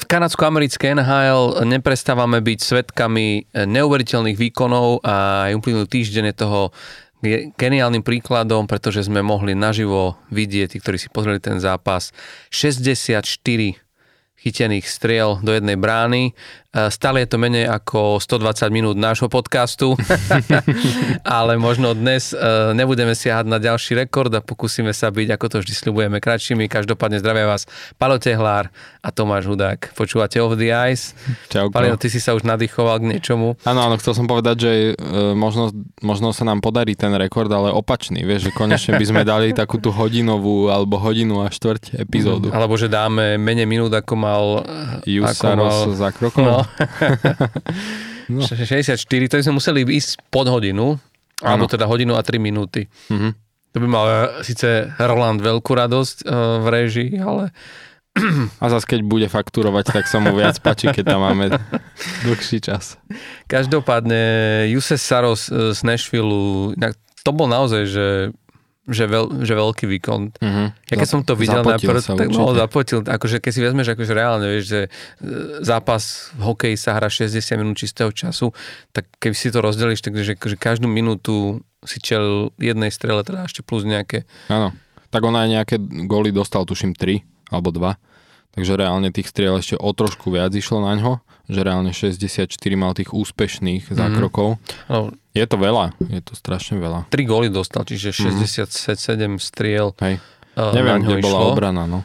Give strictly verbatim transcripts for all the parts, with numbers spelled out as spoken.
kanadsko-americké en há el neprestávame byť svedkami neuveriteľných výkonov a aj uplynulý týždeň je toho geniálnym príkladom, pretože sme mohli naživo vidieť, tí, ktorí si pozreli ten zápas, šesťdesiatštyri chytených striel do jednej brány. Stále je to menej ako stodvadsať minút nášho podcastu, ale možno dnes nebudeme siahať na ďalší rekord a pokúsime sa byť, ako to vždy sľubujeme, kratšími. Každopádne zdravia vás Paľo Tehlár a Tomáš Hudák. Počúvate Off the Ice. Čauko. Paľo, ty si sa už nadýchoval k niečomu. Áno, áno, chcel som povedať, že e, možno, možno sa nám podarí ten rekord, ale opačný, vieš, že konečne by sme dali takú tú hodinovú alebo hodinu a štvrť epizódu. Alebo že dáme menej minút, ako mal Jusaros za krokom. No. no. šesťdesiatštyri, to by sme museli ísť pod hodinu, ano. Alebo teda hodinu a tri minúty. Uh-huh. To by mal síce Roland veľkú radosť uh, v réžii, ale... A zase keď bude fakturovať, tak sa mu viac páči, keď tam máme dlhší čas. Každopádne Juses Saros z Nashville, to bol naozaj, že Že, veľ, že veľký výkon. Uh-huh. Ja keď Zap, som to videl najprv, tak no, zapotil. Akože keď si vezmeš, akože reálne, vieš, že zápas v hokeji sa hrá šesťdesiat minút čistého času, tak keby si to rozdeliš, takže že každú minútu si čel jednej strele, teda ešte plus nejaké. Áno. Tak on aj nejaké góly dostal, tuším, tri alebo dva. Takže reálne tých striel ešte o trošku viac išlo na ňo, že reálne šesťdesiatštyri mal tých úspešných mm-hmm. zákrokov. No. Je to veľa, je to strašne veľa. Tri góly dostal, čiže šesťdesiatsedem striel. Hej. Uh, Neviem, kde bola išlo. Obrana, no.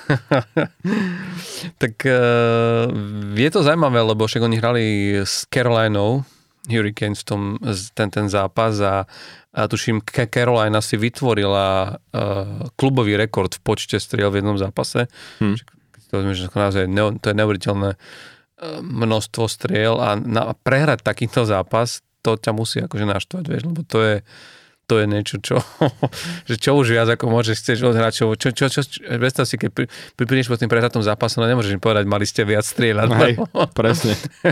Tak uh, je to zaujímavé, lebo však oni hrali s Carolinou Hurricanes v tom, ten, ten zápas a, a tuším, Carolina si vytvorila uh, klubový rekord v počte striel v jednom zápase. Hmm. To, že to je neuveriteľné množstvo striel a na, prehrať takýto zápas, to ťa musí akože naštvať, vieš, lebo to je, to je niečo, čo, že čo už viac ako môžeš chceš od hráčov. Čo, čo, čo, predstav si, keď pri, prídeš po tým prehratom zápasu, no nemôžeš im povedať, mali ste viac strieľať. Hej, presne.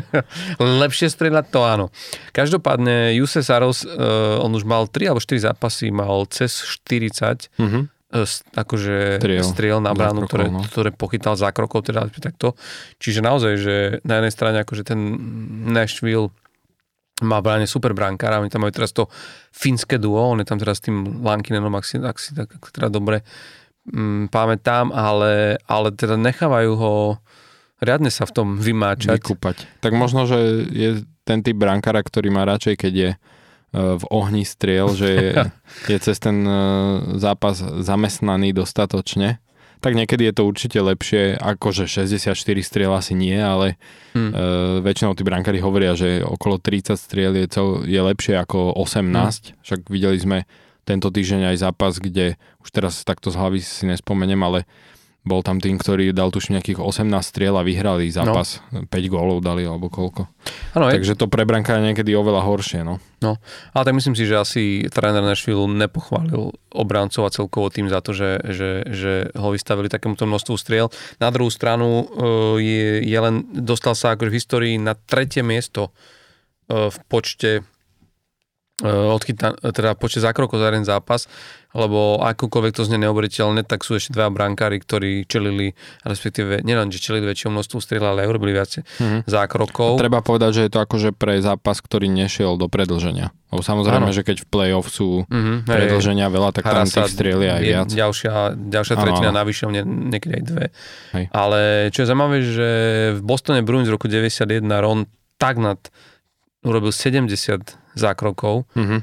Lepšie strieľať, to áno. Každopádne Juses Saros, uh, on už mal tri alebo štyri zápasy, mal cez štyridsať mm-hmm. akože striel, striel na bránu, ktoré, no. ktoré pochytal zákrokov, teda takto. Čiže naozaj, že na jednej strane akože ten Nashville má bráne super brankára, oni tam majú teraz to fínske duo, on je tam teraz s tým Lankinenom, ak si, ak si tak teda dobre mm, pamätám, ale, ale teda nechávajú ho riadne sa v tom vymáčať. Vykúpať. Tak možno, že je ten typ brankára, ktorý má radšej, keď je v ohni striel, že je, je cez ten zápas zamestnaný dostatočne, tak niekedy je to určite lepšie, akože šesťdesiatštyri striel asi nie, ale hmm. e, väčšinou tí brankári hovoria, že okolo tridsať striel je, cel, je lepšie ako osemnásť. Hmm. Však videli sme tento týždeň aj zápas, kde už teraz takto z hlavy si nespomeniem, ale bol tam tým, ktorý dal tuším nejakých osemnásť striel a vyhrali zápas. No. päť gólov dali, alebo koľko. Ano, Takže to pre brankára niekedy oveľa horšie, no. No, ale tak myslím si, že asi tréner Nashville nepochválil obrancov a celkovo tým za to, že, že, že ho vystavili takémuto množstvu striel. Na druhú stranu je, je len, dostal sa akože v histórii na tretie miesto v počte odchyta, teda počet zákrokov za jeden zápas, lebo akúkoľvek to znie neuveriteľné, tak sú ešte dva brankári, ktorí čelili, respektíve nielen, že čelili väčšiu množstvu striel, ale aj urobili viac mm-hmm. zákrokov. A treba povedať, že je to akože pre zápas, ktorý nešiel do predĺženia. Lebo samozrejme, ano. Že keď v play-off sú mm-hmm. predĺženia veľa, tak tam tých striel je aj viac. Ďalšia, ďalšia tretina navyše, nie, niekedy aj dve. Hej. Ale čo je zaujímavé, že v Bostone Bruins v roku deväťdesiatjeden Ron Tagnat urobil sedemdesiat zákrokov mm-hmm.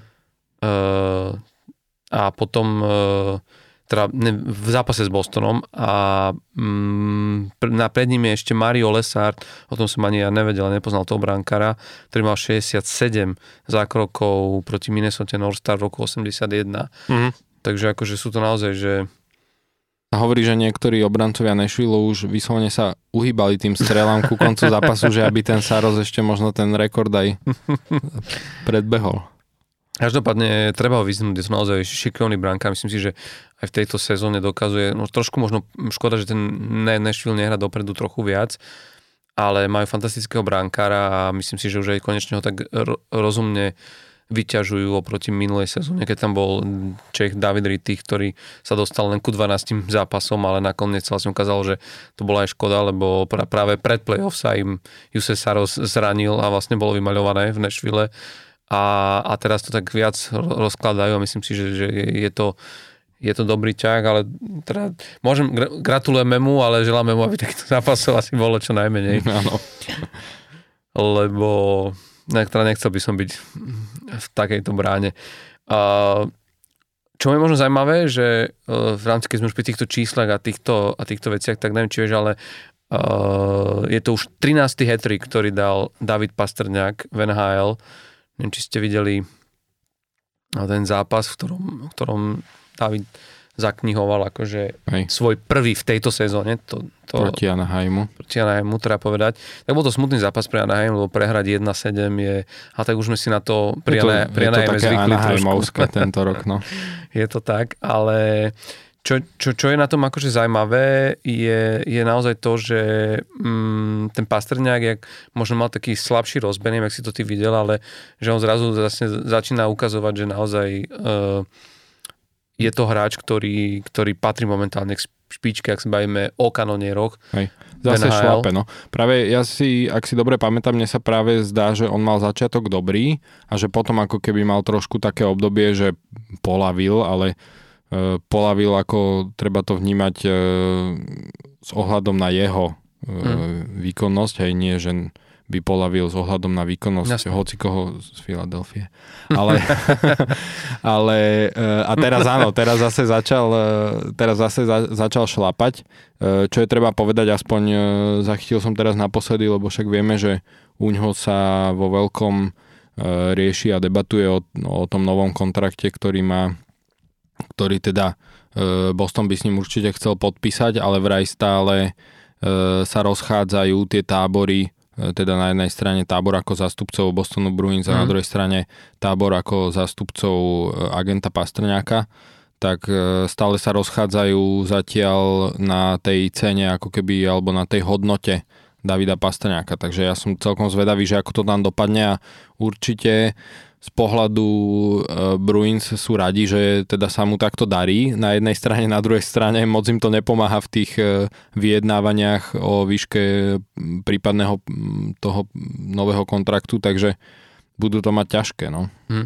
uh, a potom uh, teda ne, v zápase s Bostonom a um, na pred ním je ešte Mario Lessard, o tom som ani ja nevedel, nepoznal toho brankára, ktorý mal šesťdesiatsedem zákrokov proti Minnesota North Star v roku osemdesiatjeden. Mm-hmm. Takže akože sú to naozaj, že a hovorí, že niektorí obrancovia Nashville už vyslovene sa uhýbali tým strelám ku koncu zápasu, že aby ten Saros ešte možno ten rekord aj predbehol. Každopádne treba ho vyznúť, je to naozaj šikovný brankár. Myslím si, že aj v tejto sezóne dokazuje, no trošku možno škoda, že ten Nashville nehrá dopredu trochu viac, ale majú fantastického brankára a myslím si, že už aj konečne ho tak rozumne vyťažujú oproti minulej sezóne, keď tam bol Čech David Ritty, ktorý sa dostal len ku dvanástim zápasom, ale nakoniec vlastne ukázalo, že to bola aj škoda, lebo práve pred playoff sa im Juse Saros zranil a vlastne bolo vymaľované v Nashville a, a teraz to tak viac rozkladajú a myslím si, že, že je to je to dobrý ťah, ale teda môžem, gratulujeme mu, ale želáme mu, aby takýchto zápasov asi bolo čo najmenej. Áno. Lebo teda nechcel by som byť v takejto bráne. Čo je možno zaujímavé, že v rámci, keď sme už pri týchto číslach a týchto, a týchto veciach, tak neviem, či vieš, ale je to už trinásty hat-trick, ktorý dal David Pastrňák v en há el. Neviem, či ste videli ten zápas, v ktorom, v ktorom David zaknihoval akože Hej. svoj prvý v tejto sezóne. To, to, proti Anaheimu. Proti Anaheimu, treba povedať. Tak bol to smutný zápas pre Anaheim, lebo prehrať jedna sedem je... A tak už sme si na to pri, to, Ana, pri Anaheime zvykli trošku. Je to také Anaheimovské tento rok, no. Je to tak, ale čo, čo, čo je na tom akože zaujímavé, je, je naozaj to, že mm, ten Pastrňák, jak možno mal taký slabší rozbeh, neviem, jak si to ty videl, ale že on zrazu zase začína ukazovať, že naozaj... Uh, je to hráč, ktorý, ktorý patrí momentálne k špičke, ak sa bavíme o kanonieroch. Hej. Zase šlape, no. Práve ja si, ak si dobre pamätám, mne sa práve zdá, že on mal začiatok dobrý a že potom ako keby mal trošku také obdobie, že polavil, ale e, polavil ako treba to vnímať e, s ohľadom na jeho e, hmm. výkonnosť, hej, nie, že by polavil s ohľadom na výkonnosť Jasne. hocikoho z Filadelfie. Ale, ale a teraz áno, teraz zase začal teraz zase za, začal šlapať. Čo je treba povedať, aspoň zachytil som teraz naposledy, lebo však vieme, že uňho sa vo veľkom rieši a debatuje o, o tom novom kontrakte, ktorý má, ktorý teda Boston by s ním určite chcel podpísať, ale vraj stále sa rozchádzajú tie tábory, teda na jednej strane tábor ako zástupcov Bostonu Bruins a mm. na druhej strane tábor ako zástupcov agenta Pastrňáka, tak stále sa rozchádzajú zatiaľ na tej cene ako keby, alebo na tej hodnote Davida Pastrňáka. Takže ja som celkom zvedavý, že ako to tam dopadne a určite z pohľadu Bruins sú radi, že teda sa mu takto darí. Na jednej strane, na druhej strane moc im to nepomáha v tých vyjednávaniach o výške prípadného toho nového kontraktu, takže budú to mať ťažké, no. Hmm.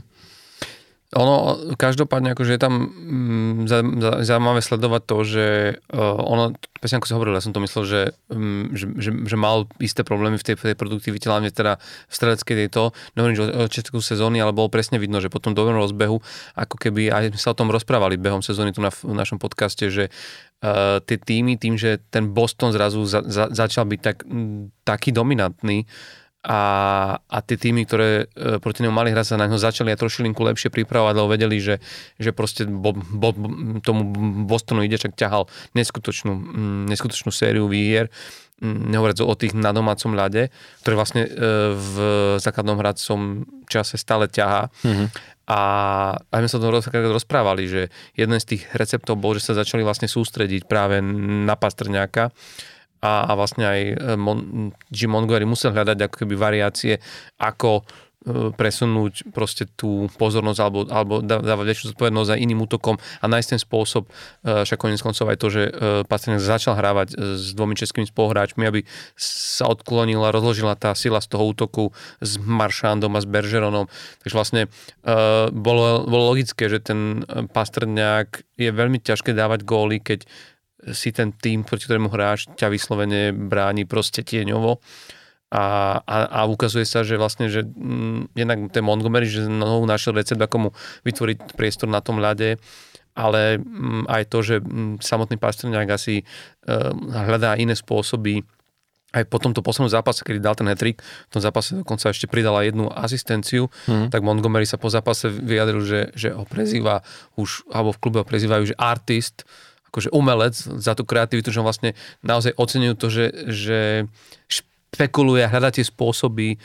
Ono, každopádne, akože je tam mm, zaujímavé sledovať to, že uh, ono, presne ako si hovoril, ja som to myslel, že, um, že, že, že mal isté problémy v tej, tej produktivite, hlavne teda v streleckej tejto, nehovorím, že od začiatku sezóny, ale bolo presne vidno, že po tom dobrom rozbehu, ako keby, aj sme sa o tom rozprávali behom sezóny tu na v našom podcaste, že uh, tie týmy, tým, že ten Boston zrazu za, za, začal byť tak, m, taký dominantný, A, a tie týmy, ktoré e, proti nemu mali hrať, sa na ňo začali aj trošilinku lepšie pripravovať, lebo vedeli, že, že proste bo, bo, tomu Bostonu ide, čak ťahal neskutočnú, neskutočnú sériu výhier, nehovoriac o tých na domácom ľade, ktoré vlastne e, v základnom hradcom čase stále ťahá. Mm-hmm. A aj sme sa o tom rozprávali, že jeden z tých receptov bol, že sa začali vlastne sústrediť práve na Pastrňáka, a, a vlastne aj Mon, Jim Montgomery musel hľadať ako keby variácie, ako e, presunúť proste tú pozornosť alebo, alebo dávať väčšiu zodpovednosť za iným útokom a nájsť ten spôsob, e, však koniec koncov aj to, že e, Pastrňák začal hrávať s dvomi českými spoluhráčmi, aby sa odklonila, rozložila tá sila z toho útoku s Marchandom a s Bergeronom. Takže vlastne e, bolo, bolo logické, že ten Pastrňák je veľmi ťažké dávať góly, keď si ten tým, proti ktorému hráč, ťa vyslovene bráni proste tieňovo. A, a, a ukazuje sa, že vlastne, že m, jednak ten Montgomery, že znovu našiel recept, ako mu vytvoriť priestor na tom ľade, ale m, aj to, že m, samotný Pastrňák asi um, hľadá iné spôsoby. Aj po tomto poslednom zápase, kedy dal ten hat-trick, v tom zápase dokonca ešte pridala jednu asistenciu, mm. tak Montgomery sa po zápase vyjadril, že, že ho prezýva už, alebo v klube ho prezývajú, že artist, akože umelec za tú kreativitu, že on vlastne naozaj oceňujú to, že, že špekuluje a hľadá tie spôsoby,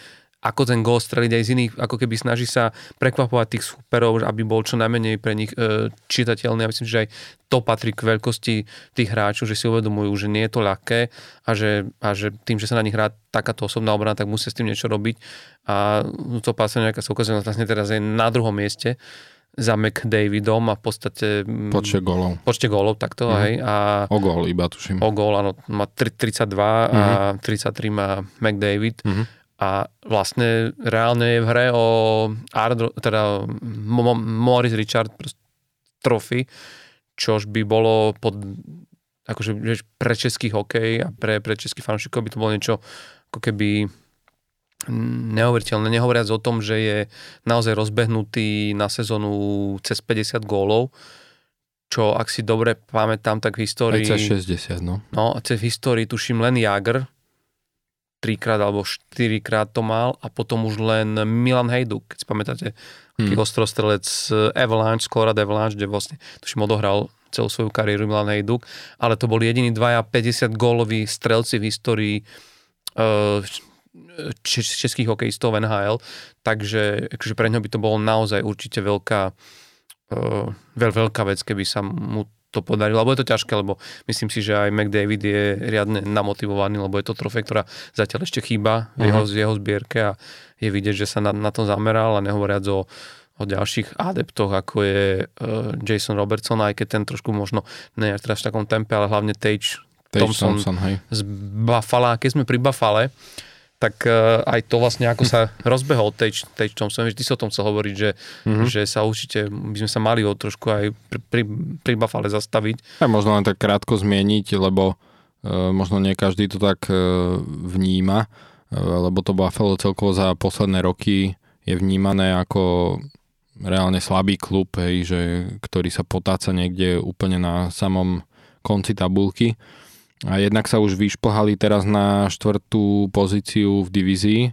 ako ten gól streliť aj z iných, ako keby snaží sa prekvapovať tých superov, aby bol čo najmenej pre nich e, čitateľný. Ja myslím, že aj to patrí k veľkosti tých hráčov, že si uvedomujú, že nie je to ľahké a že, a že tým, že sa na nich hrá takáto osobná obrana, tak musia s tým niečo robiť. A to Pastrňáka sa ukazuje, vlastne teraz je na druhom mieste za McDavidom a v podstate... Počte gólov. Počte gólov, takto, mm. hej. A o gól iba, tuším. O gól, áno, má tridsaťdva mm. a tridsaťtri má McDavid. Mm. A vlastne reálne je v hre o Ardro, teda Maurice Richard trofy, čož by bolo pod, akože pre český hokej a pre, pre český fanúšikov by to bolo niečo ako keby neuveriteľné. Nehovoriac o tom, že je naozaj rozbehnutý na sezónu cez päťdesiat gólov, čo ak si dobre pamätám, tak v histórii... Aj cez šesťdesiat, no. No, cez v histórii tuším len Jagr, trikrát alebo štyrikrát to mal a potom už len Milan Hejduk, keď si pamätáte, aký hmm. ostrostrelec Avalanche, Colorado Avalanche, kde vlastne tuším odohral celú svoju kariéru Milan Hejduk, ale to boli jediní dvaja päťdesiat góloví strelci v histórii uh, českých hokejistov v en há el, takže akože pre ňo by to bolo naozaj určite veľká uh, veľ, veľká vec, keby sa mu to podarilo, lebo je to ťažké, lebo myslím si, že aj McDavid je riadne namotivovaný, lebo je to trofej, ktorá zatiaľ ešte chýba v jeho, uh-huh. jeho zbierke a je vidieť, že sa na, na to zameral a nehovoriac o, o ďalších adeptoch, ako je uh, Jason Robertson, aj keď ten trošku možno nie je teraz v takom tempe, ale hlavne Tage, Tage Thompson, Thompson z Buffalo. Keď sme pri Buffale, tak uh, aj to vlastne, ako sa rozbehol Tage, Tage Thompson, ty si o tom chcel hovoriť, že, mm-hmm. že sa určite, by sme sa mali o trošku aj pri, pri, pri Buffale zastaviť. Aj možno len tak krátko zmieniť, lebo uh, možno nie každý to tak uh, vníma, uh, lebo to Buffalo celkovo za posledné roky je vnímané ako reálne slabý klub, hej, že, ktorý sa potáca niekde úplne na samom konci tabulky. A jednak sa už vyšplhali teraz na štvrtú pozíciu v divízii,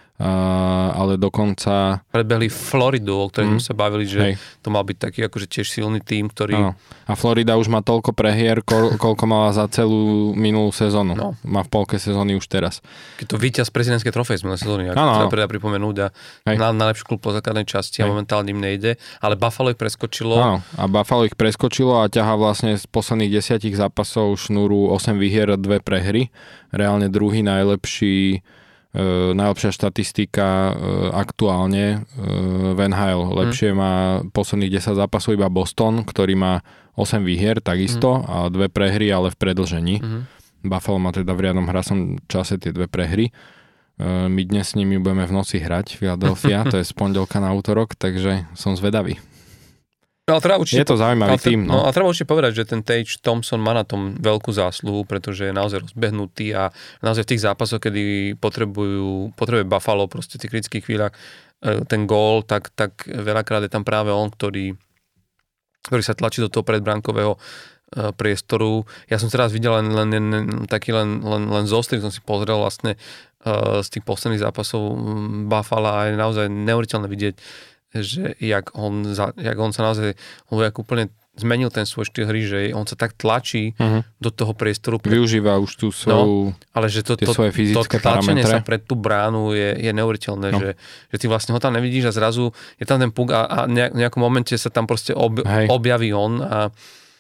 uh, ale dokonca... Predbehli Floridu, o ktorej mm. sme sa bavili, že hej. To mal byť taký akože tiež silný tím, ktorý... No. A Florida už má toľko prehier, ko- koľko mala za celú minulú sezónu. No. Má v polke sezóny už teraz. Keď to víťaz prezidentskej trofej z minulej sezóny, ak treba predá pripomenúť a na, najlepší klub po základnej časti hej. A momentálne im nejde, ale Buffalo ich preskočilo. Áno, a Buffalo ich preskočilo a ťahá vlastne z posledných desiatich zápasov šnúru osem výhier a dve prehry. Reálne druhý najlepší Uh, najlepšia štatistika uh, aktuálne uh, v en há el. Lepšie mm. má posledných desať zápasov iba Boston, ktorý má osem výhier takisto mm. a dve prehry, ale v predĺžení. Mm. Buffalo má teda v riadnom hracom čase tie dve prehry. Uh, my dnes s nimi budeme v noci hrať Philadelphia, to je z pondelka na útorok, takže som zvedavý. No, určite, je to zaujímavý tým. No. no a treba určite povedať, že ten Tage Thompson má na tom veľkú zásluhu, pretože je naozaj rozbehnutý a naozaj v tých zápasoch, kedy potrebujú, potrebuje Buffalo proste v tých kritických chvíľach ten gól, tak, tak veľakrát je tam práve on, ktorý, ktorý sa tlačí do toho predbránkového priestoru. Ja som teraz videl len, len, len taký len, len, len zostrih, som si pozrel vlastne z tých posledných zápasov Buffalo a je naozaj neuveriteľné vidieť, že jak on, jak on sa naozaj, jak úplne zmenil ten svoj štýl hry, že on sa tak tlačí uh-huh. do toho priestoru. Pre... Využíva už tú svoju, no, ale že to, tie to, svoje fyzické to tlačenie parametre. Sa pred tú bránu je, je neuveriteľné, no. že, že ty vlastne ho tam nevidíš a zrazu je tam ten puk a, a v nejakom momente sa tam proste ob, objaví on a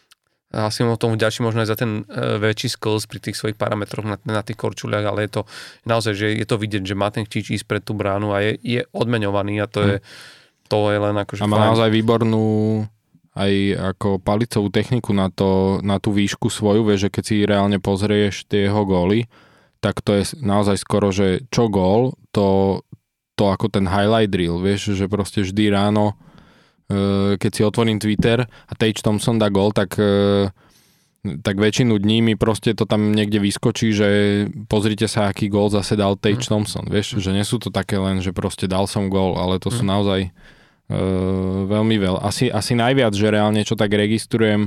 a asi mu tomu vďačím možno aj za ten uh, väčší skills pri tých svojich parametroch na, na tých korčuliach, ale je to naozaj, že je to vidieť, že má ten chtíč ísť pred tú bránu a je, je odmeňovaný a to hm. je to je len akože a má fajn. Naozaj výbornú aj ako palicovú techniku na, to, na tú výšku svoju, vieš, že keď si reálne pozrieš tie jeho góly, tak to je naozaj skoro, že čo gól, to, to ako ten highlight reel, vieš, že proste vždy ráno, e, keď si otvorím Twitter a Tage Thompson dá gól, tak e, tak väčšinu dní mi proste to tam niekde vyskočí, že pozrite sa, aký gól zase dal Tage mm. Thompson, vieš, mm. že nie sú to také len, že proste dal som gól, ale to mm. sú naozaj uh, veľmi veľa. Asi, asi najviac, že reálne čo tak registrujem, uh,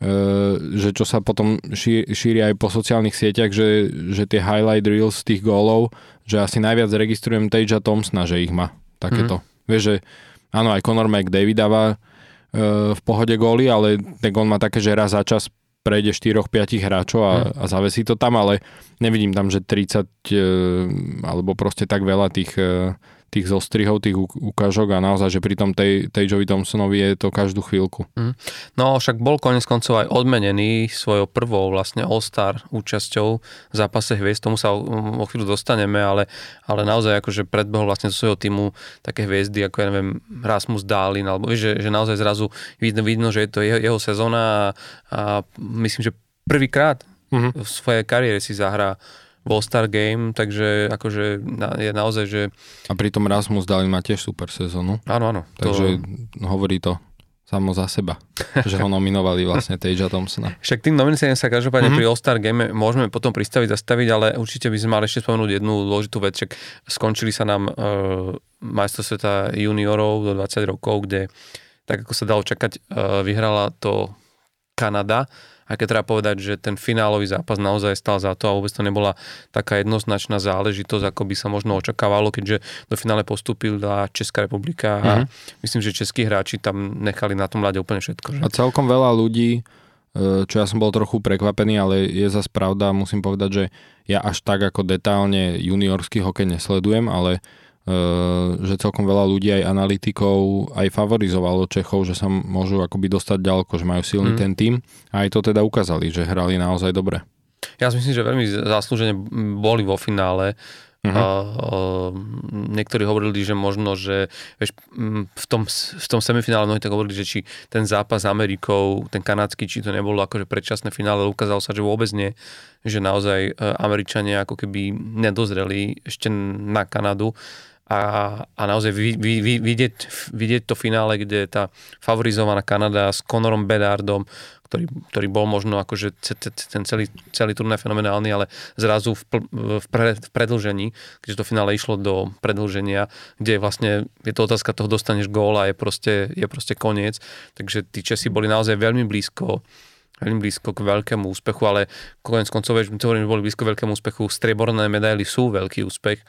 že čo sa potom šíri, šíri aj po sociálnych sieťach, že, že tie highlight reels tých gólov, že asi najviac registrujem Tagea Thompsona, že ich má takéto. Mm. Vieš, že áno, aj Conor McDavid dáva uh, v pohode góly, ale ten on má také, že raz za čas prejde štyri päť hráčov a, mm. a zavesí to tam, ale nevidím tam, že tridsať alebo proste tak veľa tých, tých zostrihov, tých ukážok a naozaj, že pri tom tej, Tageovi Thompsonovi je to každú chvíľku. Mm. No však bol konec koncov aj odmenený svojou prvou vlastne All-Star účasťou v zápase hviezd, tomu sa o, o chvíľu dostaneme, ale, ale naozaj akože predbehol vlastne zo svojho týmu také hviezdy, ako ja neviem, Rasmus Dahlin, alebo že, že naozaj zrazu vidno, vidno, že je to jeho, jeho sezóna a, a myslím, že prvýkrát mm-hmm. v svojej kariére si zahrá All-Star Game, takže akože je naozaj, že... A pritom Rasmus Dahlin má tiež super sezónu. Áno, áno. Takže to... hovorí to samo za seba, že ho nominovali vlastne Tagea Thompsona. Však tým nomináciám sa každopádne mm-hmm. pri All-Star Game môžeme potom pristaviť, zastaviť, ale určite by sme mali ešte spomenúť jednu dôležitú vec, však skončili sa nám uh, majstrovstvá sveta juniorov do dvadsať rokov, kde tak ako sa dalo čakať, uh, vyhrala to Kanada. A keď treba povedať, že ten finálový zápas naozaj stal za to a vôbec to nebola taká jednoznačná záležitosť, ako by sa možno očakávalo, keďže do finále postúpila Česká republika a mm-hmm. myslím, že českí hráči tam nechali na tom ľade úplne všetko. Že? A celkom veľa ľudí, čo ja som bol trochu prekvapený, ale je zas pravda, musím povedať, že ja až tak ako detailne juniorský hokej nesledujem, ale že celkom veľa ľudí, aj analytikov, aj favorizovalo Čechov, že sa môžu akoby dostať ďaleko, že majú silný mm. ten tím a aj to teda ukázali, že hrali naozaj dobre. Ja si myslím, že veľmi zaslúžene boli vo finále. Uh-huh. Uh, niektorí hovorili, že možno, že vieš, v, tom, v tom semifinále mnohí tak hovorili, že či ten zápas s Amerikou, ten kanadský, či to nebolo akože predčasné finále, ukázalo sa, že vôbec nie, že naozaj Američania ako keby nedozreli ešte na Kanadu. A, a naozaj vy, vy, vy, vidieť, vidieť to finále, kde tá favorizovaná Kanada s Connorom Bedardom, ktorý, ktorý bol možno akože ten celý, celý turnaj fenomenálny, ale zrazu v, v, pre, v predĺžení, keďže to finále išlo do predĺženia, kde vlastne je to otázka toho, dostaneš gól a je proste, je proste koniec. Takže tí Česi boli naozaj veľmi blízko veľmi blízko k veľkému úspechu, ale konec koncov, že boli blízko k veľkému úspechu. Strieborné medaily sú veľký úspech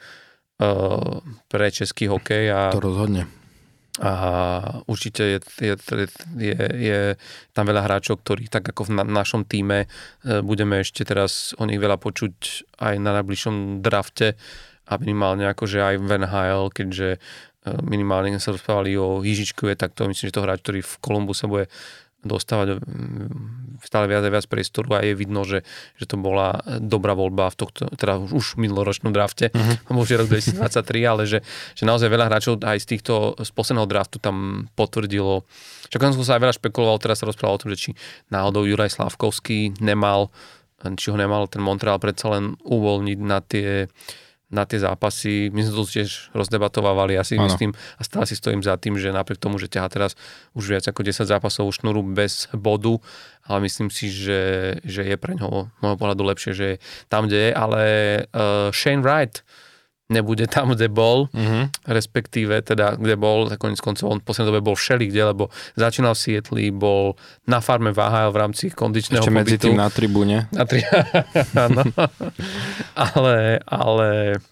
pre český hokej a, to rozhodne. A určite je, je, je, je tam veľa hráčov, ktorých tak ako v na, našom tíme budeme ešte teraz o nich veľa počuť aj na najbližšom drafte a minimálne akože aj v en há el, keďže minimálne sa rozprávali o Jižičkove, tak to myslím, že to hráč, ktorý v Kolumbu sa bude dostávať stále viac a viac priestoru a je vidno, že, že to bola dobrá voľba v tohto, teda už v minuloročnom drafte, uh-huh. možno rok dvetisícdvadsaťtri, ale že, že naozaj veľa hráčov aj z týchto, z posledného draftu tam potvrdilo. Však som sa aj veľa špekuloval, teraz sa rozprával o tom, že či náhodou Juraj Slávkovský nemal, či ho nemal ten Montreal predsa len uvoľniť na tie na tie zápasy. My sme to tiež rozdebatovávali, ja si ano. myslím a stále si stojím za tým, že napriek tomu, že ťahá teraz už viac ako desať zápasov šnúru bez bodu, ale myslím si, že, že je pre ňoho môjho pohľadu lepšie, že je tam, kde je, ale uh, Shane Wright nebude tam, kde bol, mm-hmm. respektíve teda, kde bol, tak koniec koncov, on v poslednej dobe bol všelikde, lebo začínal v Sietli, bol na farme v á há el v rámci kondičného Ešte pobytu. Ešte medzi tým na tribúne. Na tri... Áno. ale, ale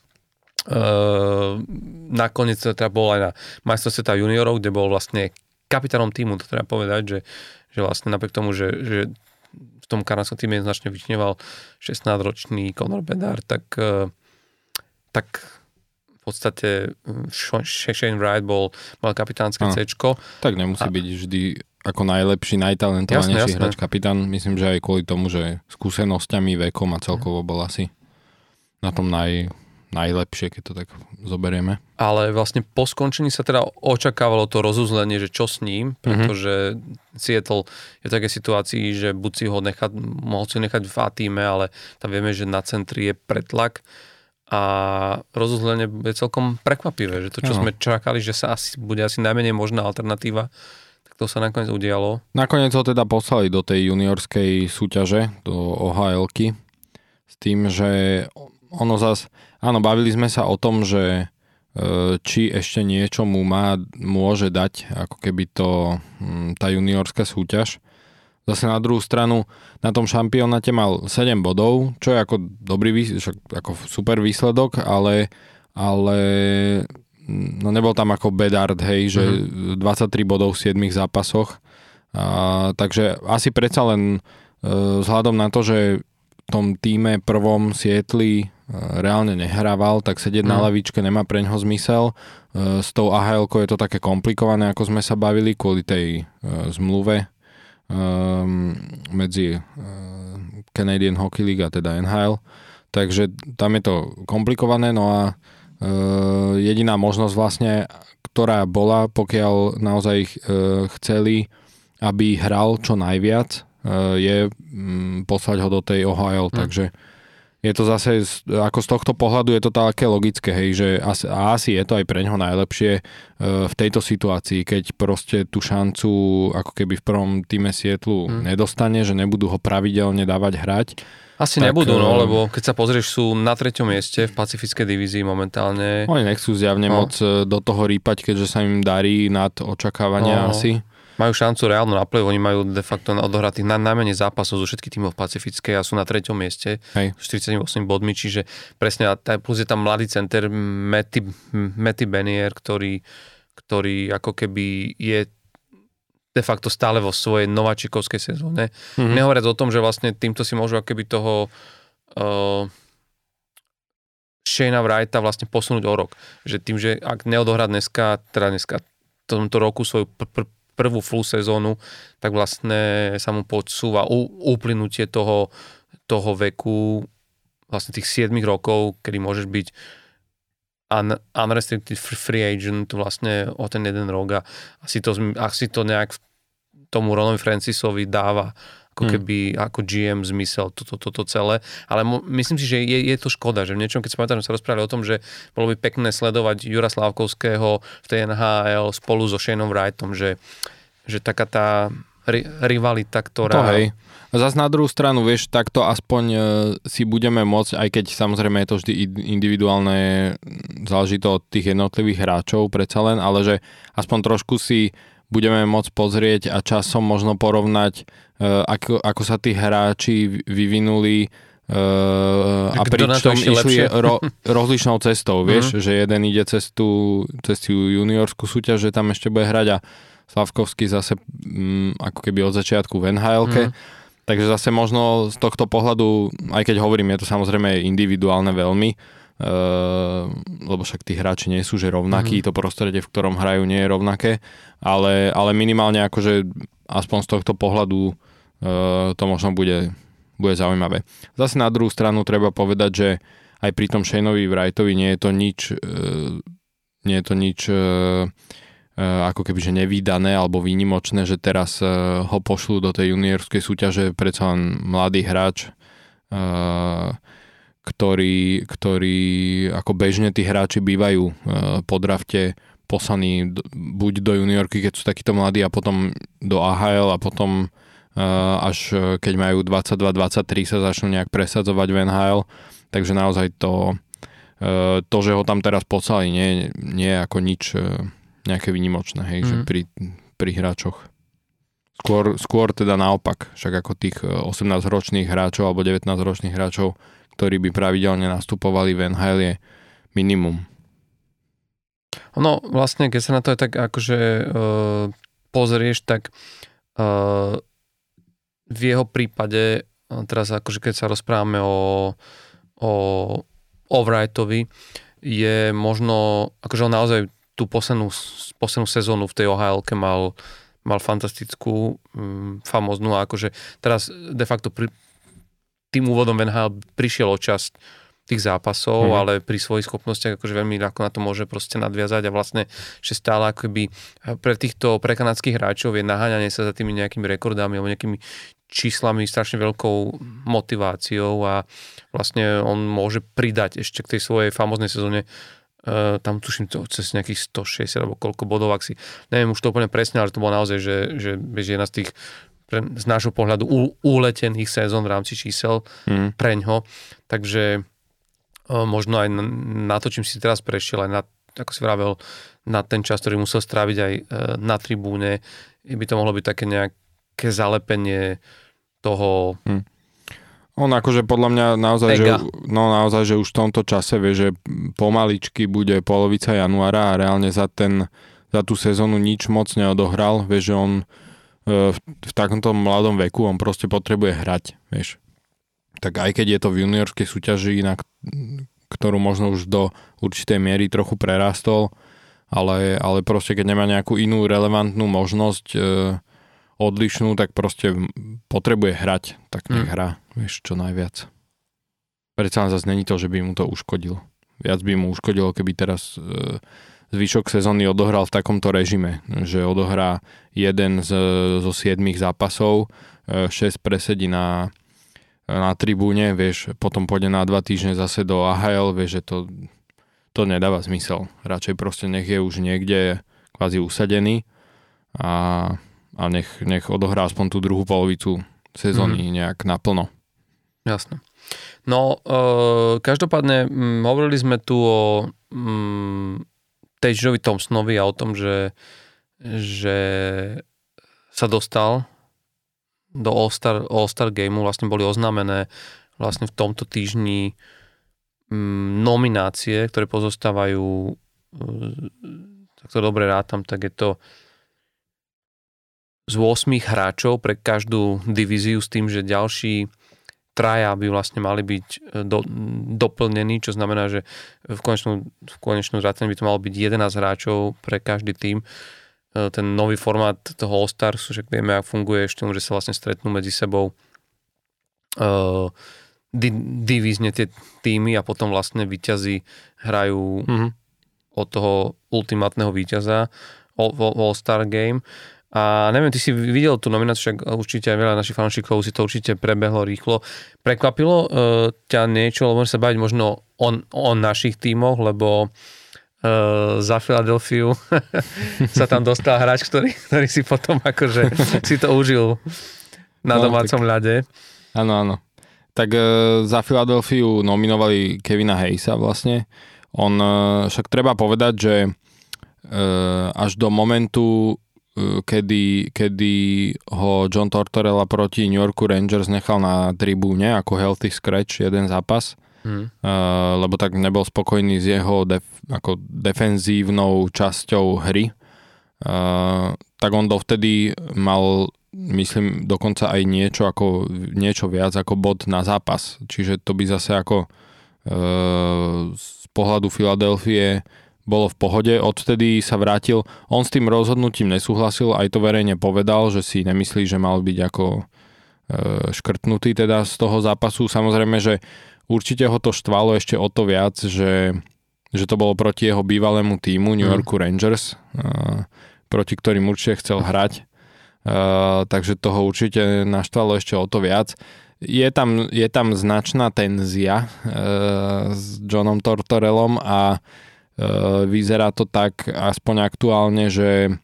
uh, nakoniec teda bol aj na majstrovstvá sveta juniorov, kde bol vlastne kapitánom týmu, to treba povedať, že, že vlastne napriek tomu, že, že v tom kanadskom týme značne vyčneval šestnásťročný Connor Bedard, tak uh, tak v podstate Shane Wright bol, mal kapitánske no, céčko. Tak nemusí a... byť vždy ako najlepší, najtalentovanejší hráč kapitán. Myslím, že aj kvôli tomu, že skúsenosťami, vekom a celkovo bol asi na tom naj, najlepšie, keď to tak zoberieme. Ale vlastne po skončení sa teda očakávalo to rozuzlenie, že čo s ním, pretože mm-hmm. Seattle je v takej situácii, že buď si ho nechať, mohol si ho nechať v á tíme, ale tam vieme, že na centri je pretlak. A rozuzlenie je celkom prekvapivé, že to, čo no. sme čakali, že sa asi bude asi najmenej možná alternatíva, tak to sa nakoniec udialo. Nakoniec ho teda poslali do tej juniorskej súťaže, do ó há elky, s tým, že ono zas, áno, bavili sme sa o tom, že či ešte niečo mu má, môže dať, ako keby to, tá juniorská súťaž. Zase na druhú stranu, na tom šampionáte mal sedem bodov, čo je ako dobrý, ako super výsledok, ale, ale no nebol tam ako Bedard, hej, že mm-hmm. dvadsaťtri bodov v siedmich zápasoch. A, takže asi predsa len vzhľadom na to, že v tom týme prvom Sietli reálne nehrával, tak sedieť mm. na lavičke nemá preňho zmysel. S tou á há elkou je to také komplikované, ako sme sa bavili, kvôli tej zmluve medzi Canadian Hockey League a teda en há el. Takže tam je to komplikované, no a jediná možnosť vlastne, ktorá bola, pokiaľ naozaj chceli, aby hral čo najviac, je poslať ho do tej ó há el, mm. takže je to zase, ako z tohto pohľadu je to také logické, hej, že asi, a asi je to aj preňho najlepšie v tejto situácii, keď proste tú šancu ako keby v prvom týme Sietlu mm. nedostane, že nebudú ho pravidelne dávať hrať. Asi tak, nebudú, no, lebo keď sa pozrieš, sú na treťom mieste v pacifickej divízii momentálne. Oni nechcú zjavne no. moc do toho rýpať, keďže sa im darí nad očakávania no. asi. Majú šancu reálnu na play, oni majú de facto odohratých na, najmenej zápasov zo všetkých tímov v pacifickej a sú na treťom mieste s štyridsaťosem bodmi, čiže presne, plus je tam mladý center Matty, Matty Benier, ktorý, ktorý ako keby je de facto stále vo svojej nováčikovskej sezóne. Mm-hmm. Nehovoriac o tom, že vlastne týmto si môžu ako keby toho uh, Shayna Wrighta vlastne posunúť o rok. Že tým, že ak neodohrá dneska, teda dneska tomto roku svoju pr- pr- prvú full sezónu, tak vlastne sa mu podsúva uplynutie toho, toho veku, vlastne tých siedmich rokov, kedy môžeš byť un, unrestricted free agent vlastne o ten jeden rok a asi to, asi to nejak tomu Ronovi Francisovi dáva ako keby, hmm. ako gé em zmysel toto to, to, to celé. Ale mo, myslím si, že je, je to škoda, že v niečom, keď sa pamätám, sa rozprávali o tom, že bolo by pekné sledovať Jura Slávkovského v tej en há el spolu so Shaneom Wrightom, že, že taká tá ri, rivalita, ktorá... To hej. Zas na druhú stranu, vieš, takto aspoň e, si budeme môcť, aj keď samozrejme je to vždy individuálne, záleží to od tých jednotlivých hráčov predsa len, ale že aspoň trošku si budeme môcť pozrieť a časom možno porovnať, uh, ako, ako sa tí hráči vyvinuli uh, a pričom išli ro, rozlišnou cestou, vieš, uh-huh. že jeden ide cez tú, cez tú juniorskú súťaž, že tam ešte bude hrať a Slavkovský zase um, ako keby od začiatku v en há elke. Uh-huh. Takže zase možno z tohto pohľadu, aj keď hovorím, je to samozrejme individuálne veľmi, Uh, lebo však tí hráči nie sú že rovnakí, mm. to prostredie, v ktorom hrajú, nie je rovnaké, ale, ale minimálne akože aspoň z tohto pohľadu uh, to možno bude, bude zaujímavé. Zase na druhú stranu treba povedať, že aj pri tom Shaneovi Wrightovi nie je to nič uh, nie je to nič uh, uh, ako keby že nevídané alebo výnimočné, že teraz uh, ho pošlú do tej juniorskej súťaže, predsa len mladý hráč, uh, Ktorí, ktorí ako bežne tí hráči bývajú e, po drafte poslaní d- buď do juniorky, keď sú takíto mladí, a potom do á há el a potom e, až keď majú dvadsaťdva dvadsaťtri sa začnú nejak presadzovať v en há el. Takže naozaj to, e, to že ho tam teraz poslali, nie, nie je ako nič e, nejaké výnimočné, hej, mm. že pri, pri hráčoch. Skôr, skôr teda naopak, však ako tých osemnásťročných hráčov alebo devätnásťročných hráčov, ktorí by pravidelne nastupovali v en há el, je minimum. No vlastne, keď sa na to aj tak akože uh, pozrieš, tak uh, v jeho prípade, uh, teraz akože keď sa rozprávame o, o, o Wrightovi, je možno, akože on naozaj tú poslednú, poslednú sezónu v tej ó há elke mal, mal fantastickú, um, famoznú, a akože teraz de facto pri tým úvodom v en há el prišiel o časť tých zápasov, mm. ale pri svojich schopnostiach akože veľmi ľahko na to môže proste nadviazať a vlastne že stále akoby pre týchto pre kanadských hráčov je naháňanie sa za tými nejakými rekordami alebo nejakými číslami strašne veľkou motiváciou a vlastne on môže pridať ešte k tej svojej famóznej sezóne uh, tam tuším to cez nejakých stošesťdesiat alebo koľko bodov, ak si neviem už to úplne presne, ale to bolo naozaj, že, že jedna z tých pre, z nášho pohľadu ú, úletených sezón v rámci čísel mm. preňho. Takže o, možno aj na, na to, čím si teraz prešiel, aj na, ako si vravel, na ten čas, ktorý musel stráviť aj e, na tribúne, by to mohlo byť také nejaké zalepenie toho... Mm. On akože podľa mňa naozaj, že, no naozaj, že už v tomto čase vie, že pomaličky bude polovica januára a reálne za ten, za tú sezónu nič moc neodohral. Vie, že on v, v takomto mladom veku on proste potrebuje hrať, vieš. Tak aj keď je to v juniorskej súťaži, na ktorú možno už do určitej miery trochu prerástol, ale, ale proste keď nemá nejakú inú relevantnú možnosť e, odlišnú, tak proste potrebuje hrať, tak nech hrá, vieš, čo najviac. Predsa len zase není to, že by mu to uškodilo. Viac by mu uškodilo, keby teraz e, zvyšok sezóny odohral v takomto režime, že odohrá jeden z, zo siedmich zápasov, e, šesť presedí na, na tribúne, vieš, potom pôjde na dva týždne zase do á há el, vieš, že to, to nedáva zmysel. Radšej proste nech je už niekde kvázi usadený a, a nech, nech odohrá aspoň tú druhú polovicu sezóny mm. nejak naplno. Jasné. No, e, každopádne m, hovorili sme tu o m, Tajovi Thompsonovi a o tom, že, že sa dostal do All-Star, All-Star Gameu, vlastne boli oznámené vlastne v tomto týždni m, nominácie, ktoré pozostávajú, tak to dobre rátam, tak je to z ôsmich hráčov pre každú divíziu s tým, že ďalší traja by vlastne mali byť do, doplnení, čo znamená, že v konečnom, v konečnom zrátení by to malo byť jedenásť hráčov pre každý tím. Ten nový formát toho All-Starsu, že vieme, ako funguje ešte, že sa vlastne stretnú medzi sebou uh, di, divízne tie týmy a potom vlastne víťazi hrajú mm-hmm. od toho ultimátneho víťaza All, All-Star Game. A neviem, ty si videl tú nomináciu, však určite aj veľa našich fanúšikov si to určite prebehlo rýchlo. Prekvapilo uh, ťa niečo, lebo môžeme sa baviť možno o, o našich tímoch, lebo uh, za Filadelfiu sa tam dostal hráč, ktorý, ktorý si potom akože si to užil na no, domácom tak, ľade. Áno, áno. Tak uh, za Filadelfiu nominovali Kevina Hayesa vlastne. On, uh, však treba povedať, že uh, až do momentu Kedy, kedy ho John Tortorella proti New Yorku Rangers nechal na tribúne ako healthy scratch jeden zápas, mm. uh, lebo tak nebol spokojný s jeho def, ako defenzívnou časťou hry. Uh, tak on dovtedy mal, myslím, dokonca aj niečo, ako, niečo viac ako bod na zápas. Čiže to by zase ako uh, z pohľadu Filadelfie bolo v pohode, odtedy sa vrátil. On s tým rozhodnutím nesúhlasil, aj to verejne povedal, že si nemyslí, že mal byť ako e, škrtnutý teda z toho zápasu. Samozrejme, že určite ho to štvalo ešte o to viac, že, že to bolo proti jeho bývalému tímu New Yorku mm. Rangers, e, proti ktorým určite chcel hrať. E, takže toho určite naštvalo ešte o to viac. Je tam, je tam značná tenzia e, s Johnom Tortorellom a vyzerá to tak aspoň aktuálne, že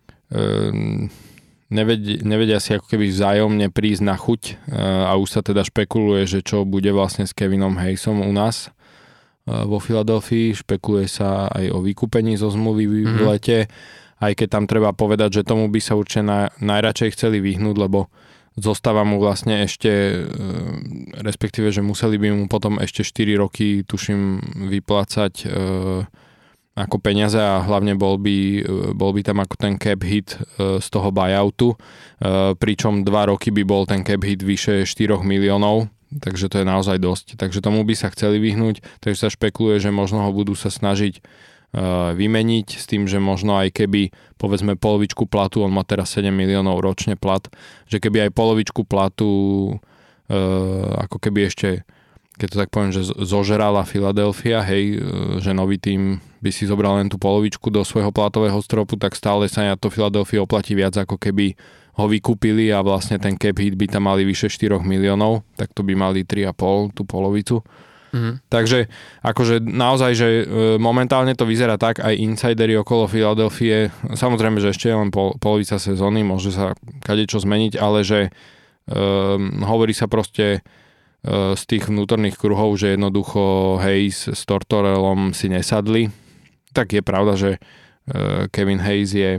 nevedia, nevedia si ako keby vzájomne prísť na chuť a už sa teda špekuluje, že čo bude vlastne s Kevinom Hayesom u nás vo Filadelfii. Špekuluje sa aj o vykúpení zo zmluvy v lete, aj keď tam treba povedať, že tomu by sa určite na, najradšej chceli vyhnúť, lebo zostáva mu vlastne ešte, respektíve, že museli by mu potom ešte štyri roky, tuším, vyplácať e, ako peniaze a hlavne bol by, bol by tam ako ten cap hit e, z toho buyoutu, e, pričom dva roky by bol ten cap hit vyše štyri miliónov, takže to je naozaj dosť. Takže tomu by sa chceli vyhnúť, takže sa špekuluje, že možno ho budú sa snažiť vymeniť s tým, že možno aj keby povedzme polovičku platu, on má teraz sedem miliónov ročne plat, že keby aj polovičku platu e, ako keby ešte, keď to tak poviem, že zožerala Filadelfia, hej, že nový tým by si zobral len tú polovičku do svojho platového stropu, tak stále sa na to Filadelfia oplatí viac, ako keby ho vykúpili a vlastne ten cap hit by tam mali vyše štyri miliónov, tak to by mali tri a pol, tú polovicu. Mm-hmm. Takže akože naozaj, že momentálne to vyzerá tak, aj insidery okolo Filadelfie, samozrejme, že ešte je len pol, polovica sezóny, môže sa kadečo zmeniť, ale že um, hovorí sa proste uh, z tých vnútorných kruhov, že jednoducho Hayes s Tortorellom si nesadli. Tak je pravda, že uh, Kevin Hayes je uh,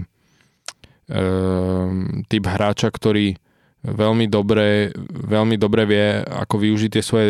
typ hráča, ktorý veľmi dobre, veľmi dobre vie, ako využiť tie svoje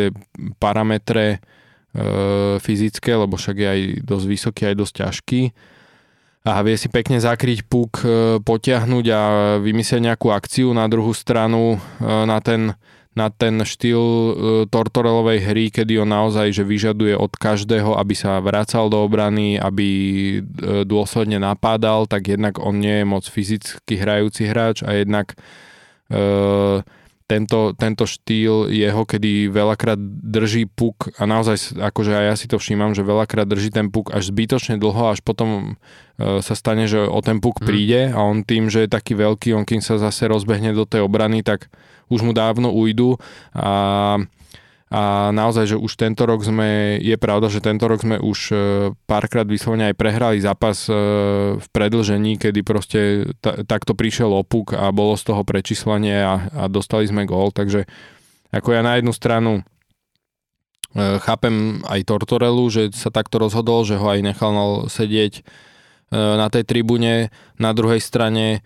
parametre e, fyzické, lebo však je aj dosť vysoký, aj dosť ťažký. a vie si pekne zakryť puk, potiahnuť a vymyslieť nejakú akciu. Na druhú stranu na ten, na ten štýl Tortorelovej hry, kedy on naozaj že vyžaduje od každého, aby sa vracal do obrany, aby dôsledne napádal, tak jednak on nie je moc fyzicky hrajúci hráč a jednak e, Tento, tento štýl jeho, kedy veľakrát drží puk a naozaj, akože aj ja si to všímam, že veľakrát drží ten puk až zbytočne dlho, až potom e, sa stane, že o ten puk príde a on tým, že je taký veľký, on kým sa zase rozbehne do tej obrany, tak už mu dávno ujdu a A naozaj, že už tento rok sme, je pravda, že tento rok sme už párkrát vyslovene aj prehrali zápas v predĺžení, kedy proste t- takto prišiel opuk a bolo z toho prečíslenie a, a dostali sme gól, takže ako ja na jednu stranu chápem aj Tortorelu, že sa takto rozhodol, že ho aj nechal sedieť na tej tribúne, na druhej strane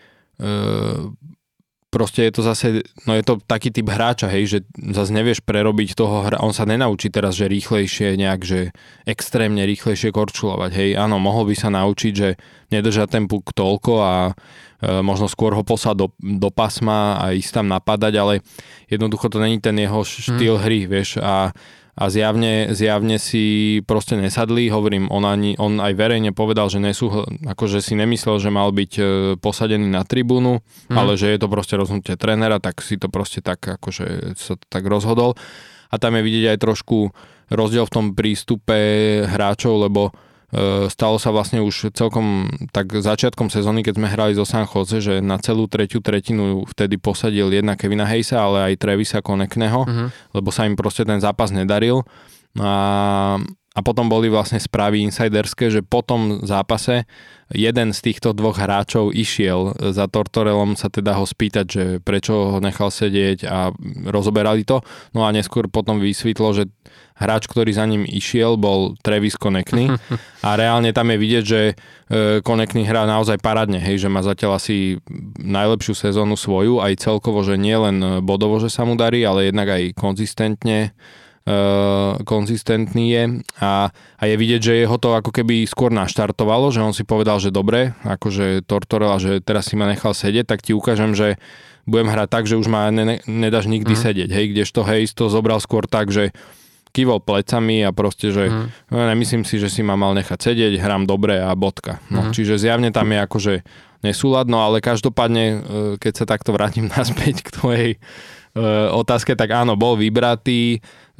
proste je to zase, no je to taký typ hráča, hej, že zase nevieš prerobiť toho hra, on sa nenaučí teraz, že rýchlejšie nejak, že extrémne rýchlejšie korčulovať, hej, áno, mohol by sa naučiť, že nedržať ten puk toľko a e, možno skôr ho poslať do, do pasma a ísť tam napadať, ale jednoducho to není ten jeho štýl hmm. hry, vieš, a a zjavne, zjavne si proste nesadli, hovorím, on, ani, on aj verejne povedal, že nesú, akože si nemyslel, že mal byť posadený na tribúnu, mm. ale že je to proste rozhodnutie trénera, tak si to proste tak, akože sa to tak rozhodol. A tam je vidieť aj trošku rozdiel v tom prístupe hráčov, lebo stalo sa vlastne už celkom tak začiatkom sezóny, keď sme hrali zo San Jose, že na celú tretiu tretinu vtedy posadil jedna Kevina Hayesa, ale aj Travisa Konekného, uh-huh. lebo sa im proste ten zápas nedaril. A, a potom boli vlastne správy insiderské, že po tom zápase jeden z týchto dvoch hráčov išiel za Tortorelom sa teda ho spýtať, že prečo ho nechal sedieť a rozoberali to. No a neskôr potom vysvetlo, že hráč, ktorý za ním išiel, bol Travis Konekný a reálne tam je vidieť, že Konekný hrá naozaj parádne, hej, že má zatiaľ asi najlepšiu sezónu svoju, aj celkovo, že nie len bodovo, že sa mu darí, ale jednak aj konzistentne Uh, konzistentný je a, a je vidieť, že jeho to ako keby skôr naštartovalo, že on si povedal, že dobre, akože Tortorella, že teraz si ma nechal sedieť, tak ti ukážem, že budem hrať tak, že už ma ne, ne, nedáš nikdy mm. sedieť, hej, kdežto Hayes to zobral skôr tak, že kývol plecami a proste, že mm. no, nemyslím si, že si ma mal nechať sedieť, hrám dobre a bodka. No, mm. Čiže zjavne tam je akože nesúlad, no ale každopádne, keď sa takto vrátim naspäť k tvojej uh, otázke, tak áno, bol vybratý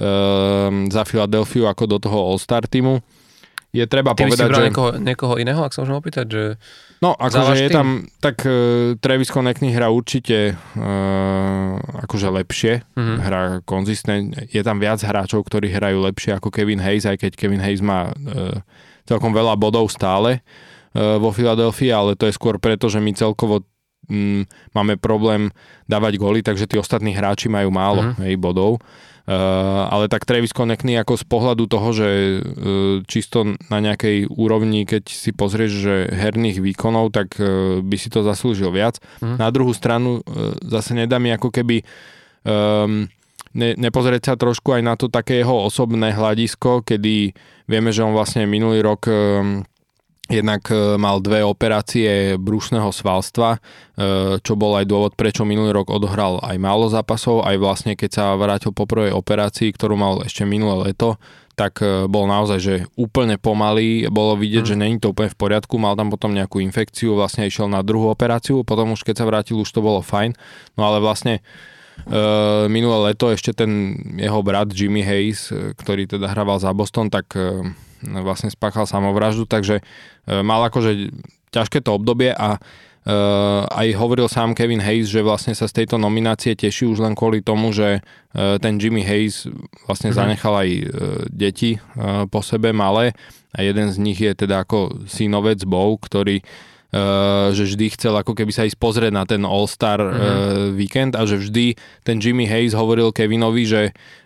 za Filadelfiu ako do toho All-Star týmu. Je treba Keby povedať, si bral že... Niekoho, niekoho iného, ak sa môžem opýtať, že... No, akože je tým? tam... Tak uh, Travis Konekný hrá určite uh, akože lepšie. Mm-hmm. Hrá konzistentne. Je tam viac hráčov, ktorí hrajú lepšie ako Kevin Hayes, aj keď Kevin Hayes má uh, celkom veľa bodov stále uh, vo Filadelfii, ale to je skôr preto, že my celkovo um, máme problém dávať góly, takže tí ostatní hráči majú málo mm-hmm. hej, bodov. Uh, ale tak Travis Konekný ako z pohľadu toho, že uh, čisto na nejakej úrovni, keď si pozrieš, že herných výkonov, tak uh, by si to zaslúžil viac. Mm. Na druhú stranu uh, zase nedá mi ako keby um, ne, nepozrieť sa trošku aj na to také jeho osobné hľadisko, kedy vieme, že on vlastne minulý rok um, jednak mal dve operácie brušného svalstva, čo bol aj dôvod, prečo minulý rok odohral aj málo zápasov, aj vlastne keď sa vrátil po prvej operácii, ktorú mal ešte minulé leto, tak bol naozaj, že úplne pomalý, bolo vidieť, mm. že není to úplne v poriadku, mal tam potom nejakú infekciu, vlastne išiel na druhú operáciu, potom už keď sa vrátil, už to bolo fajn, no ale vlastne Uh, minulé leto ešte ten jeho brat Jimmy Hayes, ktorý teda hrával za Boston, tak uh, vlastne spáchal samovraždu, takže uh, mal akože ťažké to obdobie a uh, aj hovoril sám Kevin Hayes, že vlastne sa z tejto nominácie teší už len kvôli tomu, že uh, ten Jimmy Hayes vlastne mm-hmm. zanechal aj uh, deti uh, po sebe malé a jeden z nich je teda ako synovec Bo, ktorý Uh, že vždy chcel ako keby sa ísť pozrieť na ten All-Star mm-hmm. uh, víkend a že vždy ten Jimmy Hayes hovoril Kevinovi, že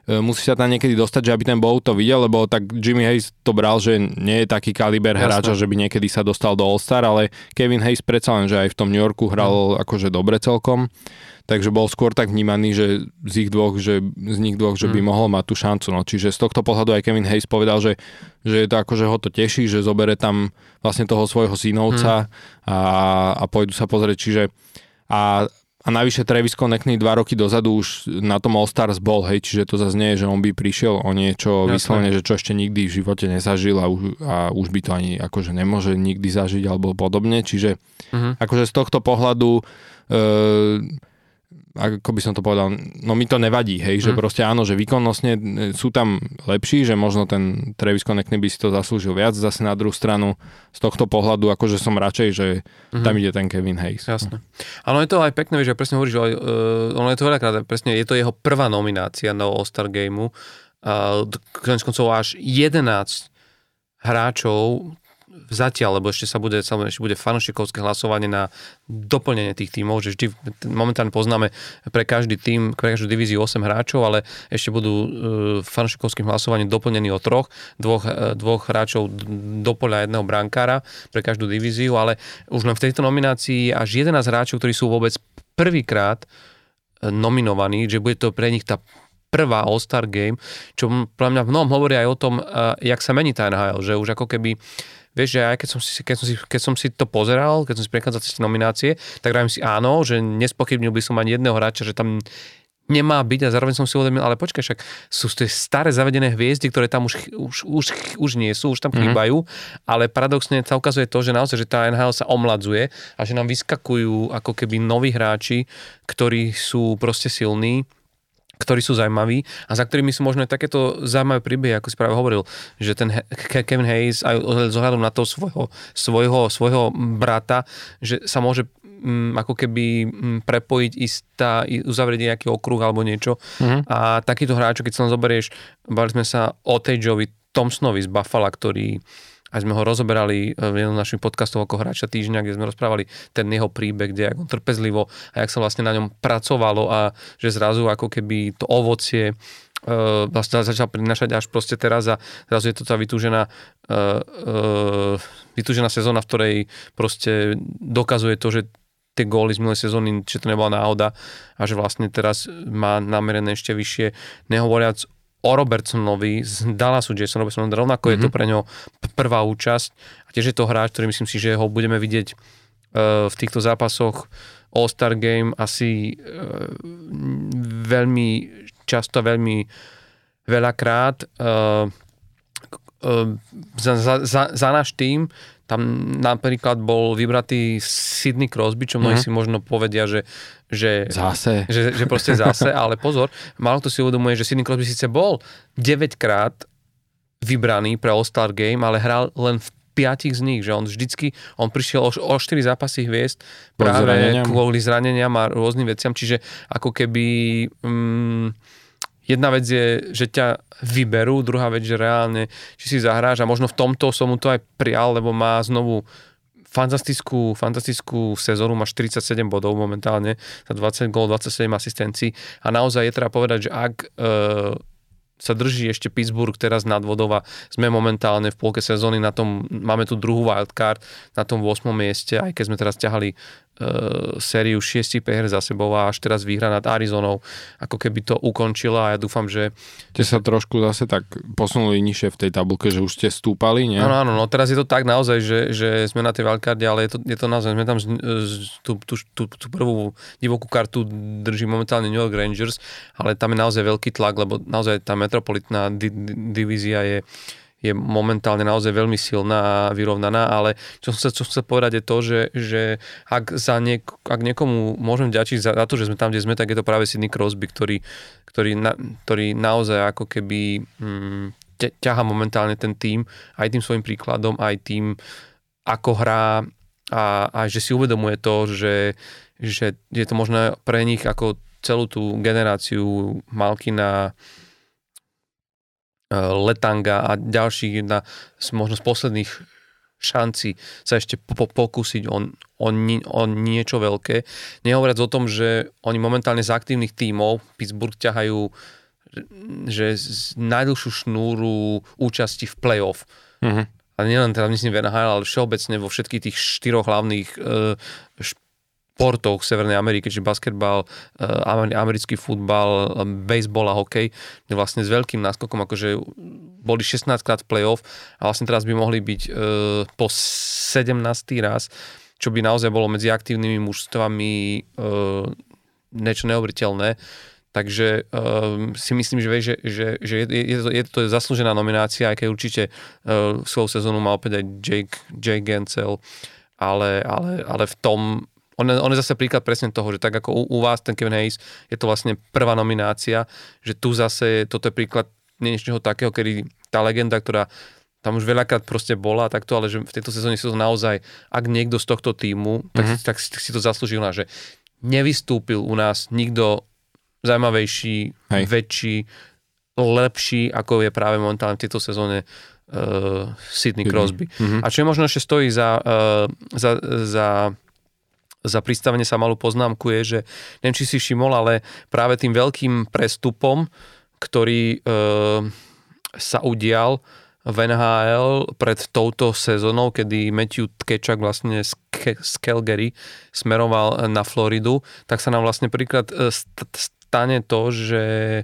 musí sa tam niekedy dostať, že aby ten Bow to videl, lebo tak Jimmy Hayes to bral, že nie je taký kaliber hráča, že by niekedy sa dostal do All-Star, ale Kevin Hayes predsa len, že aj v tom New Yorku hral mm. akože dobre celkom. Takže bol skôr tak vnímaný, že z ich dvoch, že z nich dvoch, že by mm. mohol mať tú šancu. No, čiže z tohto pohľadu aj Kevin Hayes povedal, že, že je to akože ho to teší, že zobere tam vlastne toho svojho synovca mm. a, a pôjdu sa pozrieť. Čiže a, a navyše Travis Konechny dva roky dozadu už na tom All-Stars bol, hej, čiže to zase nie je, že on by prišiel o niečo ja, vyslovene, že čo ešte nikdy v živote nezažil a už, a už by to ani akože nemôže nikdy zažiť alebo podobne. Čiže mm. akože z tohto pohľadu e, ako by som to povedal, no mi to nevadí, hej, mm. že proste áno, že výkonnostne sú tam lepší, že možno ten Travis Konechny by si to zaslúžil viac, zase na druhú stranu z tohto pohľadu, akože som radšej, že mm. tam ide ten Kevin Hayes. Jasné. Áno, je to aj pekné, že presne hovoríš, že uh, ono je to veľakrát, presne je to jeho prvá nominácia na All-Star Gameu, uh, konec koncov až jedenásť hráčov zatiaľ, lebo ešte sa bude, ešte bude fanúšikovské hlasovanie na doplnenie tých tímov, že vždy momentálne poznáme pre každý tím, pre každú divíziu osem hráčov, ale ešte budú uh, fanúšikovským hlasovaním doplnení o troch, dvoch, uh, dvoch hráčov do poľa jedného brankára pre každú divíziu, ale už len v tejto nominácii až jedenásť hráčov, ktorí sú vôbec prvýkrát nominovaní, že bude to pre nich tá prvá All-Star Game, čo pre mňa v mnohom hovorí aj o tom, uh, jak sa mení tá en há el, že už ako keby vieš, že aj keď som si, keď som si, keď som si to pozeral, keď som si prechádzal cez nominácie, tak vravím si áno, že nespochybnil by som ani jedného hráča, že tam nemá byť a zároveň som si uvedomil, ale počkaj, však sú to staré zavedené hviezdy, ktoré tam už, už, už, už nie sú, už tam chýbajú, mm-hmm. ale paradoxne sa ukazuje to, že naozaj, že tá en há el sa omladzuje a že nám vyskakujú ako keby noví hráči, ktorí sú proste silní, ktorí sú zaujímaví a za ktorými sú možno aj takéto zaujímavé príbehy, ako si práve hovoril, že ten Kevin Hayes aj s ohľadom na toho svojho, svojho, svojho brata, že sa môže m, ako keby m, prepojiť istá, uzavrieť nejaký okruh alebo niečo. Mm-hmm. A takýto hráč, keď sa len zoberieš, bavili sme sa o Tageovi Thompsonovi z Buffalo, ktorý aj sme ho rozoberali v jednom našich podcastov ako hráča týždňa, kde sme rozprávali ten jeho príbeh, kde on trpezlivo a jak sa vlastne na ňom pracovalo a že zrazu ako keby to ovocie uh, vlastne začal prinašať až proste teraz a zrazu je to tá vytúžená uh, uh, vytúžená sezóna, v ktorej proste dokazuje to, že tie góly z minulej sezóny, že to nebola náhoda a že vlastne teraz má namerené ešte vyššie, nehovoriac o Robertsonovi z Dallasu, Jason Robertson, rovnako mm-hmm. je to pre ňo prvá účasť a tiež je to hráč, ktorý myslím si, že ho budeme vidieť uh, v týchto zápasoch All-Star Game asi uh, veľmi často, veľmi veľakrát. Uh, uh, za, za, za, za náš tím tam napríklad bol vybratý Sidney Crosby, čo mnohí mm-hmm. si možno povedia, že, že, zase. že, že proste zase, ale pozor, málo kto si uvedomuje, že Sidney Crosby síce bol deväťkrát vybraný pre All-Star Game, ale hral len v piatich z nich, že on vždycky, on prišiel o, o štyri zápasy hviezd práve kvôli zraneniam a rôznym veciam, čiže ako keby um, jedna vec je, že ťa vyberú, druhá vec, že reálne, či si zahráš a možno v tomto som mu to aj prijal, lebo má znovu fantastickú, fantastickú sezónu, má štyridsaťsedem bodov momentálne, za dvadsať gólov, dvadsaťsedem asistencií a naozaj je treba povedať, že ak e, sa drží ešte Pittsburgh teraz nad vodou a sme momentálne v polke sezóny na tom, máme tu druhú wildcard na tom ôsmom mieste, aj keď sme teraz ťahali Uh, sériu šiestich prehier za sebou a až teraz výhra nad Arizonou, ako keby to ukončila a ja dúfam, že... Ste sa trošku zase tak posunuli nižšie v tej tabulke, že už ste stúpali, nie? Áno, áno, no teraz je to tak naozaj, že, že sme na tej wildcarde, ale je to, je to naozaj, sme tam z, z, tú, tú, tú, tú prvú divokú kartu drží momentálne New York Rangers, ale tam je naozaj veľký tlak, lebo naozaj tá metropolitná di, di, divízia je je momentálne naozaj veľmi silná a vyrovnaná, ale čo som chcel, čo chcel povedať je to, že, že ak, za niek- ak niekomu môžem vďačiť za, za to, že sme tam, kde sme, tak je to práve Sidney Crosby, ktorý, ktorý, na, ktorý naozaj ako keby hm, ťahá momentálne ten tím, aj tým svojim príkladom, aj tým, ako hrá a, a že si uvedomuje to, že, že je to možno pre nich ako celú tú generáciu Malkina, Letanga a ďalších na možno z posledných šancí sa ešte po- pokúsiť o, o, ni- o niečo veľké. Nehovoriac o tom, že oni momentálne z aktívnych tímov Pittsburgh ťahajú že najdlhšiu šnúru účasti v play-off. Uh-huh. A nielen teda myslím v en há el, ale všeobecne vo všetkých tých štyroch hlavných uh, športoch Severnej Ameriky, čiže basketbal, uh, americký futbal, uh, baseball a hokej, kde vlastne s veľkým náskokom, akože boli šestnásťkrát v play-off a vlastne teraz by mohli byť uh, po sedemnásty raz, čo by naozaj bolo medzi aktívnymi mužstvami uh, niečo neuveriteľné. Takže uh, si myslím, že, že, že, že je, je, to, je to zaslúžená nominácia, aj keď určite uh, svojou sezónu má opäť aj Jake, Jake Gensel, ale, ale, ale v tom, on, on je zase príklad presne toho, že tak ako u, u vás ten Kevin Hayes, je to vlastne prvá nominácia, že tu zase toto je príklad niečoho takého, kedy tá legenda, ktorá tam už veľakrát proste bola takto, ale že v tejto sezóne si to naozaj, ak niekto z tohto tímu, tak, mm-hmm. tak, tak si to zaslúžil na, že nevystúpil u nás nikto zaujímavejší, Hej. väčší, lepší, ako je práve momentálne v tejto sezóne uh, Sidney Crosby. Mm-hmm. A čo je možno ešte stojí za, uh, za, za, za pristavenie sa malú poznámku je, že neviem, či si všimol, ale práve tým veľkým prestupom, ktorý uh, sa udial v en há el pred touto sezónou, kedy Matthew Tkečuk vlastne z, Ke- z Calgary smeroval na Floridu, tak sa nám vlastne príklad st- stane to, že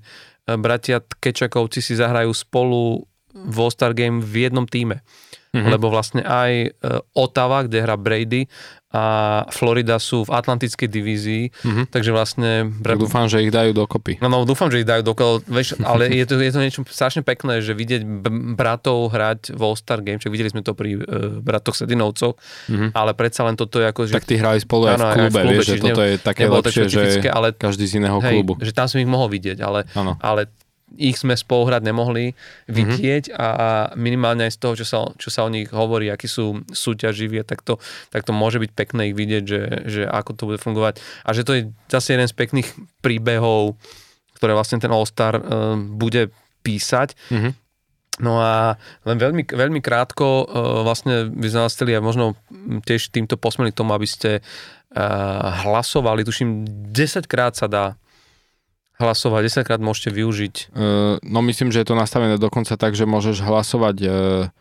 bratia Tkečukovci si zahrajú spolu v All-Star Game v jednom tíme. Mm-hmm. Lebo vlastne aj Ottawa, kde hrá Brady, a Florida sú v atlantickej divízii, mm-hmm. takže vlastne... Brat... Dúfam, že ich dajú dokopy. No, no dúfam, že ich dajú dokopy, vieš, ale je to, je to niečo strašne pekné, že vidieť b- bratov hrať v All-Star Game, čiže videli sme to pri uh, bratoch Sedinovcoch, mm-hmm. ale predsa len toto je ako... Že... Tak tí hrali spolu aj v klube, aj v klube vieš, že toto je také lepšie, že ale, každý z iného hej, klubu. Že tam som ich mohol vidieť, ale, ale ich sme spolu hrať nemohli vidieť mm-hmm. a minimálne aj z toho, čo sa, čo sa o nich hovorí, akí sú súťaživí, tak to, tak to môže byť pekné ich vidieť, že, že ako to bude fungovať. A že to je zase jeden z pekných príbehov, ktoré vlastne ten All-Star uh, bude písať. Mm-hmm. No a len veľmi, veľmi krátko uh, vlastne by sme vás chceli aj možno tiež týmto posmeli k tomu, aby ste uh, hlasovali. Tuším, desaťkrát sa dá hlasovať, desaťkrát môžete využiť. Uh, no myslím, že je to nastavené dokonca tak, že môžeš hlasovať uh,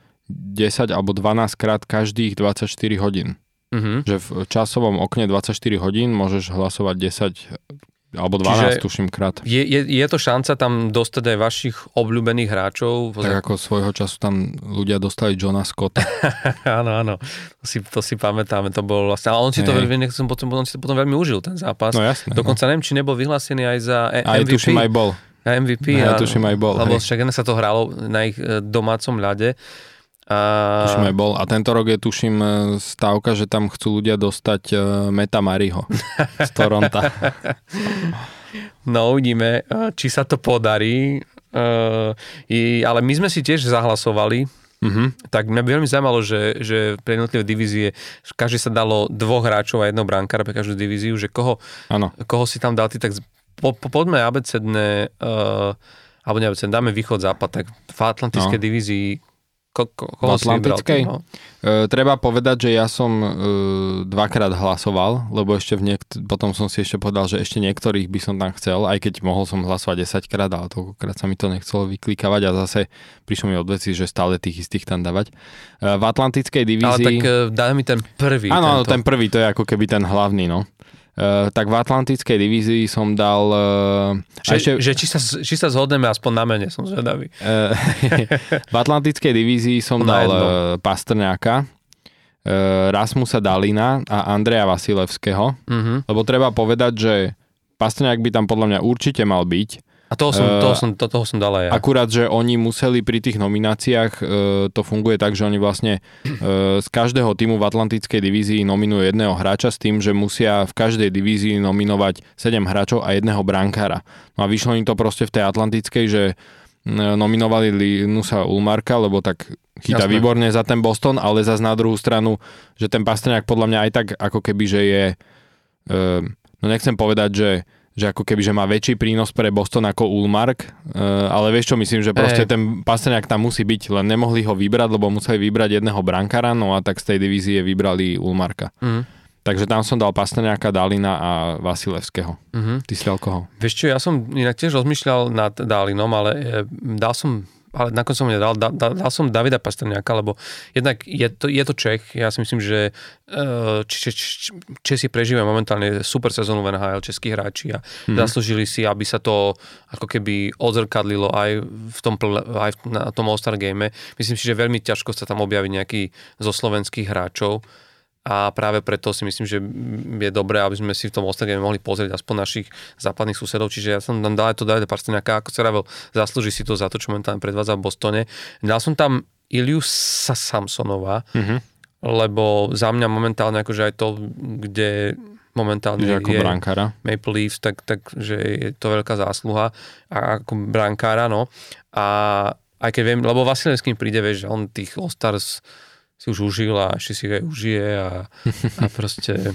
desať alebo dvanásť krát každých dvadsaťštyri hodín. Uh-huh. Že v časovom okne dvadsaťštyri hodín môžeš hlasovať desať alebo dvanásť, čiže tuším, krát. Je, je, je to šanca tam dostať aj vašich obľúbených hráčov? Tak ako svojho času tam ľudia dostali Johna Scotta. Áno, áno. To si, to si pamätáme, to bolo vlastne. Ale on si to, veľmi, potom, on si to potom veľmi užil, ten zápas. No jasné. Dokonca no. neviem, či nebol vyhlásený aj za em ví pí. Aj tuším aj bol. Aj em ví pí. Aj tuším aj bol. Lebo však sa to hralo na ich domácom ľade. A... Tuším aj bol. A tento rok je tuším stávka, že tam chcú ľudia dostať uh, Meta Mariho z Toronta. No uvidíme, či sa to podarí. Uh, i, ale my sme si tiež zahlasovali. Uh-huh. Tak mňa by veľmi zaujímalo, že, že pre jednotlivé divízie každý sa dalo dvoch hráčov a jedno brankára pre každú divíziu, že koho, koho si tam dal ty, tak po, po, poďme abecedné, uh, alebo neabecedné, dáme východ, západ, tak v atlantickej no. divízii Ko, ko, v Atlantickej. No? E, treba povedať, že ja som e, dvakrát hlasoval, lebo ešte v niekt- potom som si ešte povedal, že ešte niektorých by som tam chcel, aj keď mohol som hlasovať desaťkrát, ale toľkokrát sa mi to nechcelo vyklikávať a zase prišlo mi od veci, že stále tých istých tam dávať. E, v Atlantickej divízii... Ale tak e, daj mi ten prvý. Áno, ten prvý, to je ako keby ten hlavný, no. Uh, tak v Atlantickej divízii som dal... Uh, že, ešte, že či, sa, či sa zhodneme aspoň na mene, som zvedavý. Uh, v Atlantickej divízii som dal uh, Pastrňáka, uh, Rasmusa Dalina a Andreja Vasilevského, uh-huh. lebo treba povedať, že Pastrňák by tam podľa mňa určite mal byť. A toho som, toho som, to, toho som dal aj ja. Akurát, že oni museli pri tých nomináciách, e, to funguje tak, že oni vlastne e, z každého týmu v Atlantickej divízii nominujú jedného hráča s tým, že musia v každej divízii nominovať sedem hráčov a jedného brankára. No a vyšlo im to proste v tej Atlantickej, že nominovali Linusa Ullmarka, lebo tak chytá Jasné. výborne za ten Boston, ale zase na druhú stranu, že ten Pastrňák podľa mňa aj tak ako keby, že je, e, no nechcem povedať, že že ako keby, že má väčší prínos pre Boston ako Ullmark, uh, ale vieš čo, myslím, že proste hey. ten Pastrňák tam musí byť, len nemohli ho vybrať, lebo museli vybrať jedného brankára, no a tak z tej divízie vybrali Ullmarka. Mm. Takže tam som dal Pastrňáka, Dalina a Vasilevského. Uh-huh. Ty si dal koho? Vieš čo, ja som inak tiež rozmýšľal nad Dalinom, ale e, dal som, ale nakoniec som nedal, dal, dal, dal som Davida Pastrňáka, lebo jednak je to, je to Čech, ja si myslím, že e, či, či, či, Česi prežívajú momentálne super sezónu v en há el, českí hráči a uh-huh. zaslúžili si, aby sa to ako keby odzrkadlilo aj v tom, aj na tom All-Star game. Myslím si, že veľmi ťažko sa tam objaví nejaký zo slovenských hráčov. A práve preto si myslím, že je dobré, aby sme si v tom All-Star game mohli pozrieť aspoň našich západných susedov. Čiže ja som tam dal aj to Davida Pastrňáka, ako sa vravel, zaslúži si to za to, čo momentálne predvádza v Bostone. Dal som tam Ilju Samsonova, mm-hmm. lebo za mňa momentálne akože aj to, kde momentálne je ako brankára Maple Leafs, tak, tak že je to veľká zásluha a ako brankára, no. A aj keď viem, lebo Vasilevským príde, vieš, že on tých All-Stars si už užil a ešte si aj užije a, a proste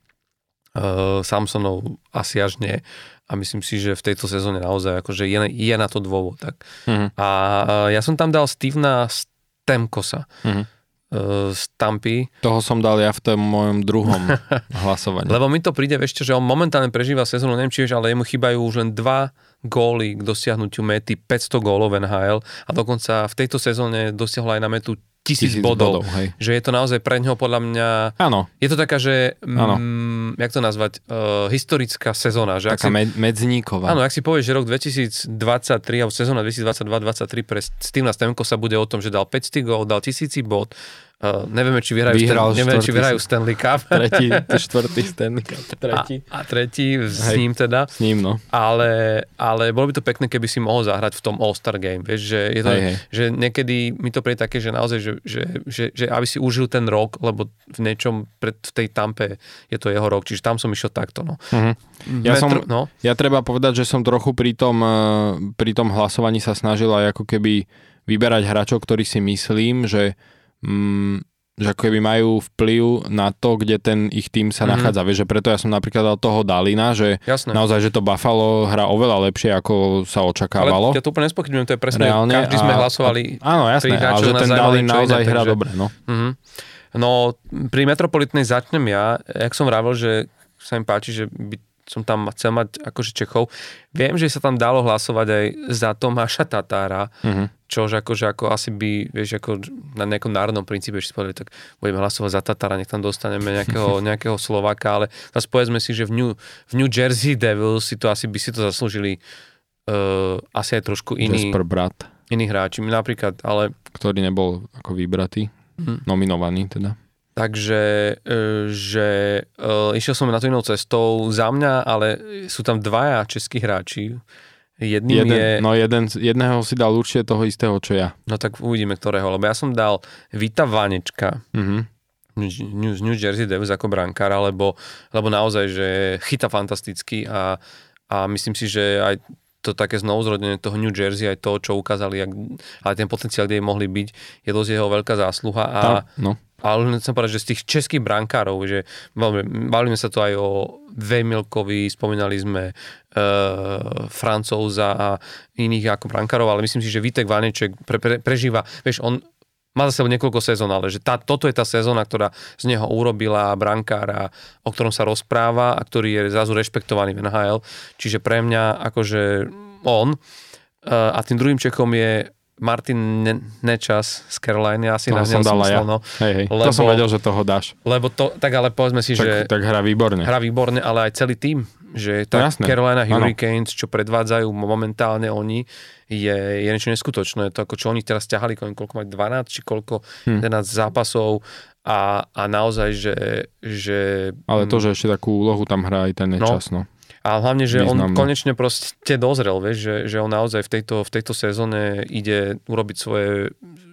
uh, Samsonov asi až nie. A myslím si, že v tejto sezóne naozaj akože je, je na to dôvod. Tak. Uh-huh. A uh, ja som tam dal Stevena Stamkosa uh-huh. uh, z Tampy. Toho som dal ja v tom mojom druhom hlasovaní. Lebo mi to príde, vieš, že on momentálne prežíva sezónu, neviem či vieš, ale jemu chýbajú už len dva góly k dosiahnutiu mety, päťsto gólov v en há el a dokonca v tejto sezóne dosiahol aj na metu tisíc, tisíc bodov, bodov že je to naozaj pre ňoho podľa mňa, áno. je to taká, že mm, jak to nazvať, uh, historická sezóna. Že taká si, med, medzníková. Áno, ak si povieš, že rok dvetisícdvadsaťtri alebo sezóna dvetisícdvadsaťdva dvadsaťtri pre Stevena Stamkosa bude o tom, že dal päťsto gól, dal tisíc bod. Uh, nevieme, či vyhrajú, Stan, nevieme, či vyhrajú Stanley Cup. Tretí, štvrtý Stanley Cup. Tretí. A, a tretí s Hej, ním teda. S ním, no. Ale, ale bolo by to pekné, keby si mohol zahrať v tom All-Star Game. Vieš, že, je to, hej, hej. že niekedy mi to príde také, že naozaj, že, že, že, že aby si užil ten rok, lebo v niečom pred, v tej Tampe je to jeho rok. Čiže tam som išiel takto, no. Uh-huh. Ja, Metro, som, no. ja treba povedať, že som trochu pri tom, pri tom hlasovaní sa snažil aj ako keby vyberať hráčov, ktorí si myslím, že Mm, že ako keby majú vplyv na to, kde ten ich tým sa mm-hmm. nachádza. Vieš, že preto ja som napríklad dal toho Dalina, že Jasné. naozaj, že to Buffalo hrá oveľa lepšie, ako sa očakávalo. Ale ja to úplne nespochybňujem, to je presne, reálne, každý sme hlasovali. A, áno, jasné, ale že ten Dalin naozaj iné, hrá takže, dobre. No. Mm-hmm. no, pri Metropolitnej začnem ja, jak som vravel, že sa mi páči, že by som tam chcel mať akože Čechov. Viem, že sa tam dalo hlasovať aj za Tomáša Tatára, mm-hmm. čož akože ako asi by, vieš, ako na nejakom národnom princípe, že si povedali, tak budeme hlasovať za Tatára, nech tam dostaneme nejakého, nejakého Slováka, ale zase povedzme si, že v New, v New Jersey Devils si to asi by si to zaslúžili uh, asi aj trošku iní, iní hráči, napríklad, ale... Ktorý nebol ako vybratý, mm. nominovaný teda. Takže, že uh, išiel som na to inou cestou za mňa, ale sú tam dvaja českí hráči. Jedným jeden, je... No jeden, jedného si dal určite toho istého, čo ja. No tak uvidíme, ktorého, lebo ja som dal Vita Vanečka mm-hmm. z New Jersey Devils ako brankára, lebo, lebo naozaj, že chyta fantasticky a, a myslím si, že aj to také znovuzrodenie toho New Jersey, aj to, čo ukázali, jak, ale ten potenciál, kde mohli byť, je dosť jeho veľká zásluha a... Tá, no. Ale chcem povedať, že z tých českých brankárov, že bavili sme sa tu aj o Vejmilkovi, spomínali sme e, Francouza a iných ako brankárov, ale myslím si, že Vítek Vaneček pre, pre, prežíva, vieš, on má za sebou niekoľko sezón, ale že tá, toto je tá sezóna, ktorá z neho urobila brankára, o ktorom sa rozpráva a ktorý je zrazu rešpektovaný v en há el. Čiže pre mňa akože on. E, a tým druhým Čechom je Martin ne- Nečas z Caroliny, asi na som dala ja. No, hej, hej. Lebo, to som vedel, že toho dáš. Lebo to, tak ale povedzme si, tak, že... Tak hrá výborne. Hrá výborne, ale aj celý tým. Že tá no, Carolina Hurricanes, ano. Čo predvádzajú momentálne oni, je, je niečo neskutočné. To ako čo oni teraz ťahali, koľko majú dvanásť, či koľko hm. jedenásť zápasov a, a naozaj, že, že... Ale to, že ešte takú úlohu tam hrá aj ten Nečas, no. no. A hlavne, že významné. On konečne proste dozrel, vieš, že, že on naozaj v tejto, v tejto sezóne ide urobiť svoje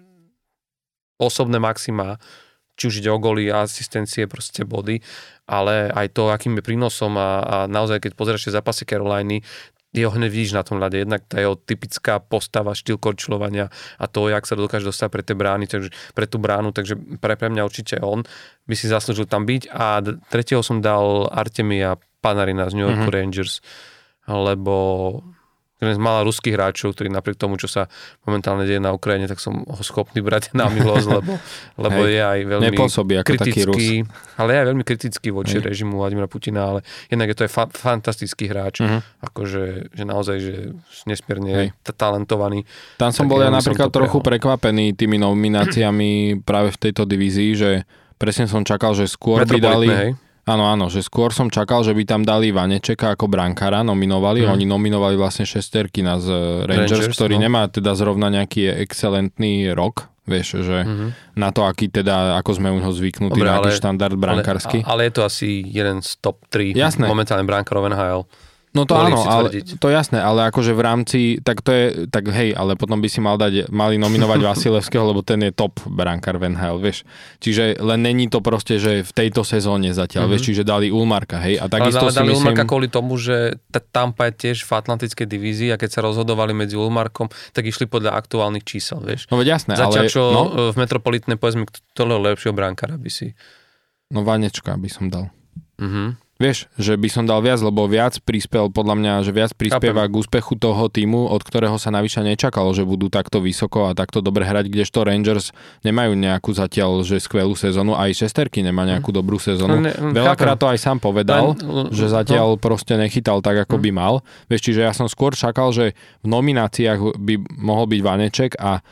osobné maxima, či už ide o góly, asistencie, proste body, ale aj to, akým je prínosom a, a naozaj, keď pozeráš zápasy Caroliny, jeho hneď vidíš na tom ľade, jednak tá jeho typická postava, štýl korčulovania a to, jak sa dokáže dostať pre tie brány, takže pre tú bránu, takže pre, pre mňa určite on by si zaslúžil tam byť a tretieho som dal Artemia Panarina z New York mm-hmm. Rangers, lebo z mála ruských hráčov, ktorí napriek tomu, čo sa momentálne deje na Ukrajine, tak som ho schopný brať na milosť, lebo, lebo je aj veľmi kritický, ale je aj veľmi kritický voči Hej. režimu Vladimíra Putina, ale jednak je to aj fa- fantastický hráč, uh-huh. akože že naozaj, že nesmierne t- talentovaný. Tam som bol ja napríklad trochu prekvapený tými nomináciami práve v tejto divízii, že presne som čakal, že skôr by dali... Hej. Áno, áno, že skôr som čakal, že by tam dali Vanečeka ako brankára, nominovali. Mm. Oni nominovali vlastne šesterkina z Rangers, Rangers ktorý no. nemá teda zrovna nejaký excelentný rok, vieš, že mm-hmm. na to, aký teda, ako sme u neho zvyknutí, Dobre, na aký štandard brankársky. Ale, ale je to asi jeden z top tri momentálne brankárov en há el. No to áno, ale, to jasné, ale akože v rámci, tak to je, tak hej, ale potom by si mal dať, mali nominovať Vasilevského, lebo ten je top brankár v en há el, vieš. Čiže len není to proste, že v tejto sezóne zatiaľ, mm-hmm. vieš, čiže dali Ulmarka, hej. A takisto ale dali si myslím... Ulmarka kvôli tomu, že Tampa je tiež v atlantickej divízii a keď sa rozhodovali medzi Ulmarkom, tak išli podľa aktuálnych čísel, vieš. No veď jasné, Zatiaľ, ale... čo no? v metropolitnej, povedzme, ktorého lepšieho brankára by si... No Vanečka by som dal. Mhm. Vieš, že by som dal viac, lebo viac prispel, podľa mňa, že viac prispieva Chápem. k úspechu toho týmu, od ktorého sa navyše nečakalo, že budú takto vysoko a takto dobre hrať, kdežto Rangers nemajú nejakú zatiaľ, že skvelú sezónu, aj Šesterky nemá nejakú dobrú sezónu. Ne, Veľakrát to aj sám povedal, Len, že zatiaľ no. proste nechytal tak, ako by mal. Vieš, čiže ja som skôr čakal, že v nomináciách by mohol byť Vaneček a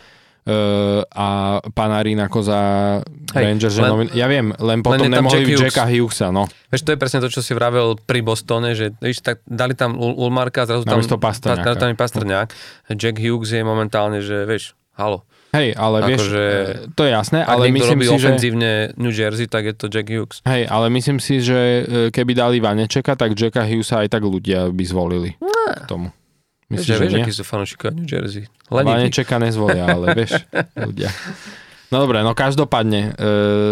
Uh, a Panarin ako za Hej, Rangers. Len, nomin- ja viem, len potom len nemohli byť Jacka Hughesa. No. Vieš, to je presne to, čo si vravel pri Bostone, že víš, tak dali tam Ulmarka, zrazu tam Pastrňáka. Pastrňák. Jack Hughes je momentálne, že vieš, halo. Hej, ale Ako, vieš, že, to je jasné, ale myslím si, že... Ak ofenzívne New Jersey, tak je to Jack Hughes. Hej, ale myslím si, že keby dali Vanečeka, tak Jacka Hughesa aj tak ľudia by zvolili no. k tomu. Myslíš, vieš, akí sú fanúšikovia New Jersey? Vanečeka nezvolia, ale vieš, ľudia. No dobre, no každopádne, e,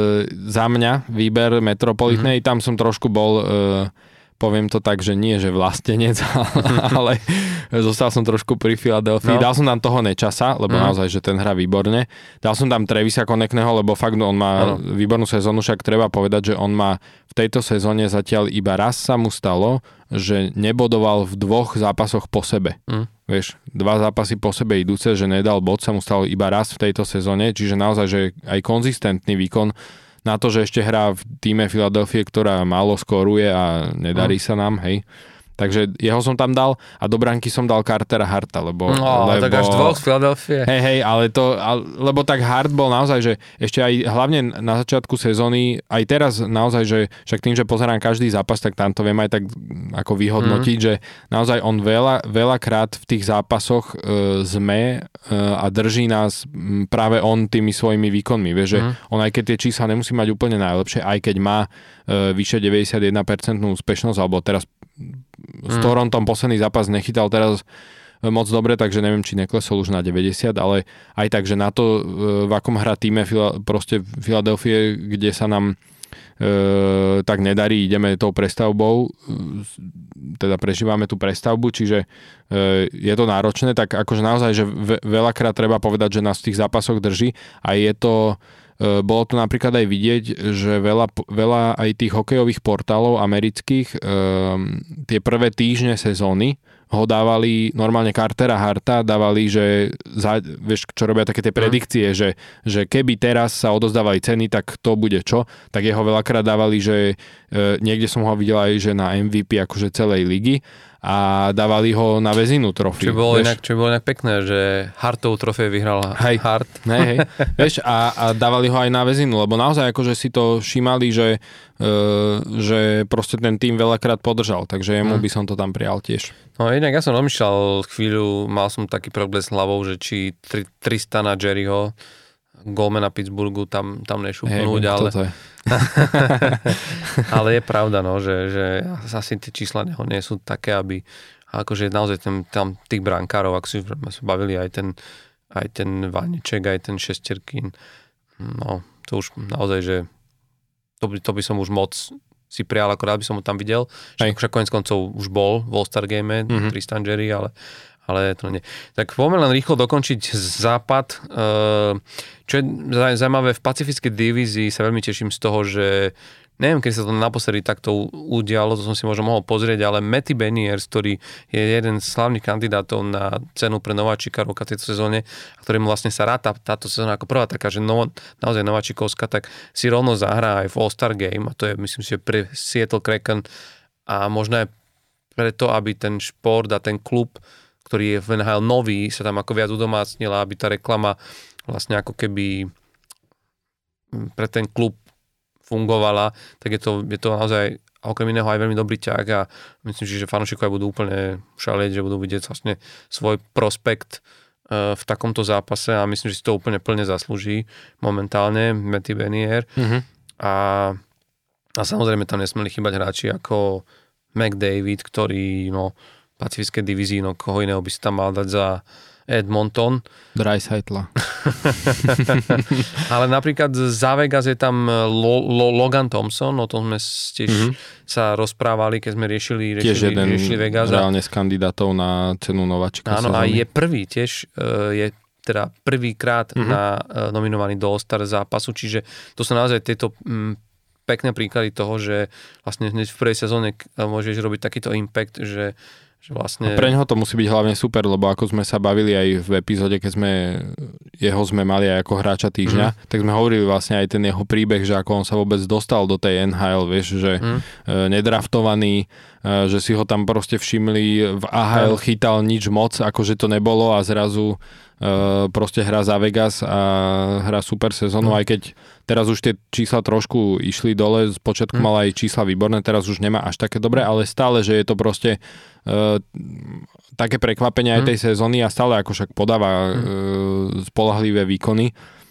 za mňa výber Metropolitnej, mm-hmm. tam som trošku bol, e, poviem to tak, že nie, že vlastenec, ale zostal som trošku pri Philadelphii. No. Dal som tam toho Nečasa, lebo mm. naozaj, že ten hrá výborne. Dal som tam Travisa Connectného, lebo fakt on má ano. výbornú sezónu, však treba povedať, že on má v tejto sezóne zatiaľ iba raz sa mu stalo, že nebodoval v dvoch zápasoch po sebe. Mm. Vieš, dva zápasy po sebe idúce, že nedal bod, sa mu stalo iba raz v tejto sezóne, čiže naozaj, že aj konzistentný výkon na to, že ešte hrá v tíme Philadelphie, ktorá málo skoruje a nedarí mm. sa nám, hej. Takže jeho som tam dal a do branky som dal Cartera Harta, lebo... No, lebo, tak až dvoch z Philadelphie. Hej, hej, ale to... Lebo tak Hart bol naozaj, že ešte aj hlavne na začiatku sezóny, aj teraz naozaj, že však tým, že pozerám každý zápas, tak tam to viem aj tak ako vyhodnotiť, mm. že naozaj on veľa, veľakrát v tých zápasoch e, sme e, a drží nás práve on tými svojimi výkonmi. Vieš, že mm. on aj keď tie čísla nemusí mať úplne najlepšie, aj keď má e, vyše deväťdesiatjeden percent úspešnosť, alebo teraz s Torontom posledný zápas nechytal teraz moc dobre, takže neviem, či neklesol už na deväťdesiat, ale aj tak, že na to, v akom hrá týme proste Philadelphia, kde sa nám e, tak nedarí, ideme tou prestavbou, teda prežívame tú prestavbu, čiže e, je to náročné, tak akože naozaj, že veľakrát treba povedať, že nás v tých zápasoch drží a je to bolo to napríklad aj vidieť, že veľa, veľa aj tých hokejových portálov amerických um, tie prvé týždne sezóny ho dávali normálne Cartera Harta, dávali, že za, vieš, čo robia také tie predikcie, mm. že, že keby teraz sa odozdávali ceny, tak to bude čo, tak jeho veľakrát dávali, že e, niekde som ho videl aj, že na em ví pí akože celej ligy a dávali ho na Vezinu trofej. Čo bolo, inak, čo bolo inak pekné, že Hartov trofej vyhral hej, Hart. Hej, hej. Vieš, a, a dávali ho aj na Vezinu, lebo naozaj akože si to všímali, že, e, že proste ten tým veľakrát podržal, takže jemu hmm. by som to tam prijal tiež. No inak ja som rozmýšľal chvíľu, mal som taký progres hlavou, že či Tristana Jerryho, golmana Pittsburghu, tam, tam nešupnúť, hey, ale... ale je pravda, no, že, že asi tie čísla neho nie sú také, aby akože naozaj ten, tam tých brankárov, ak si sme sa bavili, aj ten, aj ten Vaneček, aj ten Šesterkin, no, to už naozaj, že to by, to by som už moc si prijal, akorát by som ho tam videl, však, však konec koncov už bol v All-Star game, mm-hmm. Tristan Jerry, ale ale to nie. Tak poďme len rýchlo dokončiť západ. Čo je zaujímavé, v pacifickej divízii sa veľmi teším z toho, že neviem, keď sa to naposledy takto udialo, to som si možno mohol pozrieť, ale Matty Beniers, ktorý je jeden z hlavných kandidátov na cenu pre nováčika roka v tejto sezóne, a ktorému vlastne sa ráta táto sezóna ako prvá taká, že no, naozaj nováčikovská, tak si rovno zahrá aj v All-Star Game a to je, myslím si, že pre Seattle Kraken a možno aj preto, aby ten šport a ten klub, ktorý je v en há el nový, sa tam ako viac udomácnila, aby tá reklama vlastne ako keby pre ten klub fungovala, tak je to, je to naozaj okrem iného aj veľmi dobrý ťah a myslím si, že fanúšikovia budú úplne šalieť, že budú vidieť vlastne svoj prospekt v takomto zápase a myslím, že si to úplne plne zaslúži momentálne Matty Beniers. Mm-hmm. A, a samozrejme tam nesmeli chýbať hráči ako McDavid, ktorý no, v pacifickej divízii, no koho iného by si tam mal dať za Edmonton. Dreisaitla. Ale napríklad za Vegas je tam Lo, Lo, Logan Thompson, o tom sme tiež mm-hmm. sa rozprávali, keď sme riešili, riešili, jeden riešili Vegas. Reálne z kandidátov na cenu nováčika Áno, sezóny. a je prvý tiež, je teda prvýkrát mm-hmm. na nominovaný do All-Star zápasu, čiže to sú naozaj tieto m, pekné príklady toho, že vlastne hneď v prvej sezóne môžeš robiť takýto impact, že Vlastne... Pre ňoho to musí byť hlavne super, lebo ako sme sa bavili aj v epizóde, keď sme jeho sme mali aj ako hráča týždňa, mm. tak sme hovorili vlastne aj ten jeho príbeh, že ako on sa vôbec dostal do tej en há el, vieš, že mm. nedraftovaný, že si ho tam proste všimli, v á há el chytal nič moc, akože to nebolo a zrazu Uh, proste hrá za Vegas a hrá super sezónu, mm. aj keď teraz už tie čísla trošku išli dole, z počiatku mm. mal aj čísla výborné, teraz už nemá až také dobré, ale stále, že je to proste uh, také prekvapenie mm. aj tej sezóny a stále ako však podáva mm. uh, spolahlivé výkony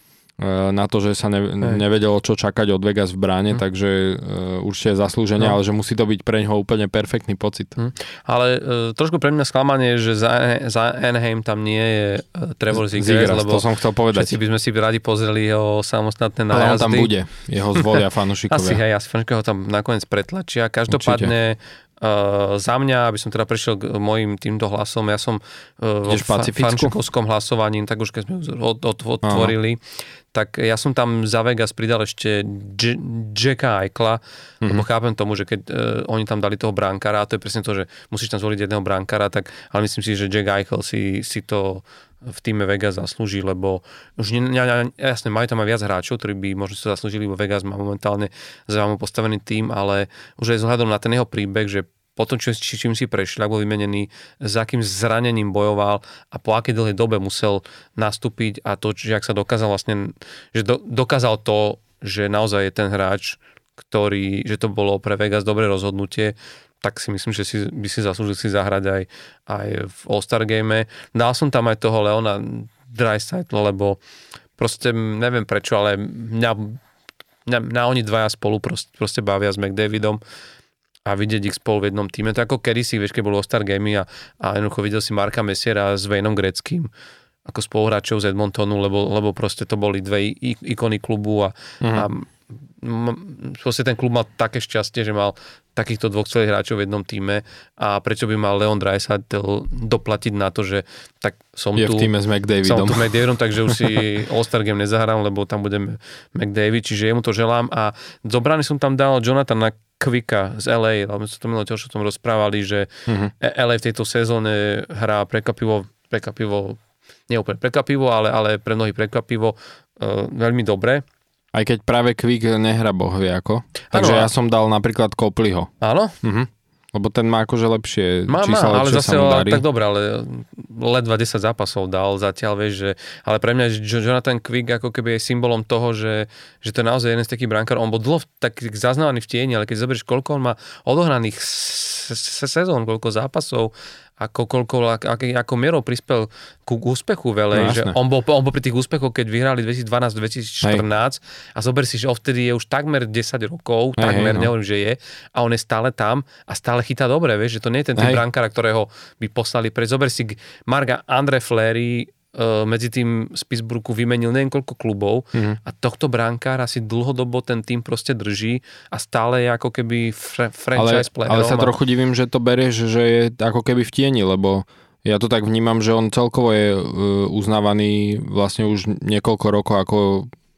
na to, že sa ne, nevedelo, čo čakať od Vegas v bráne, mm. takže uh, určite je zaslúženie, no. ale že musí to byť pre ňoho úplne perfektný pocit. Mm. Ale uh, trošku pre mňa sklamanie, že za, za Anaheim tam nie je uh, Trevor Zegras, lebo to som chcel povedať. Všetci by sme si radi pozreli jeho samostatné nájazdy. Ale on tam bude, jeho zvolia fanúšikovia. Asi hej, asi fanúšikovia ho tam nakoniec pretlačia. Každopádne Uh, za mňa, aby som teda prešiel k mojim týmto hlasom, ja som uh, v fa- fanšikovskom hlasovaní, tak už keď sme od, od, otvorili, Aha. tak ja som tam za Vegas pridal ešte J- Jacka Eichla, mm-hmm. lebo chápem tomu, že keď uh, oni tam dali toho brankára, a to je presne to, že musíš tam zvoliť jedného brankára, tak, ale myslím si, že Jack Eichel si, si to v týme Vegas zaslúži, lebo už ne, ne, jasne, majú tam aj viac hráčov, ktorí by možno sa zaslúžili, lebo Vegas má momentálne zaujímavý postavený tým, ale už aj vzhľadom na ten jeho príbeh, že potom, čo, či, čím si prešiel, ak bol vymenený, za akým zranením bojoval a po akej dlhej dobe musel nastúpiť a to, že ak sa dokázal vlastne, že do, dokázal to, že naozaj je ten hráč, ktorý, že to bolo pre Vegas dobré rozhodnutie, tak si myslím, že si, by si zaslúžil si zahrať aj, aj v All-Star game. Dal som tam aj toho Leona Draisaitla, lebo proste neviem prečo, ale mňa, mňa, mňa oni dvaja spolu proste, proste bavia s McDavidom a vidieť ich spolu v jednom týme. To ako kedysi, vieš, keď bolo All-Star game a, a jednoducho videl si Marka Messiera s Wayneom Gretzkým ako spoluhráčov z Edmontonu, lebo, lebo proste to boli dve ikony klubu a, mm. a proste ten klub mal také šťastie, že mal takýchto dvoch celých hráčov v jednom týme a prečo by mal Leon Draisaitl doplatiť na to, že tak som je tu... Je v týme s McDavidom. Som tu s McDavidom, takže už si All-Star game nezahrám, lebo tam bude McDavid, čiže jemu to želám a do brány som tam dal Jonathana Quicka z el ej, lebo sa to minulé tiež o tom rozprávali, že uh-huh. el ej v tejto sezóne hrá prekvapivo, prekvapivo, nie úplne prekvapivo, ale, ale pre mnohých prekvapivo uh, veľmi dobre. Aj keď práve Quick nehra boh vie ako. Takže ano, ja som dal napríklad Copleyho. Áno? Mhm. Lebo ten má akože lepšie má, čísla, má, ale lepšie zase sa mu darí. Tak dobre, ale ledva desať zápasov dal zatiaľ, vieš, že, ale pre mňa Jonathan Quick ako keby je symbolom toho, že, že to je naozaj jeden z takých brankárov. On bol dlho tak zaznávaný v tieni, ale keď zoberieš, koľko on má odohraných sezón, koľko zápasov, ako, koľko, ako, ako mierou prispel ku úspechu veľej, no, že on bol, on bol pri tých úspechoch, keď vyhrali dvetisícdvanásť dvetisícštrnásť Hej. a zober si, že odvtedy je už takmer desať rokov, Hej, takmer, no. nehovorím, že je, a on je stále tam a stále chytá dobre, vieš, že to nie je ten typ brankára, ktorého by poslali pre. Zober si Marga Andre Fleury, medzi tým z Pittsburghu vymenil neviem koľko klubov mm. a tohto brankára si dlhodobo ten tým proste drží a stále je ako keby fr- franchise playerom. Ale sa trochu divím, že to berieš, že je ako keby v tieni, lebo ja to tak vnímam, že on celkovo je uznávaný vlastne už niekoľko rokov ako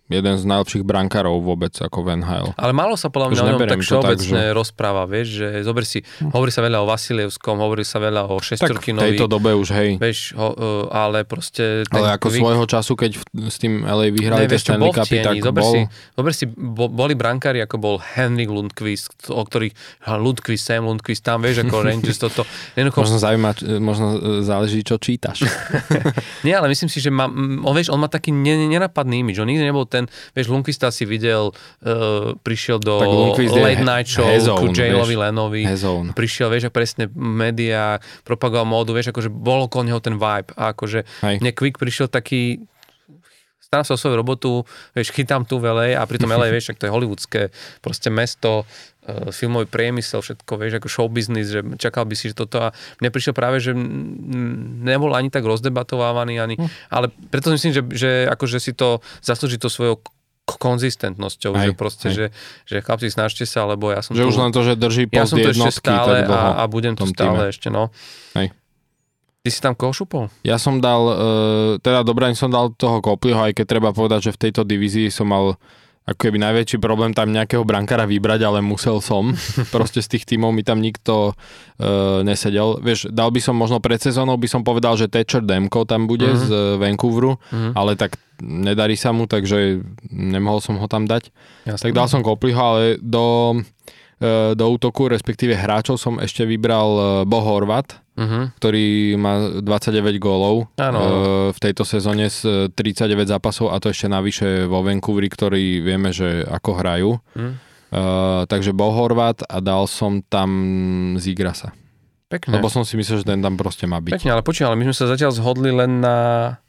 jeden z najlepších brankárov vôbec ako v en há el. Ale málo sa podľa mňa o ňom tak všeobecne že... rozpráva, vieš, že zober si, hm. hovorí sa veľa o Vasilievskom, hovorí sa veľa o Šestorkinovi. Tak v tejto dobe už, hej. Vieš, ho, ale proste... Ale ako kvik... svojho času, keď v, s tým el ej vyhrali tie Stanley Cupy, tak zober bol... Si, zober si, bo, boli brankári, ako bol Henrik Lundqvist, o ktorých Lundqvist sem, Lundqvist tam, vieš, ako Rangers, toto... Jednoducho... Možno zaujíma, možno záleží, čo čítaš. Nie, ale myslím si, že má, on, vieš, on má taký nenapadný imidž. On nikdy nebol ten, vieš, Lundqvista si videl, uh, prišiel do Late Night Show ku Jaylovi Lenovi. Prišiel, vieš, presne médiá, propagoval módu, vieš, akože bol okolo neho ten vibe. A akože mne Quick prišiel taký, starám sa o svoju robotu, vieš, chytám tu v el ej a pritom el ej, vieš, ak to je hollywoodské proste mesto, uh, filmový priemysel, všetko, vieš, ako show business, že čakal by si, že toto a mne prišiel práve, že nebol ani tak rozdebatovávaný, ani, mm. ale preto myslím, že, že akože si to zaslúži to svojou konzistentnosťou, aj, že proste, že, že chlapci, snažte sa, lebo ja som že tu... už len to, že drží post jednotky, ja som tu ešte stále a, a budem tu stále týme. ešte, no. Hej. Ty si tam koho šupol? Ja som dal, uh, teda dobre, som dal toho Copleyho, aj keď treba povedať, že v tejto divízii som mal ako keby najväčší problém tam nejakého brankára vybrať, ale musel som. Proste z tých tímov mi tam nikto uh, nesedel. Vieš, dal by som možno pred sezónou, by som povedal, že Thatcher Demko tam bude uh-huh. z Vancouveru, uh-huh. ale tak nedarí sa mu, takže nemohol som ho tam dať. Jasne. Tak dal som Copleyho, ale do, uh, do útoku, respektíve hráčov som ešte vybral uh, Bo Horvat, uh-huh. ktorý má dvadsaťdeväť gólov uh, v tejto sezóne z tridsaťdeväť zápasov a to ešte navyše vo Vancouveri, ktorí vieme, že ako hrajú. Uh-huh. Uh, takže Bo Horvat a dal som tam Zigrasa. Pekne. Lebo som si myslel, že ten tam proste má byť. Pekne, ale počuj, ale my sme sa zatiaľ zhodli len na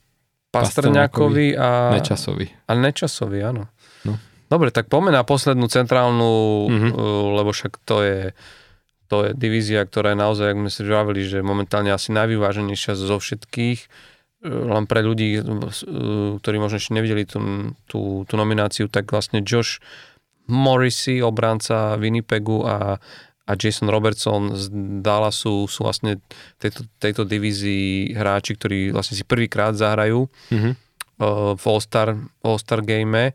Pastrňákovi a... Nečasovi. A Nečasovi, áno. No. Dobre, tak poďme na poslednú centrálnu, uh-huh. uh, lebo však to je... To je divízia, ktorá je naozaj, ako sme si žávali, že momentálne asi najvyváženejšia zo všetkých. Len pre ľudí, ktorí možno ešte nevideli tú, tú, tú nomináciu, tak vlastne Josh Morrissey, obranca Winnipegu a, a Jason Robertson z Dallasu sú vlastne v tejto, tejto divízii hráči, ktorí vlastne si prvýkrát zahrajú mm-hmm. uh, v All-Star, All-Star game.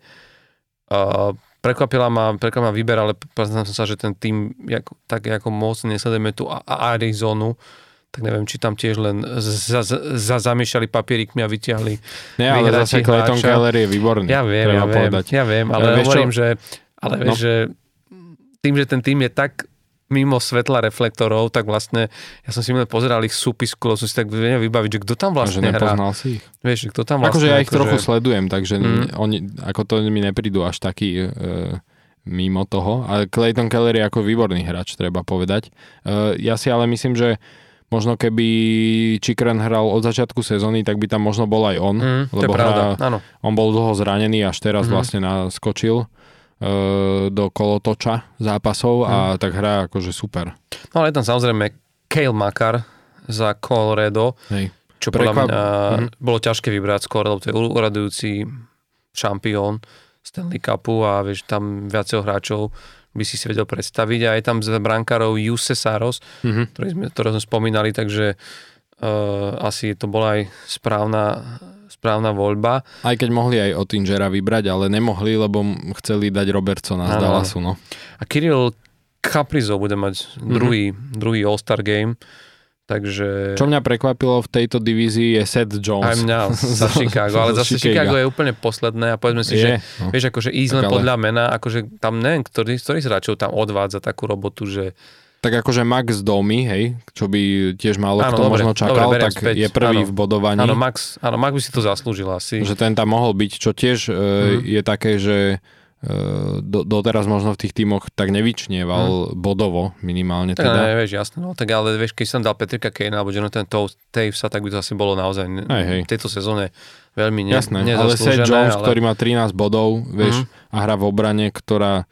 Uh, Prekvapila ma, prekvapila ma výber, ale priznám sa, že ten tým, jak, tak ako moc nesledujeme tú Arizonu, tak neviem, či tam tiež len za, za, za zamiešali papierikmi a vytiahli. Nie, ale zase Clayton Keller je výborný. Ja viem, ja viem, ja viem, ale ja hovorím, že, ale vieš, no. že tým, že ten tým je tak mimo svetla reflektorov, tak vlastne ja som si len pozeral ich súpisku, som si tak vedel vybaviť, že kto tam vlastne hrá. Nepoznal si ich. Vieš, kto tam vlastne... Akože ja ich ako trochu že... sledujem, takže mm. oni, ako to mi neprídu až taký e, mimo toho, ale Clayton Keller je ako výborný hráč, treba povedať. E, ja si ale myslím, že možno keby Chychrun hral od začiatku sezóny, tak by tam možno bol aj on, mm, lebo hra, on bol dlho zranený, až teraz mm. vlastne naskočil do kolotoča zápasov a hmm. tak hrá akože super. No ale je tam samozrejme Cale Makar za Colorado, Hej. čo podľa Prekvap... mňa hmm. bolo ťažké vybrať skôr, lebo to je uradujúci šampión Stanley Cupu a vieš, tam viacero hráčov by si si vedel predstaviť a je tam za brankárov Juuse Saros, hmm. ktorý sme, ktoré sme spomínali, takže uh, asi to bola aj správna správna voľba. Aj keď mohli aj Ottingera vybrať, ale nemohli, lebo chceli dať Robertsona z Dallasu. No. A Kirill Kaprizov bude mať mm-hmm. druhý, druhý All-Star game, takže... Čo mňa prekvapilo v tejto divízii je Seth Jones. Aj mňa za Chicago, ale zase Chicago je úplne posledné a povedzme si, je, že no. vieš, akože ísť len ale... podľa mena, akože tam neviem, ktorý, ktorý z hráčov tam odvádza takú robotu, že... Tak akože Max Domi, hej, čo by tiež málo kto možno čakal, dobre, tak späť. Je prvý áno, v bodovaní. Áno Max, áno, Max by si to zaslúžil asi. Že ten tam mohol byť, čo tiež mm. je také, že do, doteraz možno v tých tímoch tak nevyčnieval mm. bodovo minimálne tak teda. Tak ne, vieš, jasné, no, tak ale vieš, keď som dal Patricka Kane'a alebo Jonathan Tavesa, tak by to asi bolo naozaj aj, hej. v tejto sezóne veľmi ne, jasné, nezaslúžené. Ale Seth Jones, ale... ktorý má trinásť bodov, vieš, mm. a hrá v obrane, ktorá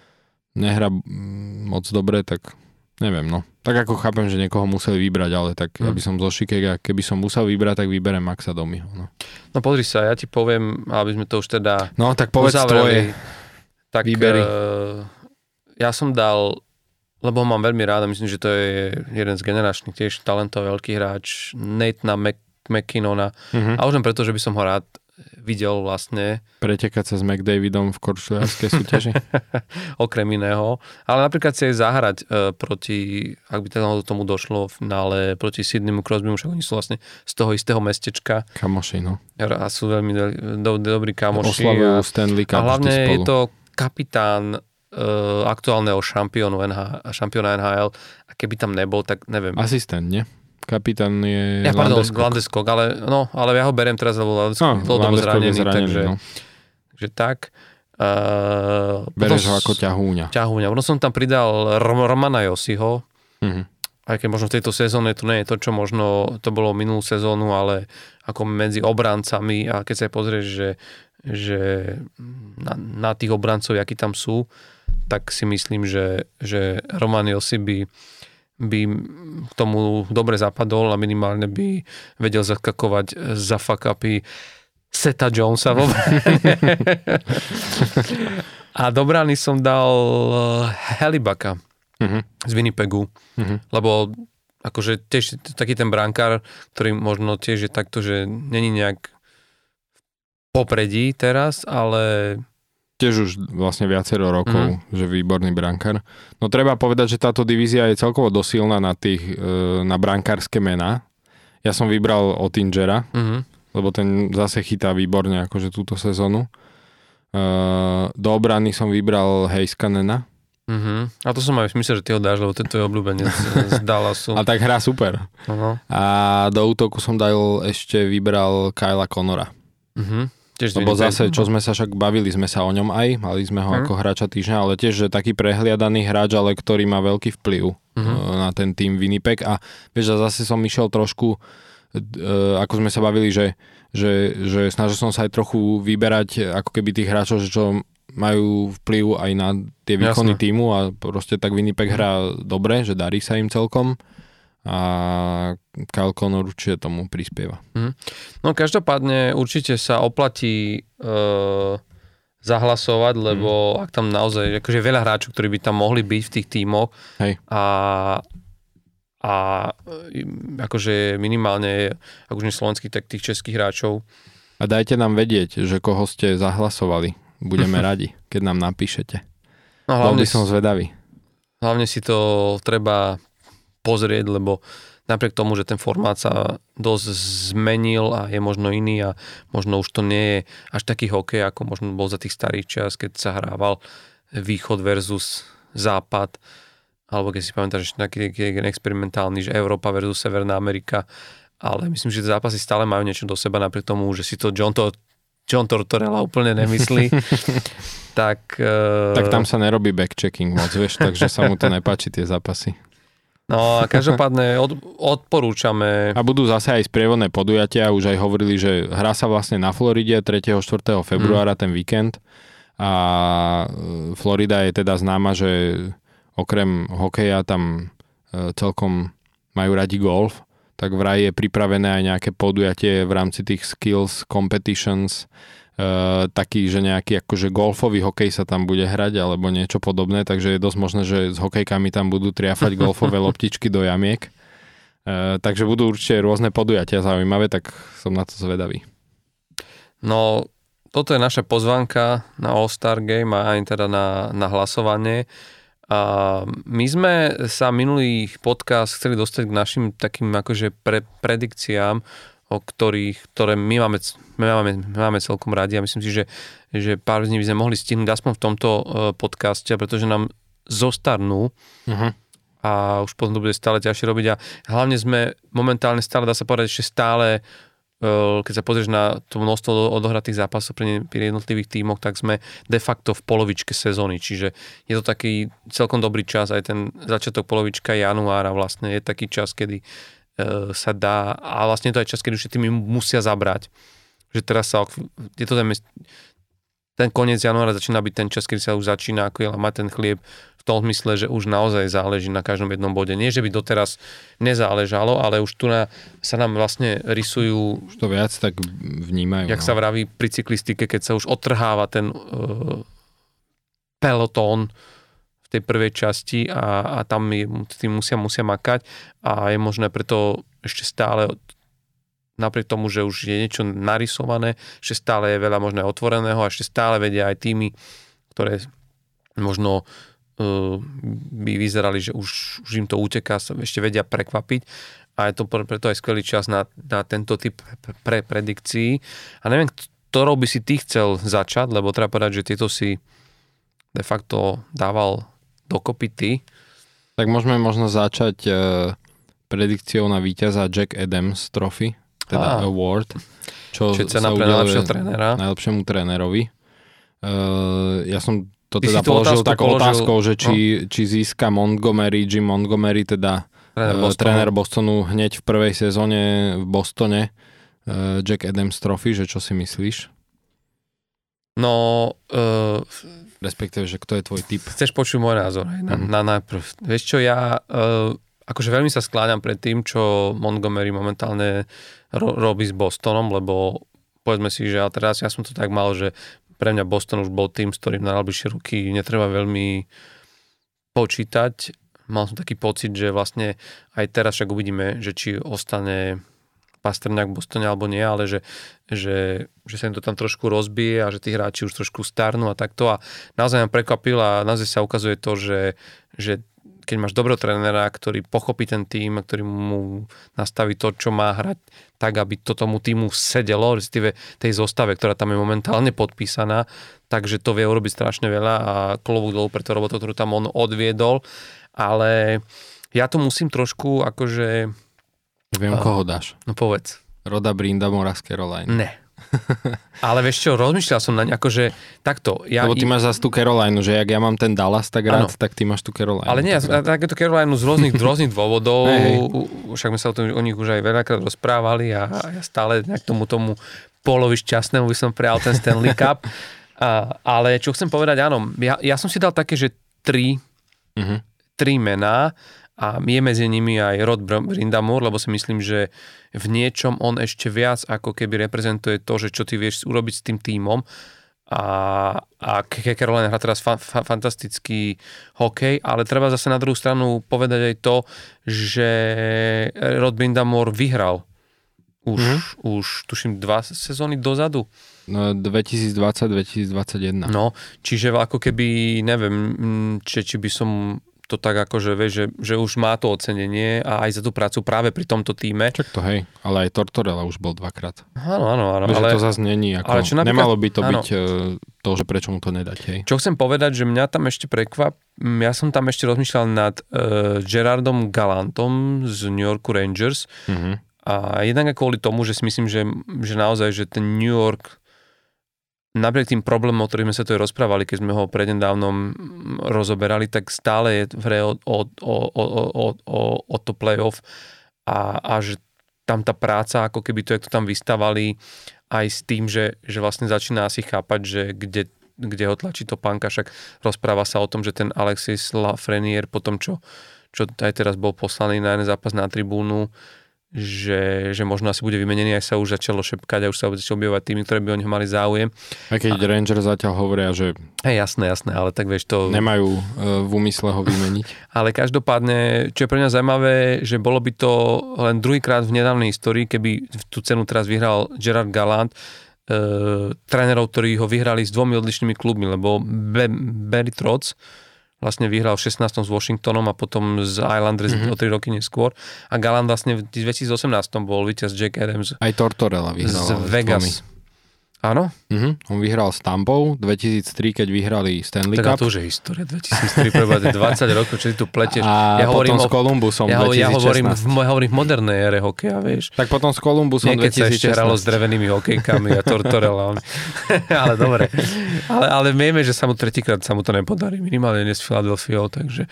nehrá moc dobre, tak neviem, no. Tak ako chápem, že niekoho museli vybrať, ale tak mm. aby som zo Chicaga, keby som musel vybrať, tak vyberem Maxa Domiho. No. no pozri sa, ja ti poviem, aby sme to už teda no tak povedz tvoje tak, výbery. Uh, ja som dal, lebo ho mám veľmi rád a myslím, že to je jeden z generačných tiež talentov, veľký hráč, Nathana Mac- McKinnona. Mm-hmm. A už len preto, že by som ho rád videl vlastne. Pretekať sa s McDavidom v korčuliarskej súťaži. Okrem iného. Ale napríklad si aj zahrať e, proti, ak by teda tomu došlo v finále, proti Sydneymu Crosbymu, však oni sú vlastne z toho istého mestečka. Kamoši, no. A sú veľmi do, do, dobrí kamoši. Oslavujú Stanley Cup. A hlavne je to kapitán e, aktuálneho šampiónu en há, šampióna en há el. A keby tam nebol, tak neviem. Asistent, nie? Kapitán je ja, pardon, Landeskog. Landeskog, ale, no, ale ja ho beriem teraz, lebo Landeskog no, dlhodobo zranený, zranený, takže, no. takže tak. Uh, Bereš ho ako ťahúňa. Ťahúňa. Potom som tam pridal Romana Jossiho, uh-huh. aj keď možno v tejto sezóne to nie je to, čo možno to bolo minulú sezónu, ale ako medzi obrancami a keď sa pozrieš, že, že na, na tých obrancov, akí tam sú, tak si myslím, že, že Roman Jossi by by k tomu dobre zapadol a minimálne by vedel zaskakovať za fuck upy Seta Jonesa vo A do brány som dal Hellebuycka uh-huh. z Winnipegu, uh-huh. lebo akože tiež taký ten brankár, ktorý možno tiež je takto, že není nejak popredí teraz, ale tiež už vlastne viacero rokov, mm. že výborný brankár. No treba povedať, že táto divízia je celkovo dosilná na tých, na brankárske mená. Ja som vybral Ottingera, mm-hmm. lebo ten zase chytá výborne akože túto sezónu. Do obrany som vybral Heiskanena. Mm-hmm. A to som aj myslel, že ty ho dáš, lebo tento je obľúbenec z Dallasu. A tak hrá super. Uh-huh. A do útoku som dal ešte vybral Kylea Connora. Mhm. Lebo zase, čo sme sa však bavili, sme sa o ňom aj, mali sme ho hmm. ako hráča týždňa, ale tiež, že taký prehliadaný hráč, ale ktorý má veľký vplyv hmm. na ten tým Winnipeg a vieš, a zase som išiel trošku, ako sme sa bavili, že, že, že snažil som sa aj trochu vyberať ako keby tých hráčov, že čo majú vplyv aj na tie výkony Jasne. Týmu a proste tak Winnipeg hrá dobre, že darí sa im celkom. A Kyle Connor určite tomu prispieva. Mm. No každopádne určite sa oplatí e, zahlasovať, lebo mm. ak tam naozaj akože veľa hráčov, ktorí by tam mohli byť v tých tímoch Hej. a a akože minimálne ak už nie slovenských, tak tých českých hráčov. A dajte nám vedieť, že koho ste zahlasovali. Budeme radi, keď nám napíšete. No hlavne som zvedavý. Hlavne si to treba pozrieť, lebo napriek tomu, že ten formát sa dosť zmenil a je možno iný a možno už to nie je až taký hokej, ako možno bol za tých starých čas, keď sa hrával východ versus západ, alebo keď si pamätáš, že taký experimentálny, že Európa versus Severná Amerika, ale myslím, že zápasy stále majú niečo do seba, napriek tomu, že si to John, to, John Tortorella úplne nemyslí. tak, uh... tak tam sa nerobí backchecking moc, vieš, takže sa mu to nepáči tie zápasy. No a každopádne od, odporúčame. A budú zase aj sprievodné podujatia, už aj hovorili, že hrá sa vlastne na Floride tretieho a štvrtého februára mm. ten víkend a Florida je teda známa, že okrem hokeja tam celkom majú radi golf, tak vraj je pripravené aj nejaké podujatie v rámci tých skills competitions, Uh, taký, že nejaký akože golfový hokej sa tam bude hrať alebo niečo podobné, takže je dosť možné, že s hokejkami tam budú triafať golfové loptičky do jamiek. Uh, takže budú určite rôzne podujatia zaujímavé, tak som na to zvedavý. No, toto je naša pozvánka na All-Star Game a aj teda na, na hlasovanie. A my sme sa minulý podcast chceli dostať k našim takým akože pre, predikciám, o ktorých, ktoré my máme, my máme, my máme celkom radi a myslím si, že, že pár z nich by sme mohli stihnúť aspoň v tomto podcaste, pretože nám zostarnú uh-huh. a už potom to bude stále ťažšie robiť a hlavne sme momentálne stále, dá sa povedať, ešte stále, keď sa pozrieš na to množstvo odohratých zápasov pri jednotlivých tímoch, tak sme de facto v polovičke sezóny, čiže je to taký celkom dobrý čas, aj ten začiatok polovička januára vlastne je taký čas, kedy sa dá, a vlastne to je čas, keď už tými musia zabrať. Že teraz sa, je to ten, ten koniec januára začína byť ten čas, kedy sa už začína ako je mať ten chlieb v tom zmysle, že už naozaj záleží na každom jednom bode. Nie, že by doteraz nezáležalo, ale už tu na, sa nám vlastne rysujú... Už to viac tak vnímajú. Jak no. sa vraví pri cyklistike, keď sa už odtrháva ten uh, pelotón tej prvej časti a, a tam tým musia, musia makať a je možné preto ešte stále napriek tomu, že už je niečo narysované, že stále je veľa možno otvoreného a ešte stále vedia aj týmy, ktoré možno uh, by vyzerali, že už, už im to uteká, ešte vedia prekvapiť a je to preto aj skvelý čas na, na tento typ pre predikcií. A neviem, ktorou by si ty chcel začať, lebo treba povedať, že tieto si de facto dával dokopy ty. Tak môžeme možno začať uh, predikciou na víťaza Jack Adams Trophy, teda ah. award, čo Čiže cena pre najlepšieho trénera. Najlepšiemu trénerovi. Uh, ja som to Ty teda položil takou otázkou, že či, no. či získa Montgomery, Jim Montgomery, teda tréner, uh, tréner Bostonu hneď v prvej sezóne v Bostone, uh, Jack Adams Trophy, že čo si myslíš? No... Uh, Respektíve, že kto je tvoj typ? Chceš počuť môj názor? Aj na, mm. na najprv. Vieš čo, ja uh, akože veľmi sa skláňam pred tým, čo Montgomery momentálne ro- robí s Bostonom, lebo povedzme si, že ja teraz ja som to tak mal, že pre mňa Boston už bol tým, s ktorým na najbližšie ruky netreba veľmi počítať. Mal som taký pocit, že vlastne aj teraz však uvidíme, že či ostane Pastrňák v Bostone alebo nie, ale že, že, že sa im to tam trošku rozbije a že tí hráči už trošku starnú a takto. A naozaj ma prekvapil a naozaj sa ukazuje to, že, že keď máš dobrého trénera, ktorý pochopí ten tým, ktorý mu nastaví to, čo má hrať, tak, aby to tomu týmu sedelo, respektíve tej zostave, ktorá tam je momentálne podpísaná, takže to vie urobiť strašne veľa a klobúk dolu pre tú robotu, ktorú tam on odviedol. Ale ja to musím trošku akože... Viem, koho dáš. No povedz. Roda Brindamora z Carolina. Ne. Ale vieš čo, rozmýšľal som na ne, akože takto. Ja Lebo ty i... máš zase tú Carolinu, že jak ja mám ten Dallas tak rád, ano. Tak ty máš tú Carolinu. Ale nie, ja takéto Carolinu z rôznych, rôznych dôvodov, však sme sa o, tom, o nich už aj veľakrát rozprávali a ja stále nejak tomu tomu Paulovi šťastnému by som prijal ten Stanley Cup. A, ale čo chcem povedať, áno, ja, ja som si dal také, že tri, uh-huh. tri mená, a je medzi nimi aj Rod Brindamore, lebo si myslím, že v niečom on ešte viac ako keby reprezentuje to, že čo ty vieš urobiť s tým tímom. A, a Carolina hrá teraz fa, fa, fantastický hokej, ale treba zase na druhú stranu povedať aj to, že Rod Brindamore vyhral už, mm-hmm. už tuším dva sezóny dozadu. No, dvetisícdvadsať dvetisícdvadsaťjeden. No, čiže ako keby, neviem, či, či by som... to tak akože vieš, že, že už má to ocenenie a aj za tú prácu práve pri tomto týme. Čak to hej, ale aj Tortorella už bol dvakrát. Áno, áno, áno. Vieš, ale to zase není ako, ale napríklad, nemalo by to áno. byť to, že prečo mu to nedať, hej. Čo chcem povedať, že mňa tam ešte prekvap, ja som tam ešte rozmýšľal nad uh, Gerardom Gallantom z New York Rangers uh-huh. a jednak kvôli tomu, že si myslím, že, že naozaj, že ten New York napriek tým problémom, o ktorých sme sa tu rozprávali, keď sme ho prednedávnom rozoberali, tak stále je v hre o, o, o, o, o, o to playoff a, a že tam tá práca, ako keby to, jak to tam vystavali, aj s tým, že, že vlastne začína asi chápať, že kde, kde ho tlačí to pánka, však rozpráva sa o tom, že ten Alexis Lafreniere po tom, čo, čo aj teraz bol poslaný na jeden zápas na tribúnu, Že, že možno asi bude vymenený, aj sa už začalo šepkať a už sa začalo objavovať tými, ktoré by o neho mali záujem. A keď a... Rangers zatiaľ hovoria, že hey, jasné, jasné, ale tak vieš to... Nemajú uh, v úmysle ho vymeniť. Ale každopádne, čo je pre mňa zaujímavé, že bolo by to len druhýkrát v nedávnej histórii, keby tú cenu teraz vyhral Gerard Gallant, uh, trénerov, ktorí ho vyhrali s dvomi odlišnými klubmi, lebo Be- Barry Trotz vlastne vyhral v šestnástom s Washingtonom a potom z Islanders mm-hmm. o tri roky neskôr. A Gallant vlastne v dvetisícosemnásť bol víťaz Jack Adams. Aj Tortorella vyhral. Z Vegas. Áno? Mm-hmm. On vyhral s Tampou dvetisíctri, keď vyhrali Stanley teda Cup. Teda to už je história. dvetisíctri, prvá dvadsať rokov, čo ty tu pletieš. A ja potom s Columbusom ja, dvetisícšestnásť. Ja hovorím v, hovorím v modernej ére hokeja, vieš. Tak potom s Columbusom Nie, keď dvetisícšestnásť. sa ešte hralo s drevenými hokejkami a Tortorella. Ale dobre. Ale, ale vieme, že sa mu tretíkrát sa mu to nepodarí. Minimálne nie s Philadelphiou, takže...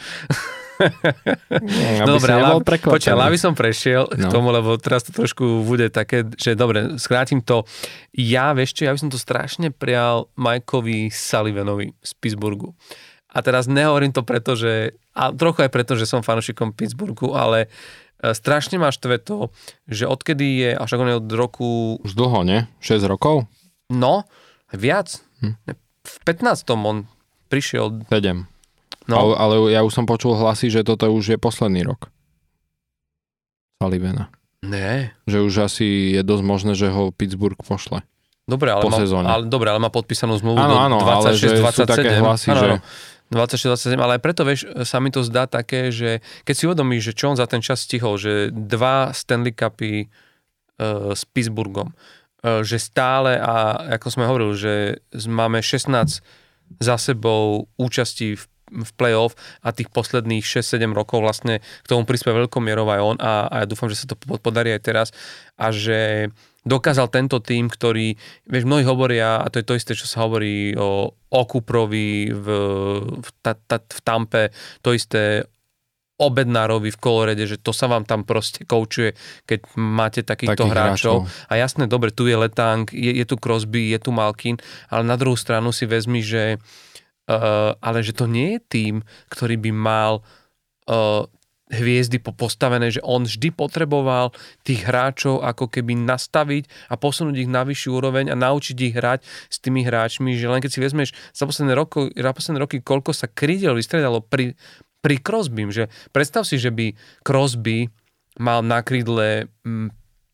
Nie, no dobre, ale počkaj, aby som prešiel no. k tomu, lebo teraz to trošku bude také, že dobre, skrátim to. Ja, vieš čo, ja by som to strašne prial Mikeovi Sullivanovi z Pittsburghu. A teraz nehovorím to preto, že, a trochu aj preto, že som fanúšikom Pittsburghu, ale strašne máš štve to, že odkedy je, až on je od roku... Už dlho, nie? šesť rokov? No, viac. Hm. V pätnástom on prišiel... sedem. No. Ale, ale ja už som počul hlasy, že toto už je posledný rok Sullivana. Ne. Že už asi je dosť možné, že ho Pittsburgh pošle. Dobre, ale, po má, ale, dobre, ale má podpísanú zmluvu áno, do áno, dvadsaťšesť dvadsaťsedem. Sú také hlasy, áno, že... dvadsaťšesť dvadsaťsedem, ale aj preto, vieš, sa mi to zdá také, že keď si uvedomíš, že čo on za ten čas stihol, že dva Stanley Cupy uh, s Pittsburghom, uh, že stále, a ako sme hovorili, že máme šestnásť za sebou účastí v v play-off a tých posledných šesť sedem rokov vlastne k tomu prispie veľkou mierou aj on a, a ja dúfam, že sa to podarí aj teraz a že dokázal tento tým, ktorý, vieš, mnohí hovoria, a to je to isté, čo sa hovorí o Okuprovi v, v, ta, ta, v Tampe, to isté o Bednárovi v Colorade, že to sa vám tam proste koučuje, keď máte takýchto hráčov. hráčov. A jasné, dobre, tu je Letang, je, je tu Crosby, je tu Malkin, ale na druhú stranu si vezmi, že Uh, ale že to nie je tým, ktorý by mal uh, hviezdy postavené, že on vždy potreboval tých hráčov ako keby nastaviť a posunúť ich na vyššiu úroveň a naučiť ich hrať s tými hráčmi, že len keď si vezmeš za posledné, roko, za posledné roky, koľko sa krídel vystredalo pri, pri Crosbym, že predstav si, že by Crosby mal na krídle mm,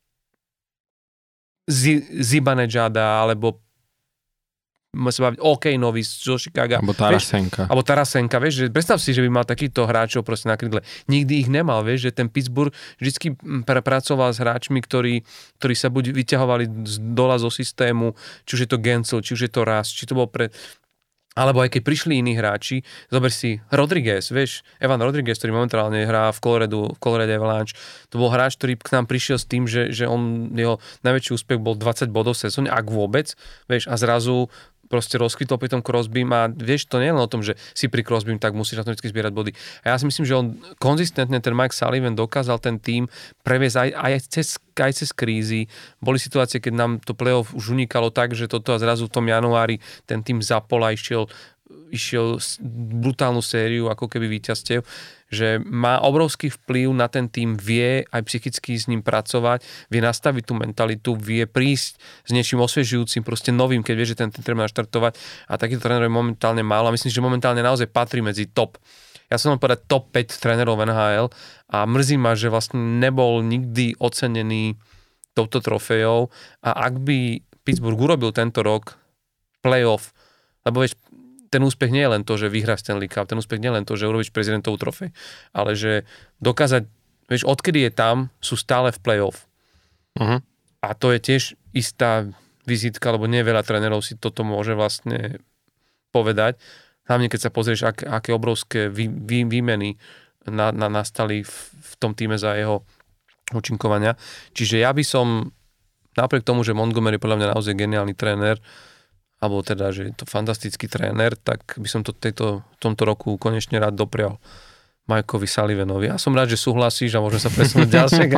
Zibanejada alebo môžeme sa baviť Okejnovi zo Chicaga. Alebo Tarasenka. Vieš, alebo Tarasenka, vieš, že predstav si, že by mal takýchto hráčov proste na krídle. Nikdy ich nemal, vieš, že ten Pittsburgh vždycky pracoval s hráčmi, ktorí, ktorí sa buď vyťahovali z dola zo systému, či už je to Gensel, či už je to Rast, či to bol pre... Alebo aj keď prišli iní hráči, zober si Rodriguez, vieš, Evan Rodriguez, ktorý momentálne hrá v Colorado, v Colorado Avalanche, to bol hráč, ktorý k nám prišiel s tým, že, že on, jeho najväčší úspech bol dvadsať bodov v sezóne, ak vôbec, vieš, a zrazu proste rozkrytol pri tom Crosbym a vieš, to nie je len o tom, že si pri Crosbym, tak musíš na tom vždy zbierať body. A ja si myslím, že on konzistentne, ten Mike Sullivan dokázal ten tým previesť aj, aj, cez, aj cez krízy. Boli situácie, keď nám to playoff už unikalo tak, že toto a zrazu v tom januári ten tým zapol a išiel, išiel brutálnu sériu ako keby víťazstiev, že má obrovský vplyv na ten tým, vie aj psychicky s ním pracovať, vie nastaviť tú mentalitu, vie prísť s niečím osviežujúcim, proste novým, keď vie, že ten tým treba naštartovať a takýto tréner je momentálne málo a myslím, že momentálne naozaj patrí medzi top. Ja som vám povedať top päť trénerov v en há el a mrzí ma, že vlastne nebol nikdy ocenený touto trofejou a ak by Pittsburgh urobil tento rok playoff, lebo vieš, ten úspech nie je len to, že vyhráš Stanley Cup, ten úspech nie je len to, že urobíš prezidentovú trofej, ale že dokázať, vieš, odkedy je tam, sú stále v play-off. Uh-huh. A to je tiež istá vizitka, lebo nie veľa trénerov si toto môže vlastne povedať. Hlavne, keď sa pozrieš, ak, aké obrovské vý, vý, výmeny na, na, nastali v, v tom týme za jeho účinkovania. Čiže ja by som, napriek tomu, že Montgomery podľa mňa naozaj geniálny tréner, alebo teda, že je to fantastický tréner, tak by som to tejto, v tomto roku konečne rád doprial Mikeovi Sullivanovi. Ja som rád, že súhlasíš a môžem sa presunúť ďalšie.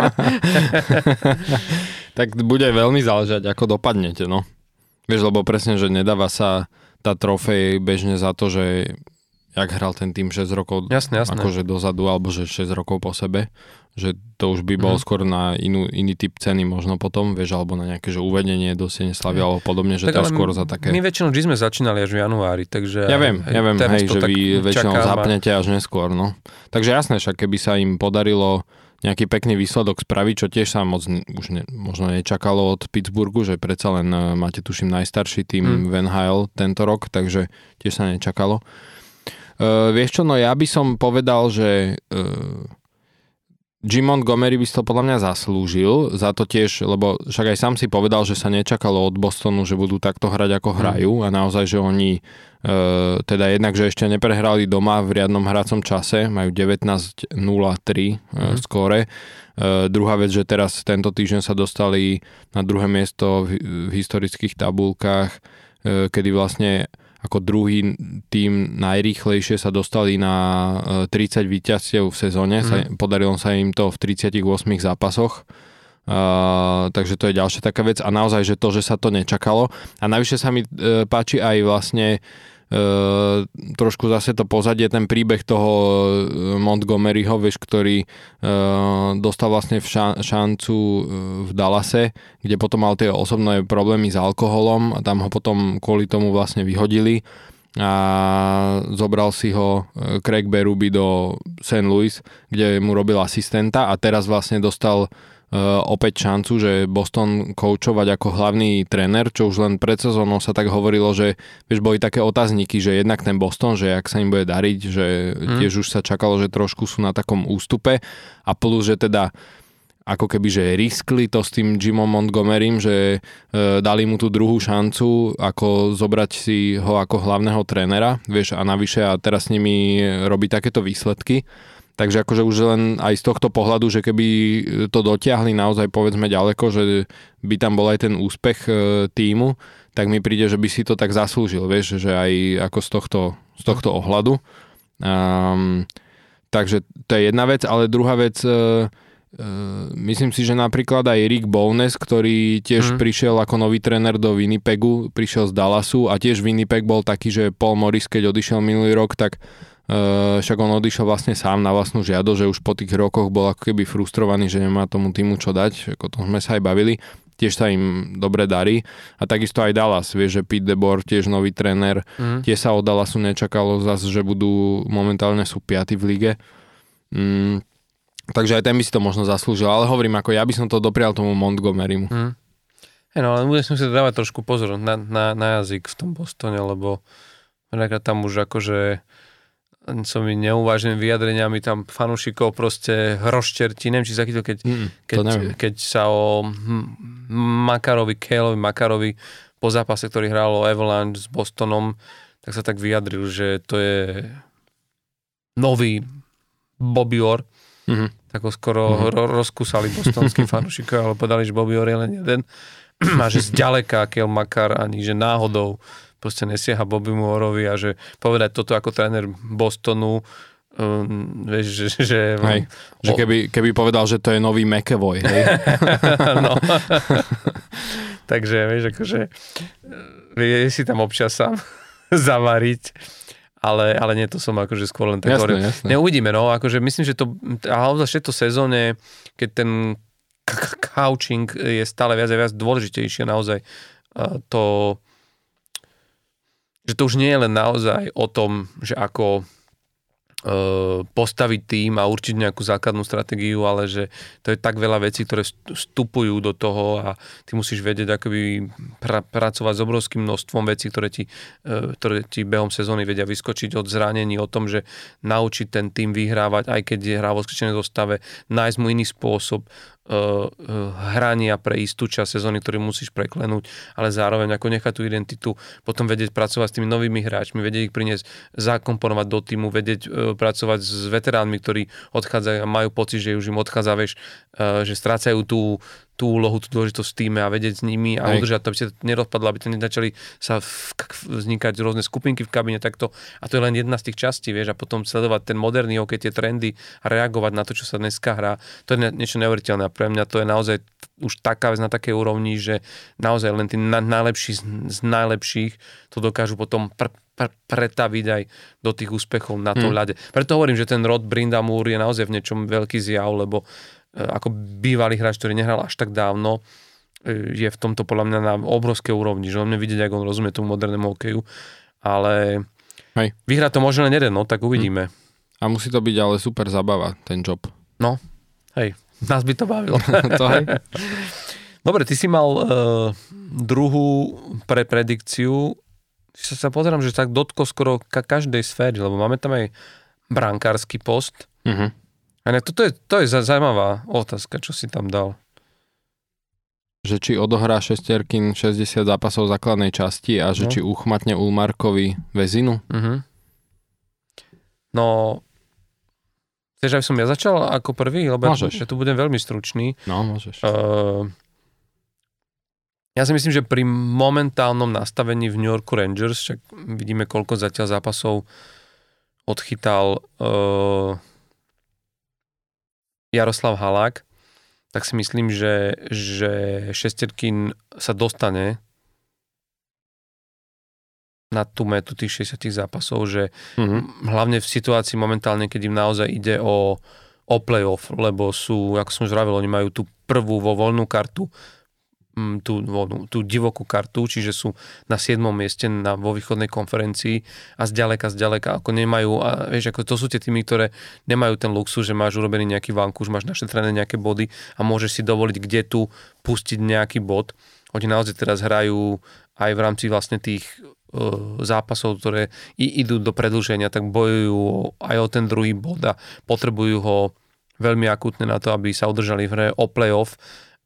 Tak bude veľmi záležať, ako dopadnete, no. Vieš, lebo presne, že nedáva sa tá trofej bežne za to, že jak hral ten tým šesť rokov jasne, jasne. akože dozadu, alebo že šesť rokov po sebe, že to už by bol mm. skôr na inú, iný typ ceny možno potom, vieš, alebo na nejaké že uvedenie do Siene Slavy, alebo podobne, že tak to je skôr za také... My väčšinou vždy sme začínali až v januári, takže... Ja viem, ja viem, hej, že vy väčšinou zapnete až neskôr, no. Takže jasné, však keby sa im podarilo nejaký pekný výsledok spraviť, čo tiež sa moc už ne, možno nečakalo od Pittsburghu, že predsa len máte, tuším, najstarší tým mm. v en há el tento rok, takže tiež sa nečakalo. Uh, vieš čo, no ja by som povedal, že uh, Jim Montgomery by si to podľa mňa zaslúžil za to tiež, lebo však aj sám si povedal, že sa nečakalo od Bostonu, že budú takto hrať, ako hrajú a naozaj, že oni uh, teda jednak, že ešte neprehrali doma v riadnom hracom čase, majú devätnásť nula tri uh, mm. skóre. Uh, druhá vec, že teraz tento týždeň sa dostali na druhé miesto v, v historických tabulkách, uh, kedy vlastne ako druhý tým najrýchlejšie sa dostali na tridsať víťazstiev v sezóne. Mm. Sa, podarilo sa im to v tridsiatich ôsmich zápasoch. Uh, takže to je ďalšia taká vec. A naozaj, že to, že sa to nečakalo. A navyše sa mi uh, páči aj vlastne Uh, trošku zase to pozadie, ten príbeh toho Montgomeryho, vieš, ktorý uh, dostal vlastne v ša- šancu uh, v Dallase, kde potom mal tie osobné problémy s alkoholom a tam ho potom kvôli tomu vlastne vyhodili a zobral si ho Craig Berube do Saint Louis, kde mu robil asistenta a teraz vlastne dostal opäť šancu, že Boston koučovať ako hlavný tréner, čo už len pred sezónou sa tak hovorilo, že vieš, boli také otázniky, že jednak ten Boston, že ak sa im bude dariť, že hmm. tiež už sa čakalo, že trošku sú na takom ústupe a plus, že teda ako keby, že riskli to s tým Jimom Montgomerym, že e, dali mu tú druhú šancu, ako zobrať si ho ako hlavného trénera, vieš, a navyše a teraz s nimi robí takéto výsledky. Takže akože už len aj z tohto pohľadu, že keby to dotiahli naozaj povedzme ďaleko, že by tam bol aj ten úspech e, tímu, tak mi príde, že by si to tak zaslúžil, vieš, že aj ako z tohto, z tohto ohľadu. Um, takže to je jedna vec, ale druhá vec... E, Uh, myslím si, že napríklad aj Rick Bowness, ktorý tiež mm. prišiel ako nový tréner do Winnipegu, prišiel z Dallasu a tiež Winnipeg bol taký, že Paul Maurice, keď odišiel minulý rok, tak uh, však on odišiel vlastne sám na vlastnú žiadosť, že už po tých rokoch bol ako keby frustrovaný, že nemá tomu týmu čo dať, ako to sme sa aj bavili, tiež sa im dobre darí a takisto aj Dallas, vieš, že Pete DeBoer, tiež nový tréner, mm. tiež sa od Dallasu nečakalo zase, že budú momentálne sú piaty v lige. Mm. Takže aj ten by si to možno zaslúžil, ale hovorím, ako ja by som to doprial tomu Montgomerymu. Hmm. Hey, no, ale musím si dávať trošku pozor na, na, na jazyk v tom Bostone, lebo tam už akože som mi neuváženými vyjadreniami tam fanúšikov proste rozčertí. Neviem, či sa chytil, keď, mm, keď, keď sa o Makarovi, Kaleovi Makarovi po zápase, ktorý hral o Avalanche s Bostonom, tak sa tak vyjadril, že to je nový Bobby Orr. Mm-hmm. Tak ho skoro mm-hmm. ro- rozkúsali bostonskí fanúšikovia, ale povedali, že Bobby Orr je len jeden. A že zďaleka Cale Makar ani že náhodou proste nesieha Bobbymu Orrovi a že povedať toto ako tréner Bostonu, um, vieš, že... že, hej, o... že keby, keby povedal, že to je nový McAvoy, hej? No. Takže, vieš, akože vie si tam občas sám zavariť, ale, ale nie, to som akože skôr len tak hovorím. Neuvidíme, no, akože myslím, že to, ale v tejto sezóne, keď ten coaching je stále viac a viac dôležitejšie naozaj, to že to už nie je len naozaj o tom, že ako e, postaviť tým a určiť nejakú základnú stratégiu, ale že to je tak veľa vecí, ktoré vstupujú do toho a ty musíš vedieť akoby pra, pracovať s obrovským množstvom vecí, ktoré ti, e, ktoré ti behom sezóny vedia vyskočiť od zranení, o tom, že naučiť ten tým vyhrávať, aj keď je hrá vo skryčenej zostave, nájsť mu iný spôsob Uh, uh, hrania pre istú časť sezóny, ktorý musíš preklenúť, ale zároveň ako nechať tú identitu, potom vedieť pracovať s tými novými hráčmi, vedieť ich priniesť, zakomponovať do týmu, vedieť uh, pracovať s veteránmi, ktorí odchádzajú a majú pocit, že už im odchádza, vieš, uh, že strácajú tú, tú úlohu, tú dôležitosť v tíme a vedieť s nimi a Hej. udržať to, aby sa to nerozpadlo, aby to nezačali sa v, vznikať rôzne skupinky v kabine takto. A to je len jedna z tých častí, vieš, a potom sledovať ten moderný hokej, tie trendy a reagovať na to, čo sa dneska hrá. To je niečo neuveriteľné. A pre mňa to je naozaj už taká vec na takej úrovni, že naozaj len tí na, najlepší z, z najlepších to dokážu potom pr, pr, pretaviť aj do tých úspechov na tom hmm. ľade. Preto hovorím, že ten rod Brind'Amour je naozaj v niečom veľký zjav, lebo ako bývalý hráč, ktorý nehral až tak dávno, je v tomto podľa mňa na obrovskej úrovni, že on mne vidieť, ako on rozumie tomu modernému hokeju, ale Hej. vyhrať to môže len jeden, no tak uvidíme. A musí to byť ale super zabava, ten job. No, hej, nás by to bavilo. To hej. Dobre, ty si mal uh, druhú pre predikciu, sa, sa pozerám, že tak dotko skoro ka- každej sféry, lebo máme tam aj brankársky post. Mhm. A ne, toto je, to je zaujímavá otázka, čo si tam dal. Že či odohrá Šesterkin šesťdesiat zápasov v základnej časti a že no. či uchmatne Ulmarkovi väzinu? Uh-huh. No, chceš, aby som ja začal ako prvý? Lebo môžeš. Ja tu budem veľmi stručný. No, môžeš. Uh, ja si myslím, že pri momentálnom nastavení v New Yorku Rangers, však vidíme, koľko zatiaľ zápasov odchytal uh, Jaroslav Halák, tak si myslím, že, že Šesterkin sa dostane na tú metu tých šesťdesiat zápasov, že mm-hmm. hlavne v situácii momentálne, keď im naozaj ide o, o playoff, lebo sú, ako som už vravil, oni majú tú prvú vo voľnú kartu tú, tú divokú kartu, čiže sú na siedmom mieste na, vo východnej konferencii a zďaleka, zďaleka, ako nemajú, a vieš, ako to sú tie týmy, ktoré nemajú ten luxus, že máš urobený nejaký vankúš, máš našetrené nejaké body a môžeš si dovoliť, kde tu pustiť nejaký bod. Oni naozaj teraz hrajú aj v rámci vlastne tých uh, zápasov, ktoré i, idú do predĺženia, tak bojujú aj o ten druhý bod a potrebujú ho veľmi akútne na to, aby sa udržali v hre o playoff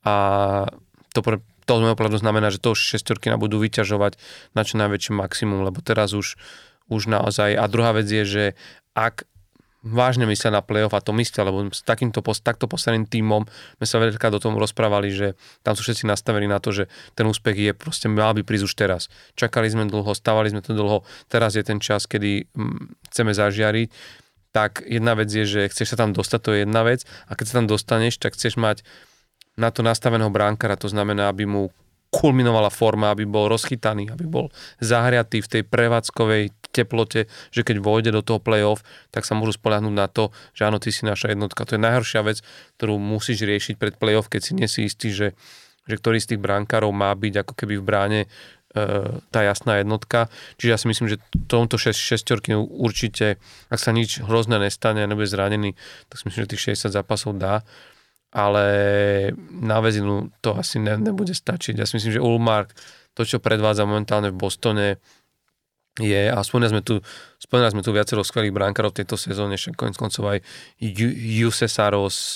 a to pre to z môjho pohľadu znamená, že to šestorky budú vyťažovať na čo najväčšie maximum, lebo teraz už, už naozaj. A druhá vec je, že ak vážne myslia na playoff a to myslia, lebo s takýmto, takto postaveným tímom sme sa veľká do tomu rozprávali, že tam sú všetci nastavení na to, že ten úspech je proste mal by prísť už teraz. Čakali sme dlho, stávali sme to dlho, teraz je ten čas, kedy chceme zažiariť. Tak jedna vec je, že chceš sa tam dostať, to je jedna vec a keď sa tam dostaneš, tak chceš mať na to nastaveného bránkara, to znamená, aby mu kulminovala forma, aby bol rozchytaný, aby bol zahriatý v tej prevádzkovej teplote, že keď vôjde do toho play-off, tak sa môžu spoľahnúť na to, že áno, ty si naša jednotka. To je najhoršia vec, ktorú musíš riešiť pred play-off, keď si nie si istý, že, že ktorý z tých brankárov má byť ako keby v bráne e, tá jasná jednotka. Čiže ja si myslím, že tomto šesťorky určite, ak sa nič hrozné nestane a nebude zranený, tak si myslím, že tých šesťdesiat zápasov dá. Ale na väzinu to asi ne, nebude stačiť. Ja si myslím, že Ullmark, to, čo predvádza momentálne v Bostone, je, a spomínali sme tu, spomínali sme tu viacero skvelých brankárov v tejto sezóne, však koniec koncov aj Juse Saros,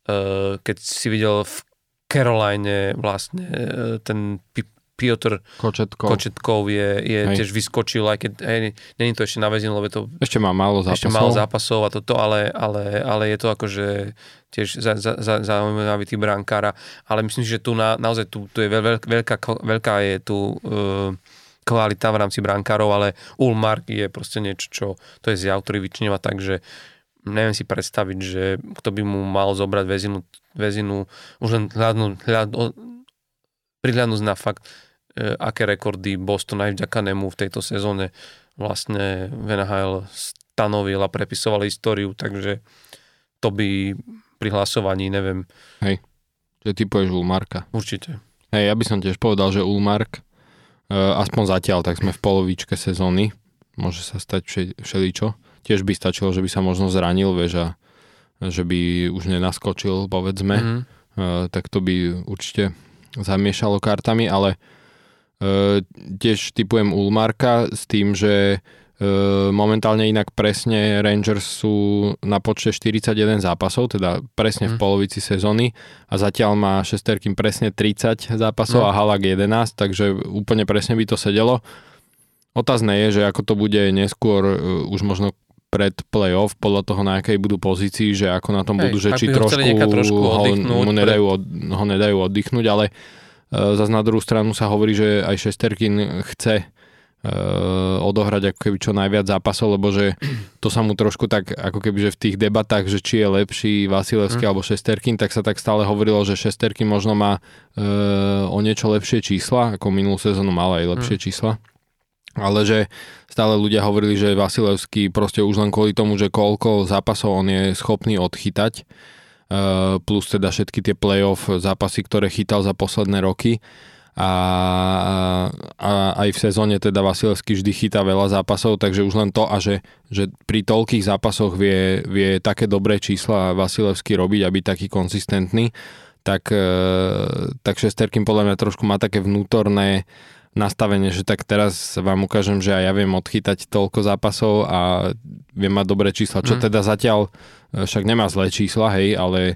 keď si videl v Caroline vlastne ten Piotr Kočetkov, Kočetkov je, je tiež vyskočil, aj keď hej, není to ešte na väzinu, lebo to ešte má málo zápasov, ešte málo zápasov a toto, ale, ale, ale je to akože tiež za, za, za, zaujímavý tý brankára, ale myslím si, že tu na, naozaj tu, tu je veľ, veľká, veľká je tu uh, kvalita v rámci brankárov, ale Ullmark je proste niečo, čo to je zjav, ktorý vyčnieva tak, že neviem si predstaviť, že kto by mu mal zobrať väzinu, väzinu už len hľadnúť, hľadnúť prihľadnúť na fakt, e, aké rekordy Boston aj vďaka nemu v tejto sezóne vlastne v en há el stanovil a prepisoval históriu, takže to by pri hlasovaní, neviem. Hej, že typuješ Ullmarka. Určite. Hej, ja by som tiež povedal, že Ullmark, e, aspoň zatiaľ, tak sme v polovičke sezóny, môže sa stať vše, všeličo. Tiež by stačilo, že by sa možno zranil, vieš, a že by už nenaskočil, povedzme, mm-hmm. e, tak to by určite zamiešalo kartami, ale e, tiež typujem Ullmarka s tým, že e, momentálne inak presne Rangers sú na počte štyridsaťjeden zápasov, teda presne mm. v polovici sezóny a zatiaľ má šesterkým presne tridsať zápasov mm. a Halak jedenásť, takže úplne presne by to sedelo. Otázne je, že ako to bude neskôr, uh, už možno pred play-off, podľa toho, na akej budú pozícii, že ako na tom Hej, budú, že či trošku, trošku ho, mu nedajú, od, ho nedajú oddychnúť, ale uh, zase na druhú stranu sa hovorí, že aj Šesterkin chce uh, odohrať ako keby čo najviac zápasov, lebo že to sa mu trošku tak, ako keby, že v tých debatách, že či je lepší Vasilevský mm. alebo Šesterkin, tak sa tak stále hovorilo, že Šesterkin možno má uh, o niečo lepšie čísla, ako minulú sezónu mal aj lepšie mm. čísla. Ale že stále ľudia hovorili, že Vasilevský proste už len kvôli tomu, že koľko zápasov on je schopný odchytať, plus teda všetky tie playoff zápasy, ktoré chytal za posledné roky a, a aj v sezóne teda Vasilevský vždy chytá veľa zápasov, takže už len to a že, že pri toľkých zápasoch vie, vie také dobré čísla Vasilevský robiť a byť taký konzistentný, tak, tak Šesterkin podľa mňa trošku má také vnútorné nastavenie, že tak teraz vám ukážem, že aj ja viem odchytať toľko zápasov a viem mať dobré čísla, čo mm. teda zatiaľ však nemá zlé čísla, hej, ale e,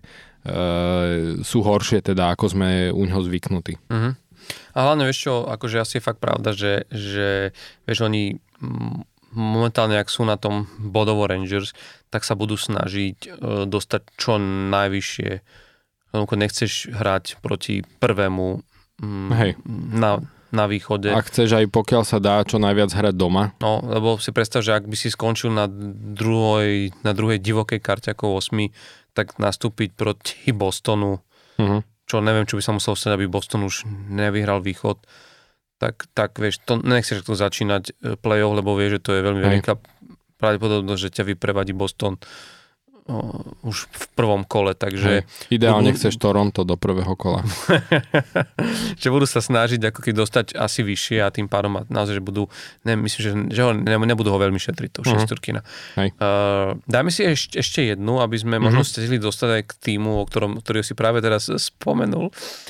sú horšie teda, ako sme u ňoho zvyknutí. Mm-hmm. A hlavne vieš čo, akože asi je fakt pravda, že, že vieš, oni momentálne, ak sú na tom bodovo Rangers, tak sa budú snažiť e, dostať čo najvyššie. Nechceš hrať proti prvému mm, hej. na na východe. A chceš aj pokiaľ sa dá čo najviac hrať doma? No, lebo si predstav, že ak by si skončil na druhej, na druhej divokej karte ako osmi, tak nastúpiť proti Bostonu, uh-huh. čo neviem, čo by sa musel stať, aby Boston už nevyhral východ, tak, tak vieš, to nechceš to začínať play-off, lebo vieš, že to je veľmi veľká pravdepodobnosť, že ťa vyprevadí Boston o, už v prvom kole, takže... Hej, ideálne budú... chceš Toronto do prvého kola. Že budú sa snažiť ako keď dostať asi vyššie a tým pádom naozaj, že budú, ne, myslím, že, že ho, ne, nebudú ho veľmi šetriť, to uh-huh. šestorkina. Uh, dáme si ešte, ešte jednu, aby sme uh-huh. možno stihli dostať aj k týmu, o ktorom, ktorý si práve teraz spomenul.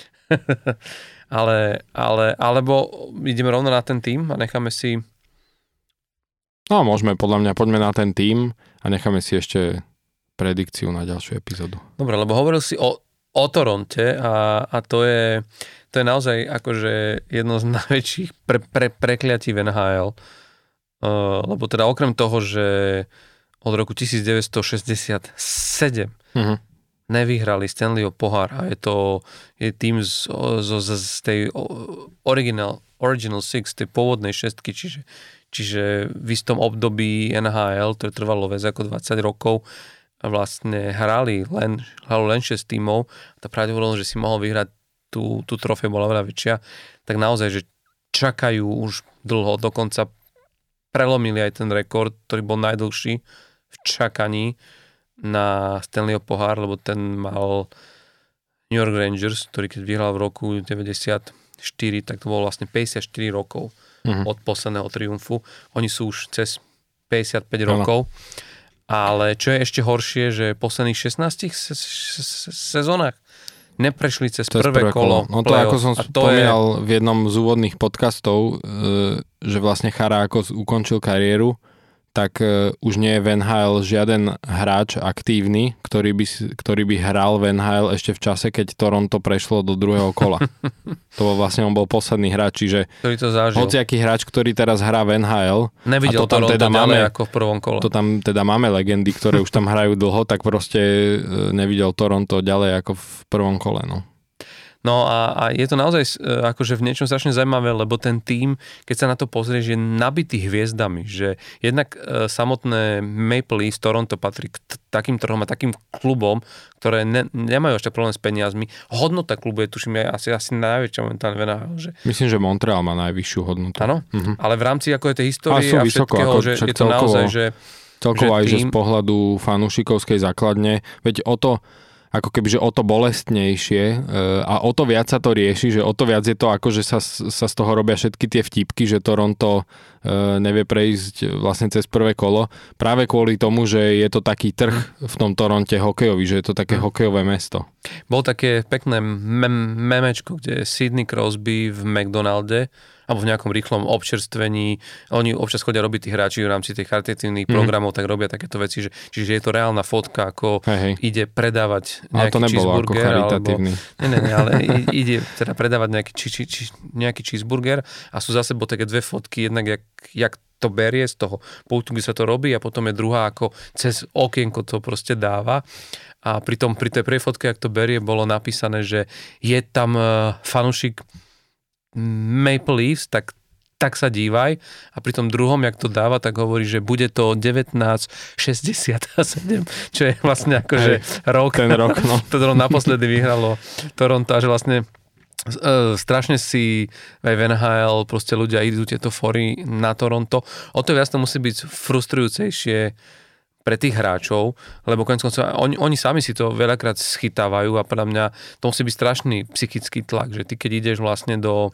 ale, ale, alebo ideme rovno na ten tým a necháme si... No, môžeme, podľa mňa, poďme na ten tým a necháme si ešte predikciu na ďalšiu epizódu. Dobre, lebo hovoril si o, o Toronte a, a to je to je naozaj akože jedno z najväčších pre, pre, prekliatí v en há el. Uh, lebo teda okrem toho, že od roku devätnásťstošesťdesiatsedem uh-huh. nevyhrali Stanleyho pohár a je to je tým z, z, z, z tej original, original six, tej pôvodnej šestky, čiže, čiže v istom období en há el, to je trvalo viac ako dvadsať rokov, vlastne hrali len, len šesť tímov a tá pravdepodobnosť, že si mohol vyhrať tú, tú trofej bola veľa väčšia, tak naozaj, že čakajú už dlho, dokonca prelomili aj ten rekord, ktorý bol najdlhší v čakaní na Stanleyho pohár, lebo ten mal New York Rangers, ktorý keď vyhral v roku deväťdesiatštyri, tak to bolo vlastne päťdesiatštyri rokov uh-huh. od posledného triumfu. Oni sú už cez päťdesiatpäť uh-huh. rokov. Ale čo je ešte horšie, že v posledných šestnástich se- se- se- sezónach neprešli cez prvé, prvé kolo. No to play-off. Ako som spomínal je... v jednom z úvodných podcastov, že vlastne Chara ako ukončil kariéru, tak už nie je v en há el žiaden hráč aktívny, ktorý by, ktorý by hral v en há el ešte v čase, keď Toronto prešlo do druhého kola. To bol vlastne, on bol posledný hráč, čiže ktorý to zažil. Hociaký hráč, ktorý teraz hrá v en há el, nevidel a to tam Toronto teda máme, máme, ako v prvom kole. To tam teda máme legendy, ktoré už tam hrajú dlho, tak proste nevidel Toronto ďalej ako v prvom kole, no. No a, a je to naozaj akože v niečom strašne zaujímavé, lebo ten tím, keď sa na to pozrieš, je nabitý hviezdami, že jednak e, samotné Maple Leafs Toronto patrí k t- takým trhom a takým klubom, ktoré ne, nemajú ešte problém s peniazmi. Hodnota klubu je, tuším, je asi, asi najväčšia momentálne v en há el. Že... Myslím, že Montreal má najvyššiu hodnotu. Áno, uh-huh. ale v rámci ako je tej histórie a, a ako, všetkého, že je to celkovo, naozaj, že... Celkovo že aj, tým... že z pohľadu fanúšikovskej základne, veď o to ako keby, že o to bolestnejšie a o to viac sa to rieši, že o to viac je to ako, že sa, sa z toho robia všetky tie vtipky, že Toronto nevie prejsť vlastne cez prvé kolo, práve kvôli tomu, že je to taký trh v tom Toronte hokejový, že je to také hokejové mesto. Bol také pekné mem- memečko, kde Sidney Crosby v McDonalde alebo v nejakom rýchlom občerstvení. Oni občas chodia robiť tí hráči v rámci tých charitatívnych mm. programov, tak robia takéto veci, že, čiže je to reálna fotka, ako hej, hej. ide predávať nejaký ale to nebolo cheeseburger. Ako charitatívny. Alebo, nie, nie, nie, ale ide teda predávať nejaký, či, či, či, nejaký cheeseburger a sú zase bo také dve fotky, jednak jak, jak to berie z toho poutu, kde sa to robí a potom je druhá, ako cez okienko to proste dáva. A pri, tom, pri tej prvej fotke, jak to berie, bolo napísané, že je tam uh, fanúšik Maple Leafs, tak, tak sa dívaj. A pri tom druhom, jak to dáva, tak hovorí, že bude to devätnásť šesťdesiatsedem, čo je vlastne akože rok. Ten rok, no. To naposledy vyhralo Toronto, že vlastne uh, strašne si aj v en há el proste ľudia idú tieto fory na Toronto. O to viac to musí byť frustrujúcejšie pre tých hráčov, lebo konec koncov oni, oni sami si to veľakrát schytávajú a podľa mňa to musí byť strašný psychický tlak, že ty keď ideš vlastne do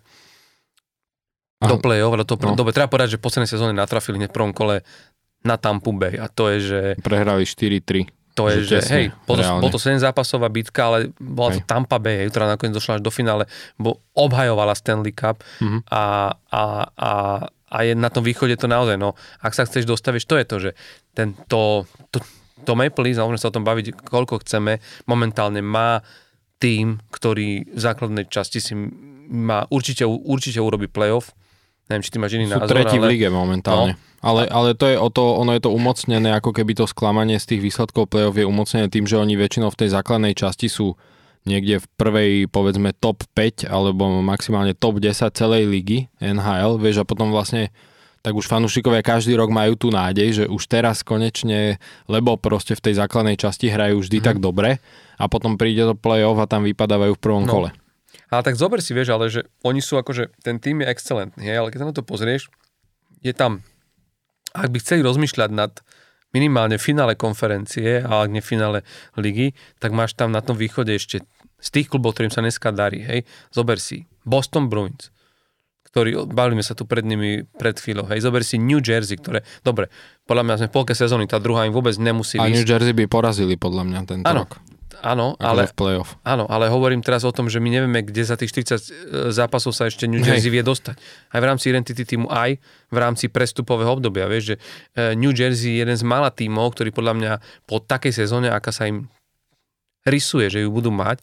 do play-off, ale to no. dobe, treba povedať, že v poslednej sezóne natrafili hneď v prvom kole na Tampa Bay a to je, že prehrali štyri tri. To je, že, že hej, bol to, bol to sedem zápasová bitka, ale bola hej. to Tampa Bay, hej, ktorá nakoniec došla až do finále, bo obhajovala Stanley Cup mm-hmm. a, a, a a je na tom východe to naozaj, no, ak sa chceš dostaviť, to je to, že ten, to, to, to Maple Leafs, môžeme sa o tom baviť, koľko chceme, momentálne má tým, ktorý v základnej časti si má, určite, určite urobí playoff, neviem, či ty máš iný Sú názor, tretí ale... v lige momentálne. No. Ale, ale to je o to, ono je to umocnené, ako keby to sklamanie z tých výsledkov playoff je umocnené tým, že oni väčšinou v tej základnej časti sú niekde v prvej, povedzme, top päť alebo maximálne top desať celej ligy en há el, vieš, a potom vlastne tak už fanúšikovia každý rok majú tú nádej, že už teraz konečne, lebo proste v tej základnej časti hrajú vždy mm. tak dobre a potom príde do play-off a tam vypadávajú v prvom no. kole. Ale tak zober si, vieš, ale že oni sú akože, ten tým je excelentný, hej, ale keď sa na to pozrieš, je tam, ak by chceli rozmýšľať nad minimálne v finále konferencie, ale ak nie v finále ligy, tak máš tam na tom východe ešte z tých klubov, ktorým sa dneska darí, hej, zober si Boston Bruins, ktorí, bavíme sa tu pred nimi pred chvíľou, hej, zober si New Jersey, ktoré, dobre, podľa mňa sme v polke sezóny, tá druhá im vôbec nemusí a ísť. A New Jersey by porazili podľa mňa tento áno, rok. Áno, ale, áno, ale hovorím teraz o tom, že my nevieme, kde za tých štyridsať zápasov sa ešte New Jersey vie dostať. Aj v rámci identity týmu, aj v rámci prestupového obdobia. Vieš, že New Jersey je jeden z mála tímov, ktorý podľa mňa po takej sezóne, aká sa im rysuje, že ju budú mať,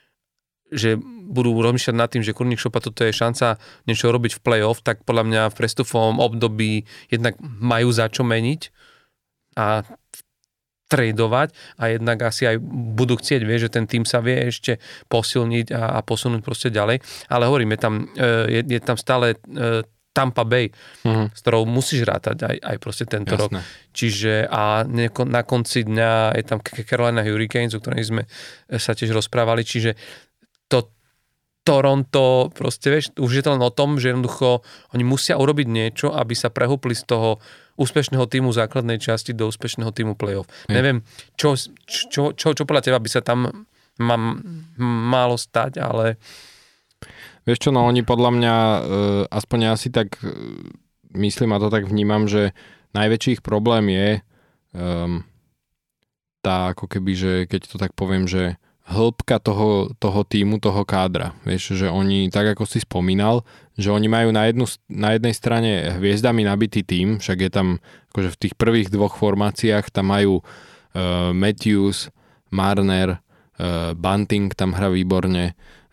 že budú rozmýšľať nad tým, že Kurník Šopa, toto je šanca niečo robiť v play-off, tak podľa mňa v prestupovom období jednak majú za čo meniť a tradovať a jednak asi aj budú chcieť, vie, že ten tým sa vie ešte posilniť a, a posunúť proste ďalej. Ale hovorím, je tam, je, je tam stále Tampa Bay, uh-huh. s ktorou musíš rátať aj, aj proste tento Jasné. rok. Čiže a neko, na konci dňa je tam Carolina Hurricanes, o ktorej sme sa tiež rozprávali, čiže to Toronto, proste vieš, už je to len o tom, že jednoducho oni musia urobiť niečo, aby sa prehúpli z toho úspešného týmu základnej časti do úspešného týmu playoff. Je. Neviem, čo, čo, čo, čo podľa teba by sa tam mám, málo stať, ale... Vieš čo, no oni podľa mňa, aspoň ja si tak myslím a to tak vnímam, že najväčší ich problém je um, tá ako keby, že keď to tak poviem, že hĺbka toho, toho týmu, toho kádra. Vieš, že oni, tak ako si spomínal, že oni majú na, jednu, na jednej strane hviezdami nabitý tím, však je tam, akože v tých prvých dvoch formáciách tam majú uh, Matthews, Marner, uh, Bunting tam hrá výborne,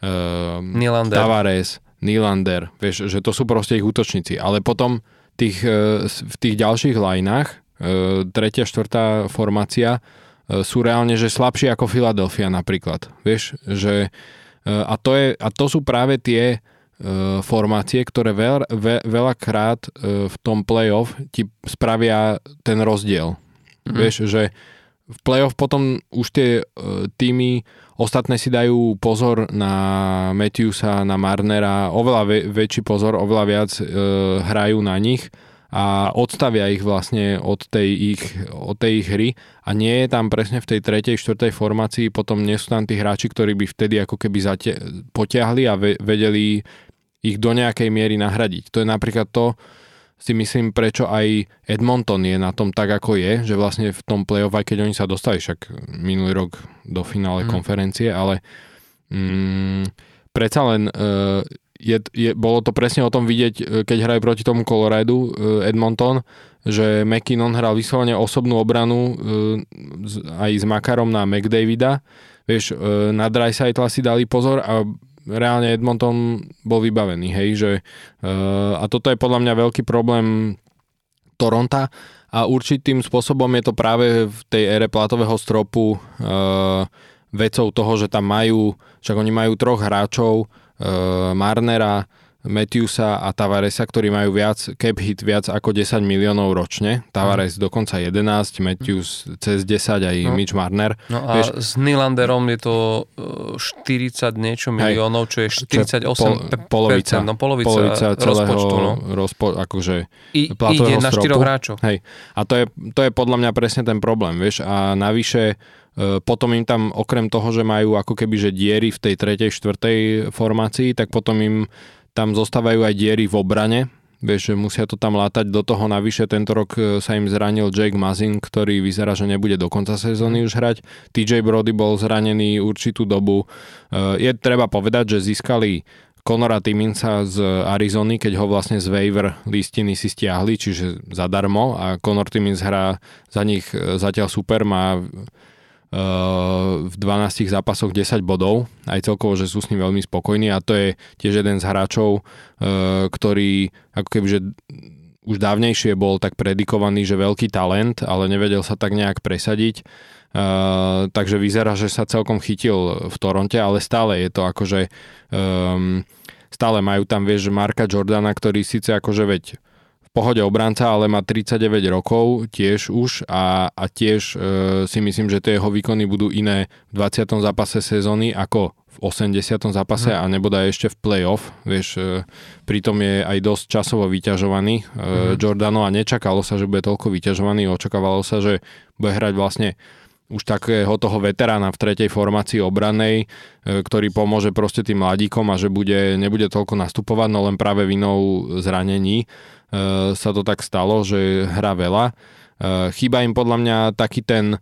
uh, Tavares, Nylander, vieš, že to sú proste ich útočníci. Ale potom tých, uh, v tých ďalších lineách, uh, tretia, štvrtá formácia, sú reálne, že slabšie ako Philadelphia napríklad. Vieš, že a to, je, a to sú práve tie uh, formácie, ktoré veľ, ve, veľakrát uh, v tom playoff ti spravia ten rozdiel. Mm-hmm. Vieš, že v playoff potom už tie uh, týmy ostatné si dajú pozor na Matthewsa, na Marnera, oveľa ve, väčší pozor, oveľa viac uh, hrajú na nich a odstavia ich vlastne od tej ich, od tej ich hry a nie je tam presne v tej tretej, štvrtej formácii, potom nie sú tam tí hráči, ktorí by vtedy ako keby zatia- potiahli a ve- vedeli ich do nejakej miery nahradiť. To je napríklad to, si myslím, prečo aj Edmonton je na tom tak, ako je, že vlastne v tom play-off, aj keď oni sa dostali však minulý rok do finále mm. konferencie, ale mm, predsa len uh, Je, je, bolo to presne o tom vidieť, keď hrajú proti tomu Coloradu Edmonton, že McKinnon hral vyslovene osobnú obranu aj s Makarom na McDavida. Vieš, na Dreisaitla si dali pozor a reálne Edmonton bol vybavený. Hej, že, a toto je podľa mňa veľký problém Toronta a určitým spôsobom je to práve v tej ére platového stropu vecou toho, že tam majú, však oni majú troch hráčov, Marnera, Matthewsa a Tavaresa, ktorí majú viac cap hit viac ako desať miliónov ročne. Tavares mm. dokonca jedenásť, Matthews cez desať aj no. Mitch Marner. No a Vieš, s Nylanderom je to štyridsať niečo miliónov, čo je štyridsaťosem percent. Pol, polovica, no, polovica, polovica celého rozpočtu. No. Rozpo, akože I, ide na štyroch hráčov. Hej. A to je, to je podľa mňa presne ten problém. Vieš? A navyše potom im tam okrem toho, že majú ako keby že diery v tej tretej, štvrtej formácii, tak potom im tam zostávajú aj diery v obrane. Vieš, že musia to tam látať do toho. Navyše tento rok sa im zranil Jake Muzzin, ktorý vyzerá, že nebude do konca sezóny už hrať. té jé Brody bol zranený určitú dobu. Je treba povedať, že získali Connora Timminsa z Arizony, keď ho vlastne z waiver listiny si stiahli, čiže zadarmo a Connor Timmins hrá za nich zatiaľ super, má v dvanástich zápasoch desať bodov, aj celkovo, že sú s ním veľmi spokojní a to je tiež jeden z hráčov, ktorý ako keby, že už dávnejšie bol tak predikovaný, že veľký talent, ale nevedel sa tak nejak presadiť, takže vyzerá, že sa celkom chytil v Toronte, ale stále je to akože um, stále majú tam, vieš, Marka Jordana, ktorý síce akože veď pohode obranca, ale má tridsaťdeväť rokov tiež už a, a tiež e, si myslím, že tie jeho výkony budú iné v dvadsiatom zápase sezóny ako v v osemdesiatom zápase mm. a nebodaj ešte v play-off, vieš, pritom je aj dosť časovo vyťažovaný mm. Giordano a nečakalo sa, že bude toľko vyťažovaný, očakávalo sa, že bude hrať vlastne už takého toho veterána v tretej formácii obranej, ktorý pomôže proste tým mladíkom a že bude, nebude toľko nastupovať, no len práve vinou zranení sa to tak stalo, že hrá veľa. Chýba im podľa mňa taký ten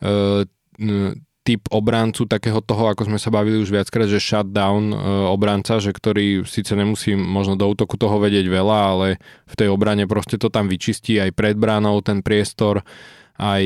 typ obrancu, takého toho, ako sme sa bavili už viackrát, že shutdown obranca, že ktorý síce nemusí možno do útoku toho vedieť veľa, ale v tej obrane proste to tam vyčistí aj pred bránou ten priestor, aj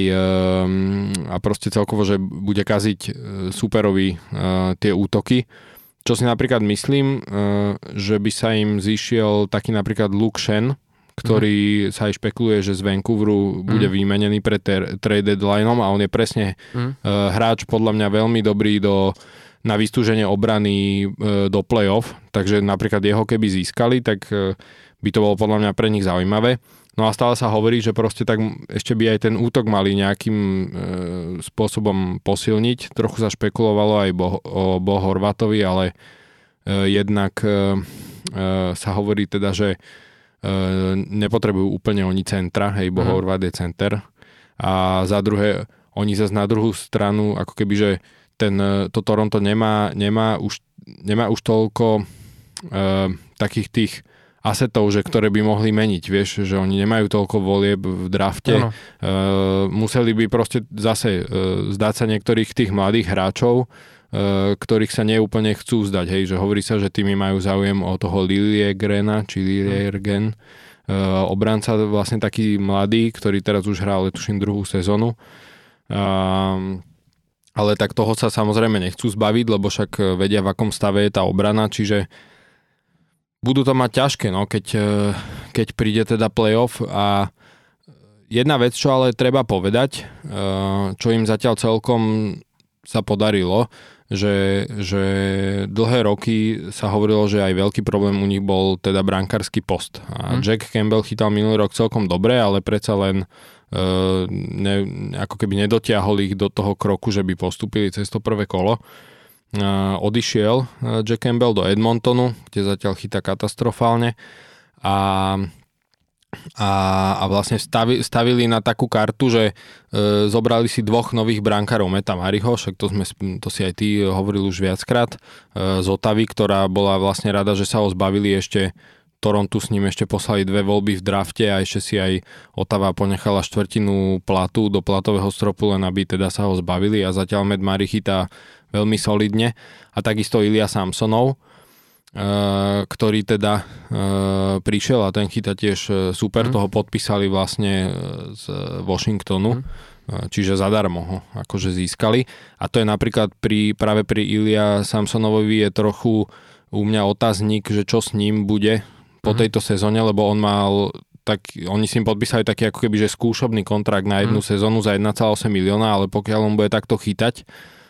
a proste celkovo, že bude kaziť superovi tie útoky. Čo si napríklad myslím, že by sa im zišiel taký napríklad Luke Shen, ktorý mm. sa aj špekuluje, že z Vancouveru bude mm. vymenený pred ter- trade deadlineom a on je presne mm. hráč podľa mňa veľmi dobrý do, na vystúženie obrany do play-off, takže napríklad jeho keby získali, tak by to bolo podľa mňa pre nich zaujímavé. No a stále sa hovorí, že proste tak ešte by aj ten útok mali nejakým e, spôsobom posilniť. Trochu sa špekulovalo aj bo, o Bo Horvátovi, ale e, jednak e, e, sa hovorí teda, že e, nepotrebujú úplne oni centra, hej, Bo mm. Horvát je center. A za druhé, oni zase na druhú stranu, ako keby, že ten, to Toronto nemá, nemá, už, nemá už toľko e, takých tých asetov, že ktoré by mohli meniť, vieš, že oni nemajú toľko volieb v drafte. Uh, museli by proste zase uh, zdať sa niektorých tých mladých hráčov, uh, ktorých sa neúplne chcú zdať, hej, že hovorí sa, že tými majú záujem o toho Liliegrena, či Liliergen, uh, obranca vlastne taký mladý, ktorý teraz už hral, tuším, druhú sezónu. Uh, ale tak toho sa samozrejme nechcú zbaviť, lebo však vedia, v akom stave je tá obrana, čiže budú to mať ťažké, no, keď, keď príde teda playoff. A jedna vec, čo ale treba povedať, čo im zatiaľ celkom sa podarilo, že, že dlhé roky sa hovorilo, že aj veľký problém u nich bol teda brankársky post. A hmm. Jack Campbell chytal minulý rok celkom dobre, ale predsa len ne, ako keby nedotiahol ich do toho kroku, že by postúpili cez to prvé kolo. Uh, odišiel uh, Jack Campbell do Edmontonu, kde zatiaľ chytá katastrofálne a, a, a vlastne stavi, stavili na takú kartu, že uh, zobrali si dvoch nových brankárov, Meta Mariho, však to, sme, to si aj ty hovoril už viackrát, uh, z Ottavy, ktorá bola vlastne rada, že sa ho zbavili ešte. Toronto s ním ešte poslali dve voľby v drafte a ešte si aj Ottawa ponechala štvrtinu platu do platového stropu, len aby teda sa ho zbavili a zatiaľ Matt Murray chytá veľmi solidne. A takisto Ilya Samsonov, e, ktorý teda e, prišiel a ten chytá tiež super, mm. toho podpísali vlastne z Washingtonu, mm. čiže zadarmo ho akože získali. A to je napríklad pri, práve pri Ilya Samsonovovi je trochu u mňa otáznik, že čo s ním bude po tejto sezóne, lebo on mal, tak oni si im podpísali taký ako keby, že skúšobný kontrakt na jednu mm. sezónu za jeden celá osem milióna, ale pokiaľ on bude takto chytať,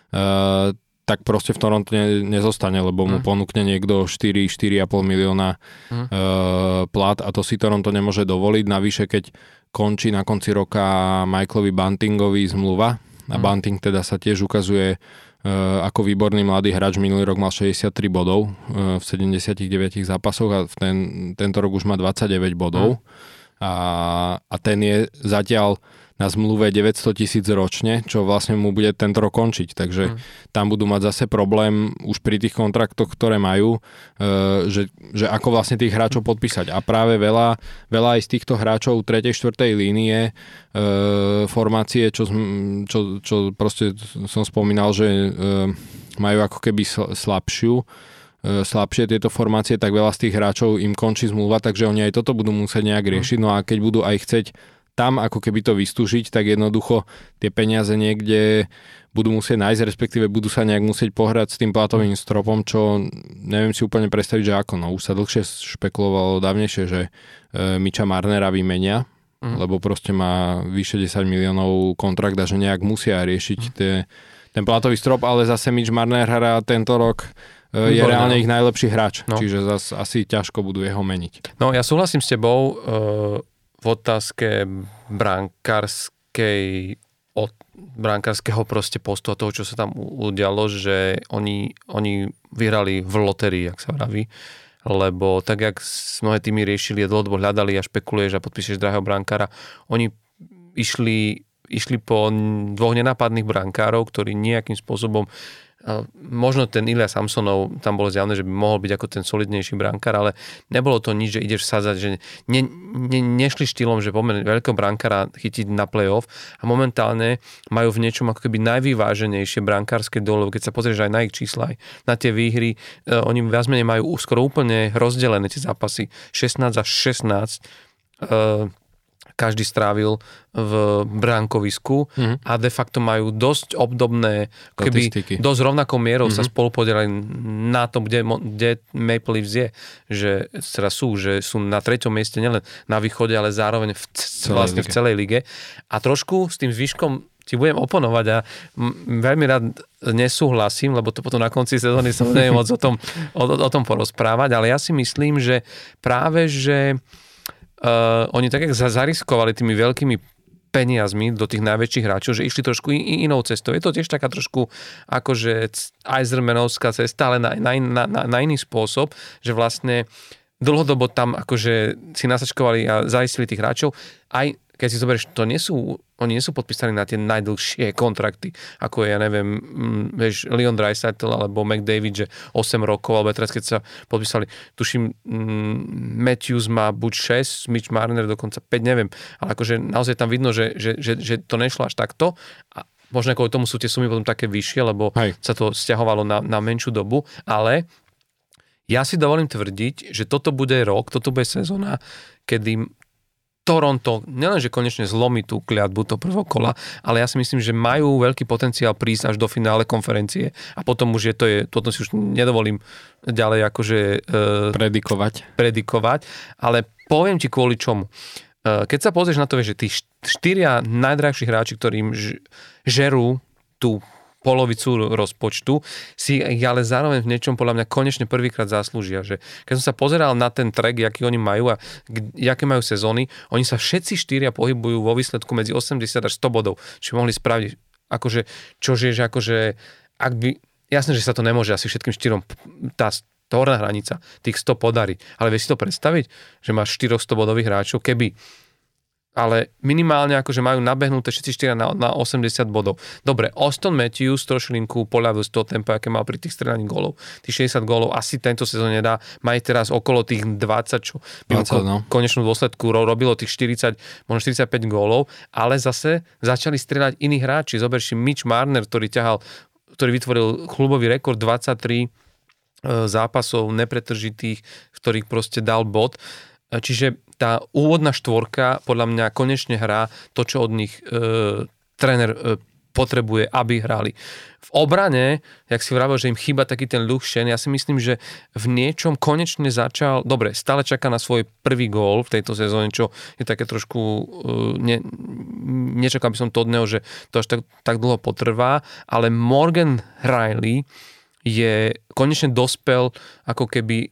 uh, tak proste v Toronto ne, nezostane, lebo mu mm. ponúkne niekto štyri až štyri a pol milióna mm. uh, plat a to si Toronto nemôže dovoliť. Navyše, keď končí na konci roka Michaelovi Buntingovi zmluva a mm. Bunting teda sa tiež ukazuje Uh, ako výborný mladý hráč, minulý rok mal šesťdesiattri bodov uh, v sedemdesiatdeväť zápasoch a v ten, tento rok už má dvadsaťdeväť bodov. Mm. A, a ten je zatiaľ na zmluve deväťsto tisíc ročne, čo vlastne mu bude tento rok končiť. Takže mm. tam budú mať zase problém už pri tých kontraktoch, ktoré majú, uh, že, že ako vlastne tých hráčov podpísať. A práve veľa, veľa aj z týchto hráčov tretej štvrtej línie uh, formácie, čo, čo, čo proste som spomínal, že uh, majú ako keby slabšiu, uh, slabšie tieto formácie, tak veľa z tých hráčov im končí zmluva, takže oni aj toto budú musieť nejak riešiť. No a keď budú aj chceť tam ako keby to vystúžiť, tak jednoducho tie peniaze niekde budú musieť nájsť, respektíve budú sa nejak musieť pohrať s tým platovým stropom, čo neviem si úplne predstaviť, že ako. No už sa dlhšie špekulovalo dávnejšie, že e, Mitcha Marnera vymenia, mm. lebo proste má vyše desať miliónov kontrakt a že nejak musia riešiť mm. tie, ten platový strop, ale zase Mitch Marner hrá tento rok e, je reálne ich najlepší hráč, no. Čiže zase asi ťažko budú jeho meniť. No ja súhlasím s tebou, e, v otázke brankárskej od brankárskeho proste postu a toho, čo sa tam udialo, že oni, oni vyhrali v lotérii, jak sa vraví, lebo tak, jak mnohé týmy riešili a dlhodobo hľadali a špekuluješ a podpíšeš drahého brankára, oni išli, išli po dvoch nenápadných brankárov, ktorí nejakým spôsobom možno ten Ilja Samsonov, tam bolo zjavné, že by mohol byť ako ten solidnejší brankár, ale nebolo to nič, že ideš sázať, že ne, ne, nešli štýlom, že poďme veľkého brankára chytiť na play-off a momentálne majú v niečom ako keby najvyváženejšie brankárske dole, keď sa pozrieš aj na ich čísla, aj na tie výhry, eh, oni viac menej majú skoro úplne rozdelené tie zápasy, šestnásť a šestnásť eh, každý strávil v bránkovisku mm-hmm. a de facto majú dosť obdobné, keby dosť rovnakou mierou mm-hmm. sa spolu podielali na tom, kde, kde Maple Leafs je, že teda sú, že sú na treťom mieste nielen na východe, ale zároveň v, celej vlastne v celej lige. A trošku s tým zvyškom ti budem oponovať a m- veľmi rád nesúhlasím, lebo to potom na konci sezóny sa neviem moc o tom, o, o tom porozprávať, ale ja si myslím, že práve, že Uh, oni tak, jak zariskovali tými veľkými peniazmi do tých najväčších hráčov, že išli trošku in, inou cestou. Je to tiež taká trošku akože Eisermanovská cesta, ale na, na, na, na iný spôsob, že vlastne dlhodobo tam akože si nasačkovali a zaistili tých hráčov. Aj keď si zoberieš, to nie sú, oni nie sú podpísaní na tie najdlhšie kontrakty, ako je, ja neviem, vieš, Leon Draisaitl alebo McDavid, že osem rokov, alebo teraz keď sa podpísali, tuším, Matthews má buď šesť, Mitch Marner dokonca päť, neviem, ale akože naozaj tam vidno, že, že, že, že to nešlo až takto a možno kvôli tomu sú tie sumy potom také vyššie, lebo Hej. sa to sťahovalo na, na menšiu dobu, ale ja si dovolím tvrdiť, že toto bude rok, toto bude sezóna, kedy Toronto nielenže konečne zlomí tú kliatbu to prvého kola, ale ja si myslím, že majú veľký potenciál prísť až do finále konferencie a potom už je to, je, toto si už nedovolím ďalej akože uh, predikovať. predikovať, ale poviem ti kvôli čomu. Uh, keď sa pozrieš na to, že tí štyria najdrahší hráči, ktorým ž, žerú tú polovicu rozpočtu, si ich ale zároveň v niečom podľa mňa konečne prvýkrát zaslúžia. Že keď som sa pozeral na ten track, aký oni majú a aké majú sezóny, oni sa všetci štyria pohybujú vo výsledku medzi osemdesiat až sto bodov. Čiže mohli spraviť, akože, čože, že akože, ak by, jasné, že sa to nemôže asi všetkým štyrom, tá horná hranica, tých sto podarí. Ale vieš si to predstaviť, že máš štyroch sto bodových hráčov, keby ale minimálne akože majú nabehnuté všetci štyria na, na osemdesiat bodov. Dobre, Auston Matthews trošilinku poľavil z toho tempa, aké mal pri tých strelaní gólov. Tých šesťdesiat gólov asi tento sezóne nedá. Majú teraz okolo tých dvadsať, čo by dvadsať, no. konečnú dôsledku robilo tých štyridsať, možno štyridsaťpäť gólov, ale zase začali strieľať iní hráči. Zober si Mitch Marner, ktorý ťahal, ktorý vytvoril klubový rekord dvadsaťtri zápasov nepretržitých, v ktorých proste dal bod. Čiže tá úvodná štvorka podľa mňa konečne hrá to, čo od nich e, tréner e, potrebuje, aby hrali. V obrane, jak si vravel, že im chýba taký ten Luchsen, ja si myslím, že v niečom konečne začal, dobre, stále čaká na svoj prvý gól v tejto sezóne, čo je také trošku, e, ne, nečakal by som to od neho, že to až tak, tak dlho potrvá, ale Morgan Rielly je konečne dospel ako keby e,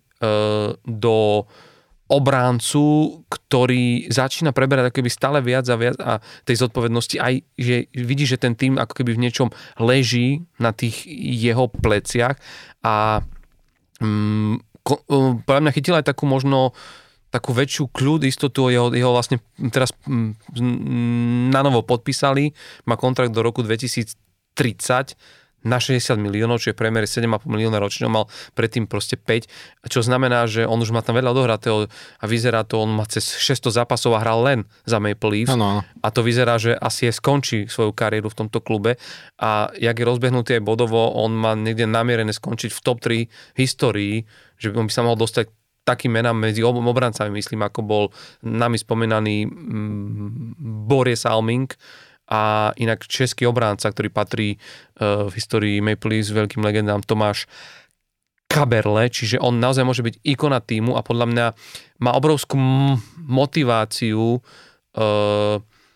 do obráncu, ktorý začína preberať ako keby stále viac a viac a tej zodpovednosti aj, že vidí, že ten tým ako keby v niečom leží na tých jeho pleciach a um, ko, um, podľa mňa chytil aj takú možno takú väčšiu kľud, istotu, jeho, jeho vlastne teraz um, na novo podpísali, má kontrakt do roku dvetisíctridsať na šesťdesiat miliónov, čo je priemer sedem a pol milióna ročne, mal predtým proste päť, čo znamená, že on už má tam veľa odohratého a vyzerá to, on má cez šesťsto zápasov a hral len za Maple Leafs ano. A to vyzerá, že asi je skončí svoju kariéru v tomto klube a jak je rozbehnutý aj bodovo, on má niekde namierené skončiť v top tri histórii, že on by sa mohol dostať takým menám medzi obom obrancami, myslím, ako bol nami spomínaný mm, Boris Salming, a inak český obránca, ktorý patrí uh, v histórii Maple Leafs veľkým legendám, Tomáš Kaberle, čiže on naozaj môže byť ikona týmu a podľa mňa má obrovskú m- motiváciu uh,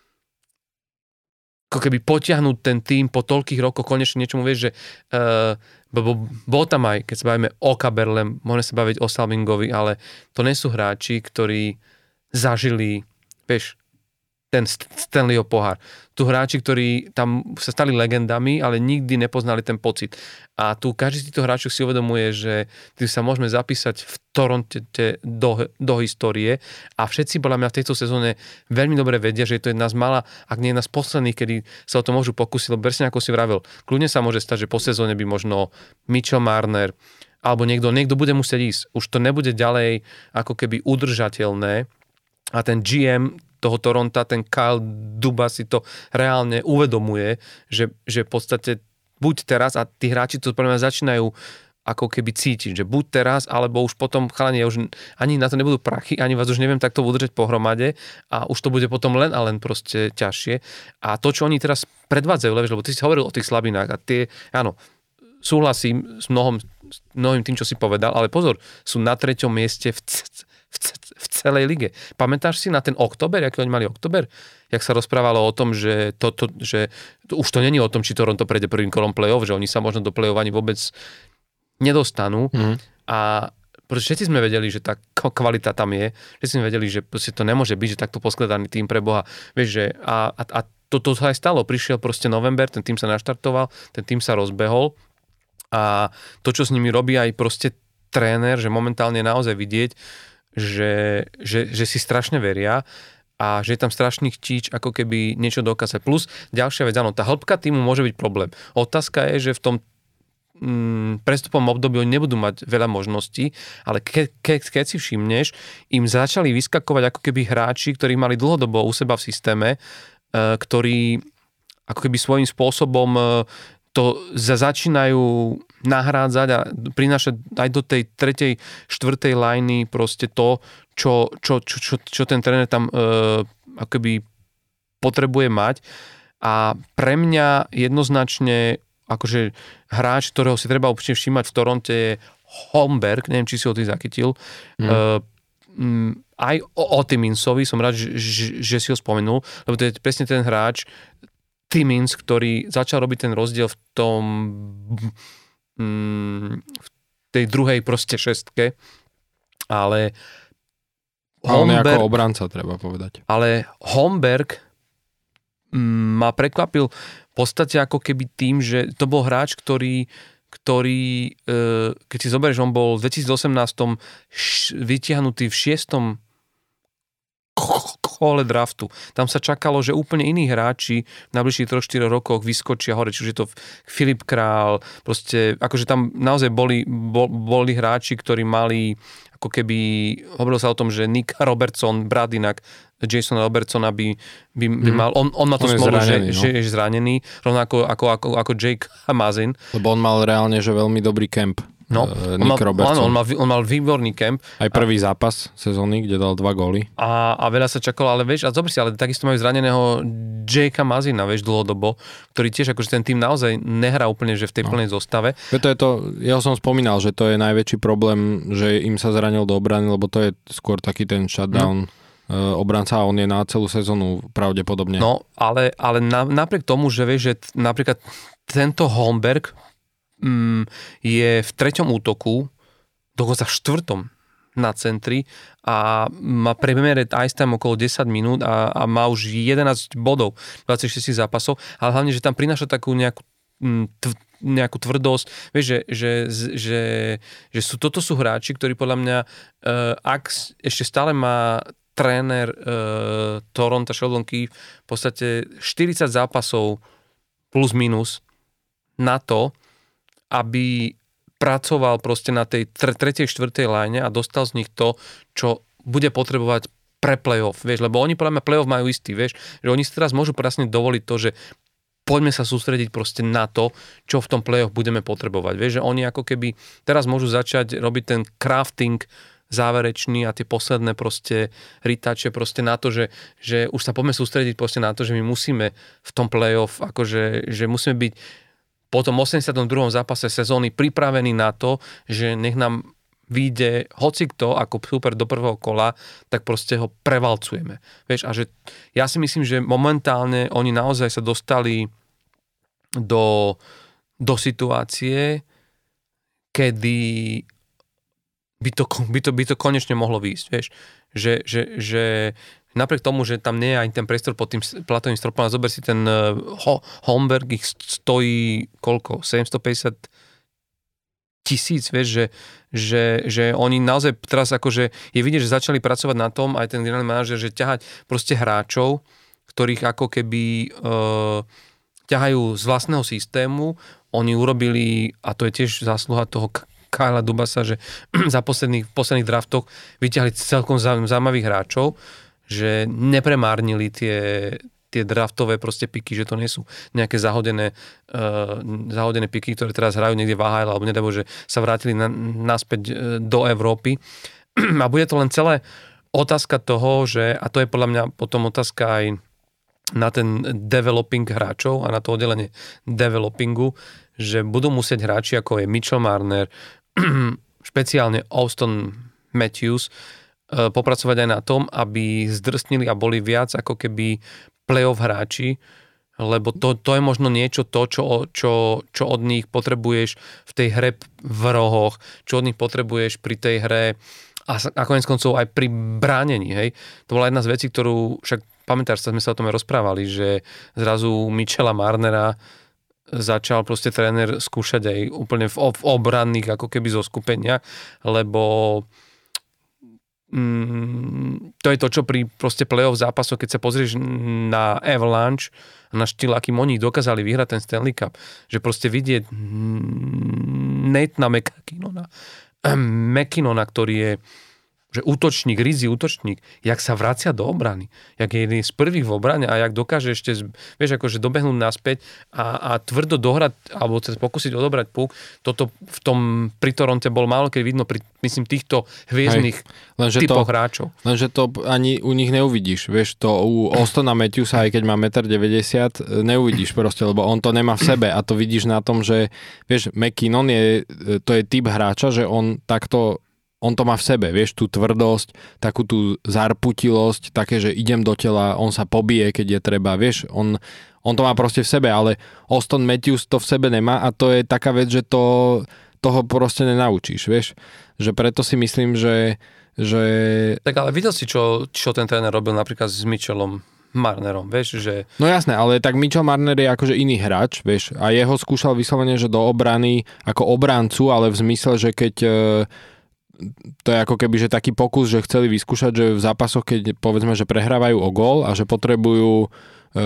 ako keby potiahnuť ten tým po toľkých rokoch, konečne niečomu, vieš, že uh, bo, bol tam aj, keď sa bavíme o Kaberle, môžeme sa baviť o Salmingovi, ale to nie sú hráči, ktorí zažili, vieš, ten Stanleyho pohár. Tu hráči, ktorí tam sa stali legendami, ale nikdy nepoznali ten pocit. A tu každý z týchto hráčov si uvedomuje, že tým sa môžeme zapísať v Toronte do, do histórie a všetci podľa mňa v tejto sezóne veľmi dobre vedia, že je to jedna z mála, ak nie jedna z posledných, kedy sa o to môžu pokúsiť, lebo presne ako si vravel, kľudne sa môže stať, že po sezóne by možno Mitchell Marner alebo niekto, niekto bude musieť ísť. Už to nebude ďalej ako keby udržateľné a ten gé em toho Toronta, ten Kyle Dubas si to reálne uvedomuje, že, že v podstate buď teraz, a tí hráči to pre mňa začínajú ako keby cítiť, že buď teraz, alebo už potom chalani, už ani na to nebudú prachy, ani vás už neviem takto udržať pohromade a už to bude potom len a len proste ťažšie. A to, čo oni teraz predvádzajú, lebo ty si hovoril o tých slabinách a tie, áno, súhlasím s mnohom, s mnohým tým, čo si povedal, ale pozor, sú na treťom mieste v V, v celej lige. Pamätáš si na ten október, aký oni mali október? Jak sa rozprávalo o tom, že, to, to, že to, už to není o tom, či Toronto prejde prvým kolom play-off, že oni sa možno do play-off ani vôbec nedostanú. Mm. A všetci sme vedeli, že tá kvalita tam je. Všetci sme vedeli, že to nemôže byť, že takto poskladaný tým pre Boha. Vieš, že a, a, a to, to sa aj stalo. Prišiel proste november, ten tým sa naštartoval, ten tým sa rozbehol a to, čo s nimi robí aj proste tréner, že momentálne je naozaj vidieť, Že, že, že si strašne veria a že je tam strašný chtíč ako keby niečo dokázať. Plus ďalšia vec, áno, tá hĺbka týmu môže byť problém. Otázka je, že v tom mm, prestupom období oni nebudú mať veľa možností, ale ke, ke, keď si všimneš, im začali vyskakovať ako keby hráči, ktorí mali dlhodobo u seba v systéme, e, ktorí ako keby svojím spôsobom e, to začínajú nahrádzať a prinášať aj do tej tretej, štvrtej lajny proste to, čo, čo, čo, čo, čo ten tréner tam e, akoby potrebuje mať. A pre mňa jednoznačne akože hráč, ktorého si treba určite všímať v Toronte je Holmberg, neviem, či si ho ty zachytil. Mm. E, m, aj o, o Timminsovi som rád, že, že, že si ho spomenul, lebo to je presne ten hráč, Timmins, ktorý začal robiť ten rozdiel v tom mm, v tej druhej proste šestke, ale Holmberg, ale ako obranca, treba povedať. Ale Holmberg mm, ma prekvapil v podstate ako keby tým, že to bol hráč, ktorý ktorý, e, keď si zoberieš, on bol v dvetisícosemnásť š, vytiahnutý v šiestom kole draftu. Tam sa čakalo, že úplne iní hráči v najbližších tri štyri rokoch vyskočia hore, čiže to Filip Král, proste, akože tam naozaj boli, bol, boli hráči, ktorí mali, ako keby, hovorilo sa o tom, že Nick Robertson, brat inak Jason Robertsona by, by, by mal, on, on má to smolu, že, no? že je zranený, rovnako ako, ako, ako Jake Mazin. Lebo on mal reálne, že veľmi dobrý kemp. No, uh, Nick on mal, Robertson. Áno, on mal, on mal výborný kemp. Aj prvý a, zápas sezóny, kde dal dva góly. A, a veľa sa čakalo, ale vieš, a zobri si, ale takisto majú zraneného Jakea Mazina, vieš, dlhodobo, ktorý tiež, akože ten tým naozaj nehrá úplne, že v tej no. plnej zostave. To je to, ja som spomínal, že to je najväčší problém, že im sa zranil do obrany, lebo to je skôr taký ten shutdown no. obranca a on je na celú sezónu pravdepodobne. No, ale, ale na, napriek tomu, že vieš, že t- napríklad tento Holmberg mm, je v treťom útoku, dokonca v štvrtom na centri a má premere ice time okolo desať minút a, a má už jedenásť bodov, dvadsaťšesť zápasov, ale hlavne, že tam prináša takú nejakú tv- nejakú tvrdosť, vieš, že, že, že, že sú, toto sú hráči, ktorí podľa mňa, uh, ak ešte stále má tréner uh, Toronto Sheldon Keefe v podstate štyridsať zápasov plus minus na to, aby pracoval proste na tej tretej, štvrtej line a dostal z nich to, čo bude potrebovať pre playoff, vieš, lebo oni podľa mňa playoff majú istý, vieš, že oni si teraz môžu presne dovoliť to, že poďme sa sústrediť proste na to, čo v tom playoff budeme potrebovať, vieš, že oni ako keby teraz môžu začať robiť ten crafting záverečný a tie posledné proste rytače proste na to, že, že už sa poďme sústrediť proste na to, že my musíme v tom playoff, akože, že musíme byť po tom osemdesiatom druhom zápase sezóny pripravení na to, že nech nám vyjde hocikto ako super do prvého kola, tak proste ho prevalcujeme. Vieš, a že ja si myslím, že momentálne oni naozaj sa dostali do, do situácie, kedy by to, by to, by to konečne mohlo výjsť. Vieš, že, že, že napriek tomu, že tam nie je ani ten priestor pod tým platovým stropom, a zober si ten uh, Ho- Holmberg, ich stojí koľko? sedemstopäťdesiat tisíc, vieš, že, že, že oni naozaj teraz akože je vidieť, že začali pracovať na tom, aj ten generálny manažer, že ťahať proste hráčov, ktorých ako keby uh, ťahajú z vlastného systému. Oni urobili, a to je tiež zásluha toho Kylea Dubasa, že za posledných, posledných draftoch vyťahli celkom zaujímavých hráčov, že nepremárnili tie tie draftové proste piky, že to nie sú nejaké zahodené, uh, zahodené piky, ktoré teraz hrajú niekde v á há el, alebo nedebo, že sa vrátili na, naspäť do Európy. A bude to len celé otázka toho, že, a to je podľa mňa potom otázka aj na ten developing hráčov a na to oddelenie developingu, že budú musieť hráči, ako je Mitchell Marner, špeciálne Auston Matthews, uh, popracovať aj na tom, aby zdrsnili a boli viac ako keby playoff hráči, lebo to, to je možno niečo to, čo, čo, čo od nich potrebuješ v tej hre v rohoch, čo od nich potrebuješ pri tej hre a, a koniec koncov aj pri bránení, hej. To bola jedna z vecí, ktorú, však pamätáš sa, sme sa o tom aj rozprávali, že zrazu Mitchella Marnera začal proste tréner skúšať aj úplne v, v obranných ako keby zo skupenia, lebo Mm, to je to, čo pri proste playoff zápasoch, keď sa pozrieš na Avalanche a na štýl, akým oni dokázali vyhrať ten Stanley Cup, že proste vidieť Nathana McKinnona, McKinnona, ktorý je že útočník, rizí útočník, jak sa vracia do obrany, jak je jeden z prvých v obrane a jak dokáže ešte, vieš, akože dobehnúť naspäť a, a tvrdo dohrať, alebo sa pokúsiť odobrať puk. Toto v tom pri Toronte bol málo keď vidno pri, myslím, týchto hviezdnych typoch hráčov. Lenže to ani u nich neuvidíš, vieš, to u Austona Matthewsa, aj keď má jeden deväťdesiat metra, neuvidíš proste, lebo on to nemá v sebe a to vidíš na tom, že, vieš, McKinnon je, to je typ hráča, že on takto on to má v sebe, vieš, tú tvrdosť, takú tú zarputilosť, také, že idem do tela, on sa pobije, keď je treba, vieš, on, on to má proste v sebe, ale Auston Matthews to v sebe nemá a to je taká vec, že to, toho proste nenaučíš, vieš, že preto si myslím, že, že... Tak ale videl si, čo, čo ten tréner robil napríklad s Mitchellom Marnerom, vieš, že... No jasné, ale tak Mitchell Marner je akože iný hráč, vieš, a jeho skúšal vyslovene, že do obrany ako obrancu, ale v zmysle, že keď... to je ako keby, že taký pokus, že chceli vyskúšať, že v zápasoch, keď povedzme, že prehrávajú o gól a že potrebujú e,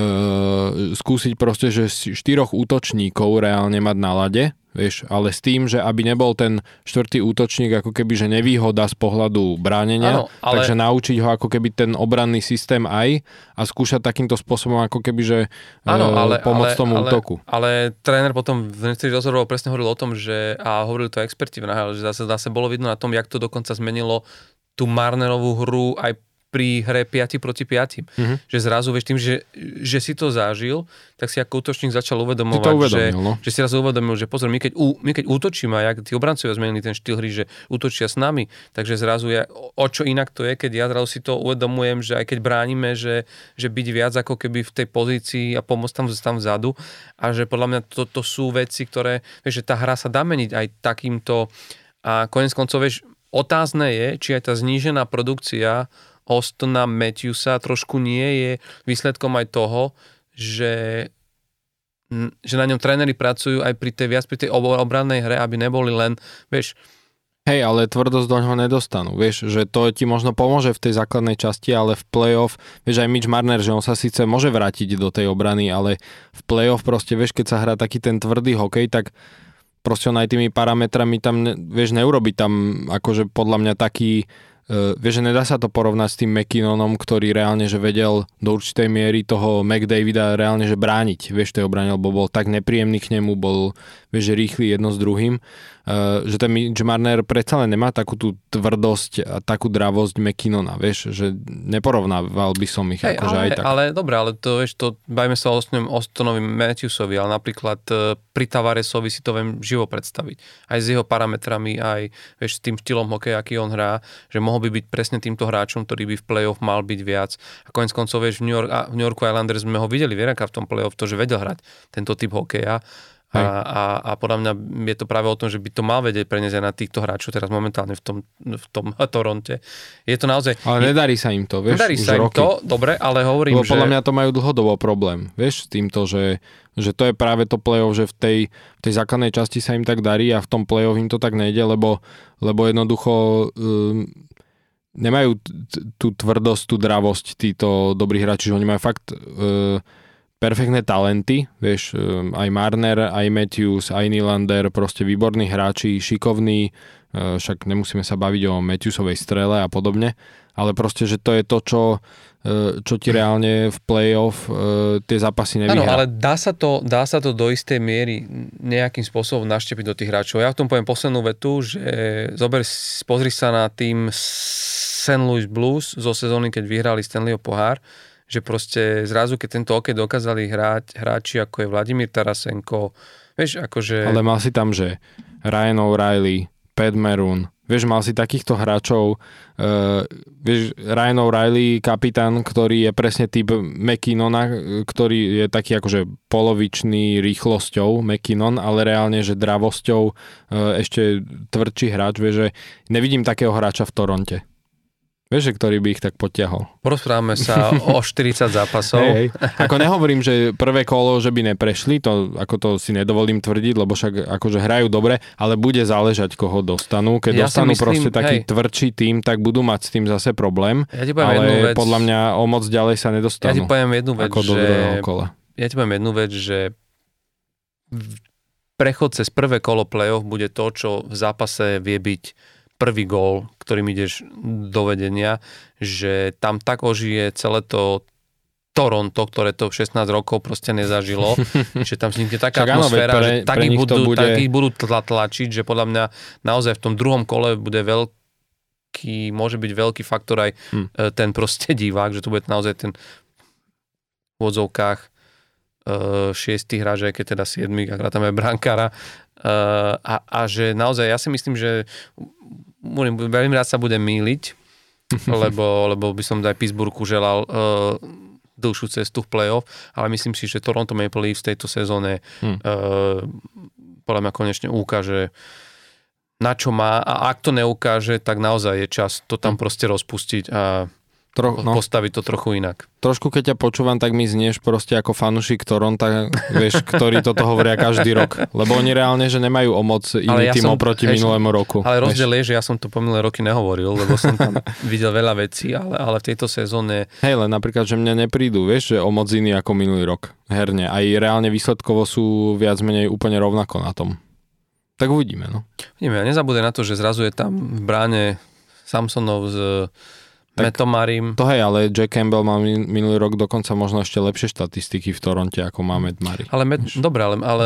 skúsiť proste, že štyroch útočníkov reálne mať na lade, vieš, ale s tým, že aby nebol ten štvrtý útočník ako keby, že nevýhoda z pohľadu bránenia, ano, ale... takže naučiť ho ako keby ten obranný systém aj a skúšať takýmto spôsobom ako keby, že ano, ale, pomôcť ale, tomu ale, útoku. Ale tréner potom v niektorých rozhovoroch presne hovoril o tom, že a hovorili to experti v náhľadu, že zase, zase bolo vidno na tom, jak to dokonca zmenilo tú Marnerovú hru aj pri hre päť proti päť. Mm-hmm. Že zrazu, vieš, tým, že, že si to zažil, tak si ako útočník začal uvedomovať, uvedomil, že, no? že si raz uvedomil, že pozor, my keď, ú, my keď útočíme, a jak tí obrancovia zmenili ten štýl hry, že útočia s nami, takže zrazu ja, o čo inak to je, keď ja zrazu si to uvedomujem, že aj keď bránime, že, že byť viac ako keby v tej pozícii a pomôcť tam, tam vzadu a že podľa mňa to, to sú veci, ktoré, vieš, že tá hra sa dá meniť aj takýmto a konec koncov, vieš, otázne je, či aj tá znížená produkcia Austona Matthewsa trošku nie je výsledkom aj toho, že, že na ňom tréneri pracujú aj pri tej viac pri tej obrannej hre, aby neboli len, vieš... Hej, ale tvrdosť do ňoho nedostanú, vieš, že to ti možno pomôže v tej základnej časti, ale v play-off, vieš, aj Mitch Marner, že on sa síce môže vrátiť do tej obrany, ale v play-off proste, vieš, keď sa hrá taký ten tvrdý hokej, tak proste on aj tými parametrami tam, vieš, neurobi tam akože podľa mňa taký Uh, vieš, že nedá sa to porovnať s tým McKinnonom, ktorý reálne, že vedel do určitej miery toho McDavida reálne, že brániť, vieš, tej obrane, lebo bol tak nepríjemný k nemu, bol, vieš, že rýchly jedno s druhým, uh, že ten Mitch Marner predsa len nemá takú tú tvrdosť a takú dravosť McKinnona, vieš, že neporovnával by som ich, hey, akože ale, aj tak. Ale dobré, ale to, vieš, to bajme sa o Austonovi Matthewsovi, ale napríklad uh, pri Tavaresovi si to viem živo predstaviť. Aj s jeho parametrami, aj, vieš, s tým štýlom hokeja, aký on hrá, že mohol by byť presne týmto hráčom, ktorý by v play-off mal byť viac. A koniec koncov, vieš, v New, York, v New Yorku Islanders sme ho videli, vieraká v tom play-off, to, že vedel hrať tento typ hokeja. A, a, a podľa mňa je to práve o tom, že by to mal vedieť preniesť aj na týchto hráčov teraz momentálne v tom, v tom Toronte. Je to naozaj... Ale nedarí sa im to, vieš, nedarí už sa im roky. to, dobre, ale hovorím, Lebo že... podľa mňa to majú dlhodobo problém, vieš, s týmto, že, že to je práve to play-off, že v tej, v tej základnej časti sa im tak darí a v tom play-off im to tak nejde, lebo, lebo jednoducho um, nemajú t- tú tvrdosť, tú dravosť títo dobrí hráči, že oni majú fakt... Uh, perfektné talenty, vieš, aj Marner, aj Matthews, aj Nylander, proste výborní hráči, šikovní, však nemusíme sa baviť o Matthewsovej strele a podobne, ale proste, že to je to, čo, čo ti reálne v play-off tie zápasy nevyhrá. Áno, ale dá sa, to, dá sa to do istej miery nejakým spôsobom naštepiť do tých hráčov. Ja v tom poviem poslednú vetu, že zober, pozri sa na tým Saint Louis Blues zo sezóny, keď vyhrali Stanleyho pohár, že proste zrazu, keď tento hokej dokázali hrať hráči, ako je Vladimír Tarasenko, vieš, akože... Ale mal si tam, že Ryan O'Reilly, Pat Maroon, vieš, mal si takýchto hráčov, uh, vieš, Ryan O'Reilly, kapitán, ktorý je presne typ McKinnona, ktorý je taký akože polovičný rýchlosťou McKinnon, ale reálne, že dravosťou uh, ešte tvrdší hráč, vieš, že nevidím takého hráča v Toronte. Vieš, že ktorý by ich tak potiahol. Porozprávame sa o štyridsať zápasov. Hej, hej. Ako nehovorím, že prvé kolo, že by neprešli, to ako to si nedovolím tvrdiť, lebo však akože hrajú dobre, ale bude záležať, koho dostanú. Keď ja dostanú myslím, proste taký hej. tvrdší tým, tak budú mať s tým zase problém. Ja ti poviem ale jednu vec, podľa mňa o moc ďalej sa nedostanú. Ja ti poviem jednu vec, ako do druhého kola. Ja ti poviem jednu vec, že prechod cez prvé kolo play-off bude to, čo v zápase vie byť prvý gól, ktorým ideš do vedenia, že tam tak ožije celé to Toronto, ktoré to šestnásť rokov proste nezažilo, že tam vznikne taká Čak atmosféra, áno, pre, že tak ich budú, bude... tak ich budú tlačiť, že podľa mňa naozaj v tom druhom kole bude veľký, môže byť veľký faktor aj hm. ten proste divák, že to bude naozaj ten v odzovkách šiestý hráč, aj keď teda siedmy, akrát tam je brankára. A, a že naozaj, ja si myslím, že veľmi rád sa budem mýliť, lebo, lebo by som aj Pittsburghu želal uh, dlhšiu cestu v play-off, ale myslím si, že Toronto Maple Leafs v tejto sezóne hmm. uh, podľa mňa konečne ukáže, na čo má, a ak to neukáže, tak naozaj je čas to tam hmm. proste rozpustiť a Tro, no. postaviť to trochu inak. Trošku keď ťa počúvam, tak mi znieš proste ako fanúšik Toronta, vieš, ktorí toto hovoria každý rok. Lebo oni reálne, že nemajú o moc iný ja tým oproti hej, minulému roku. Ale rozdiel je, že ja som to po minulé roky nehovoril, lebo som tam videl veľa vecí, ale, ale v tejto sezóne... Hej, len napríklad, že mne neprídu, vieš, že o moc iný ako minulý rok. Herne. Aj reálne výsledkovo sú viac menej úplne rovnako na tom. Tak uvidíme, no. Uvidíme, a nezabudaj na to, že zrazu je tam v bráne Samsonov z Mattom Marrym. To hej, ale Jack Campbell mal minulý rok dokonca možno ešte lepšie štatistiky v Toronte, ako má Matt Murray. Ale Matt, dobre, ale, ale,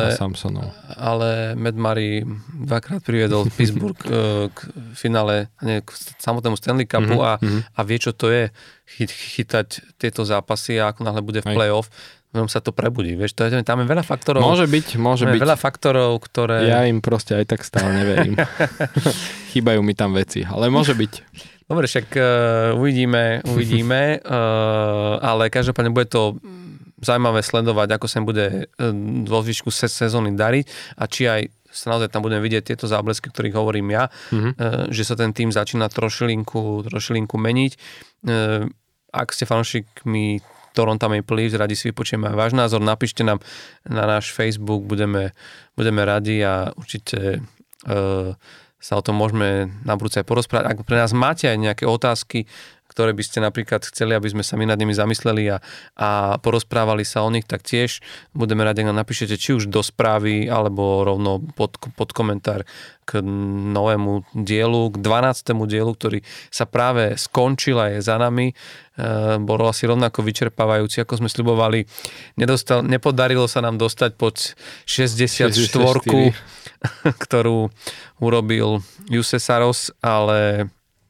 ale Matt Murray dvakrát priviedol Pittsburgh k finále, nie, k samotnému Stanley Cupu mm-hmm, a, mm-hmm. a vie, čo to je chyt, chytať tieto zápasy a ako náhle bude v play-off, v sa to prebudí. Vieš, to je, tam je veľa faktorov. Môže byť, môže byť. Veľa faktorov, ktoré... Ja im proste aj tak stále neverím. Chýbajú mi tam veci, ale môže byť. Dobre, však uh, uvidíme, uvidíme, uh, ale každopádne bude to zaujímavé sledovať, ako sa bude uh, vo zvyšku se- sezóny dariť a či aj sa naozaj tam budeme vidieť tieto záblesky, o ktorých hovorím ja, mm-hmm. uh, že sa ten tým začína trošilinku, trošilinku meniť. Uh, ak ste fanúšikmi Toronto Maple Leafs, radi si vypočujeme váš názor, napíšte nám na náš Facebook, budeme, budeme radi a určite uh, sa o tom môžeme na budúce aj porozprávať. Ak pre nás máte aj nejaké otázky, ktoré by ste napríklad chceli, aby sme sa my nad nimi zamysleli a, a porozprávali sa o nich, tak tiež budeme radi, ak nám napíšete či už do správy, alebo rovno pod, pod komentár k novému dielu, k dvanástemu dielu, ktorý sa práve skončil a je za nami. E, bol asi rovnako vyčerpávajúci, ako sme sľubovali. Nedostal, nepodarilo sa nám dostať pod šesťdesiatštyri, ktorú urobil Juuse Saros, ale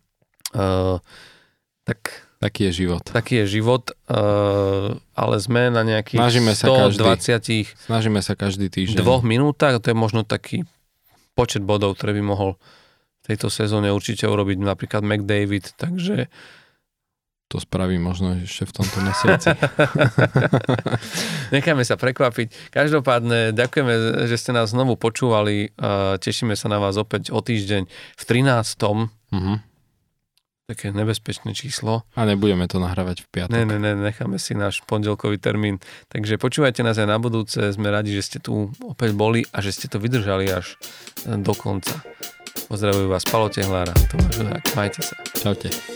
uh, tak, taký je život. Taký je život, uh, ale sme na nejakých sto dvadsať Snažíme sa každý týždeň. Dvoch minútach, to je možno taký počet bodov, ktorý by mohol v tejto sezóne určite urobiť napríklad McDavid, takže to spraví možno ešte v tomto mesiaci. Necháme sa prekvapiť. Každopádne ďakujeme, že ste nás znovu počúvali. Tešíme sa na vás opäť o týždeň v trinástom Uh-huh. Také nebezpečné číslo. A nebudeme to nahrávať v piatok. Ne, ne, ne, necháme si náš pondelkový termín. Takže počúvajte nás aj na budúce. Sme radi, že ste tu opäť boli a že ste to vydržali až do konca. Pozdravujú vás Palo Tehlára, Tomáš Dudák. Majte sa. Čaute.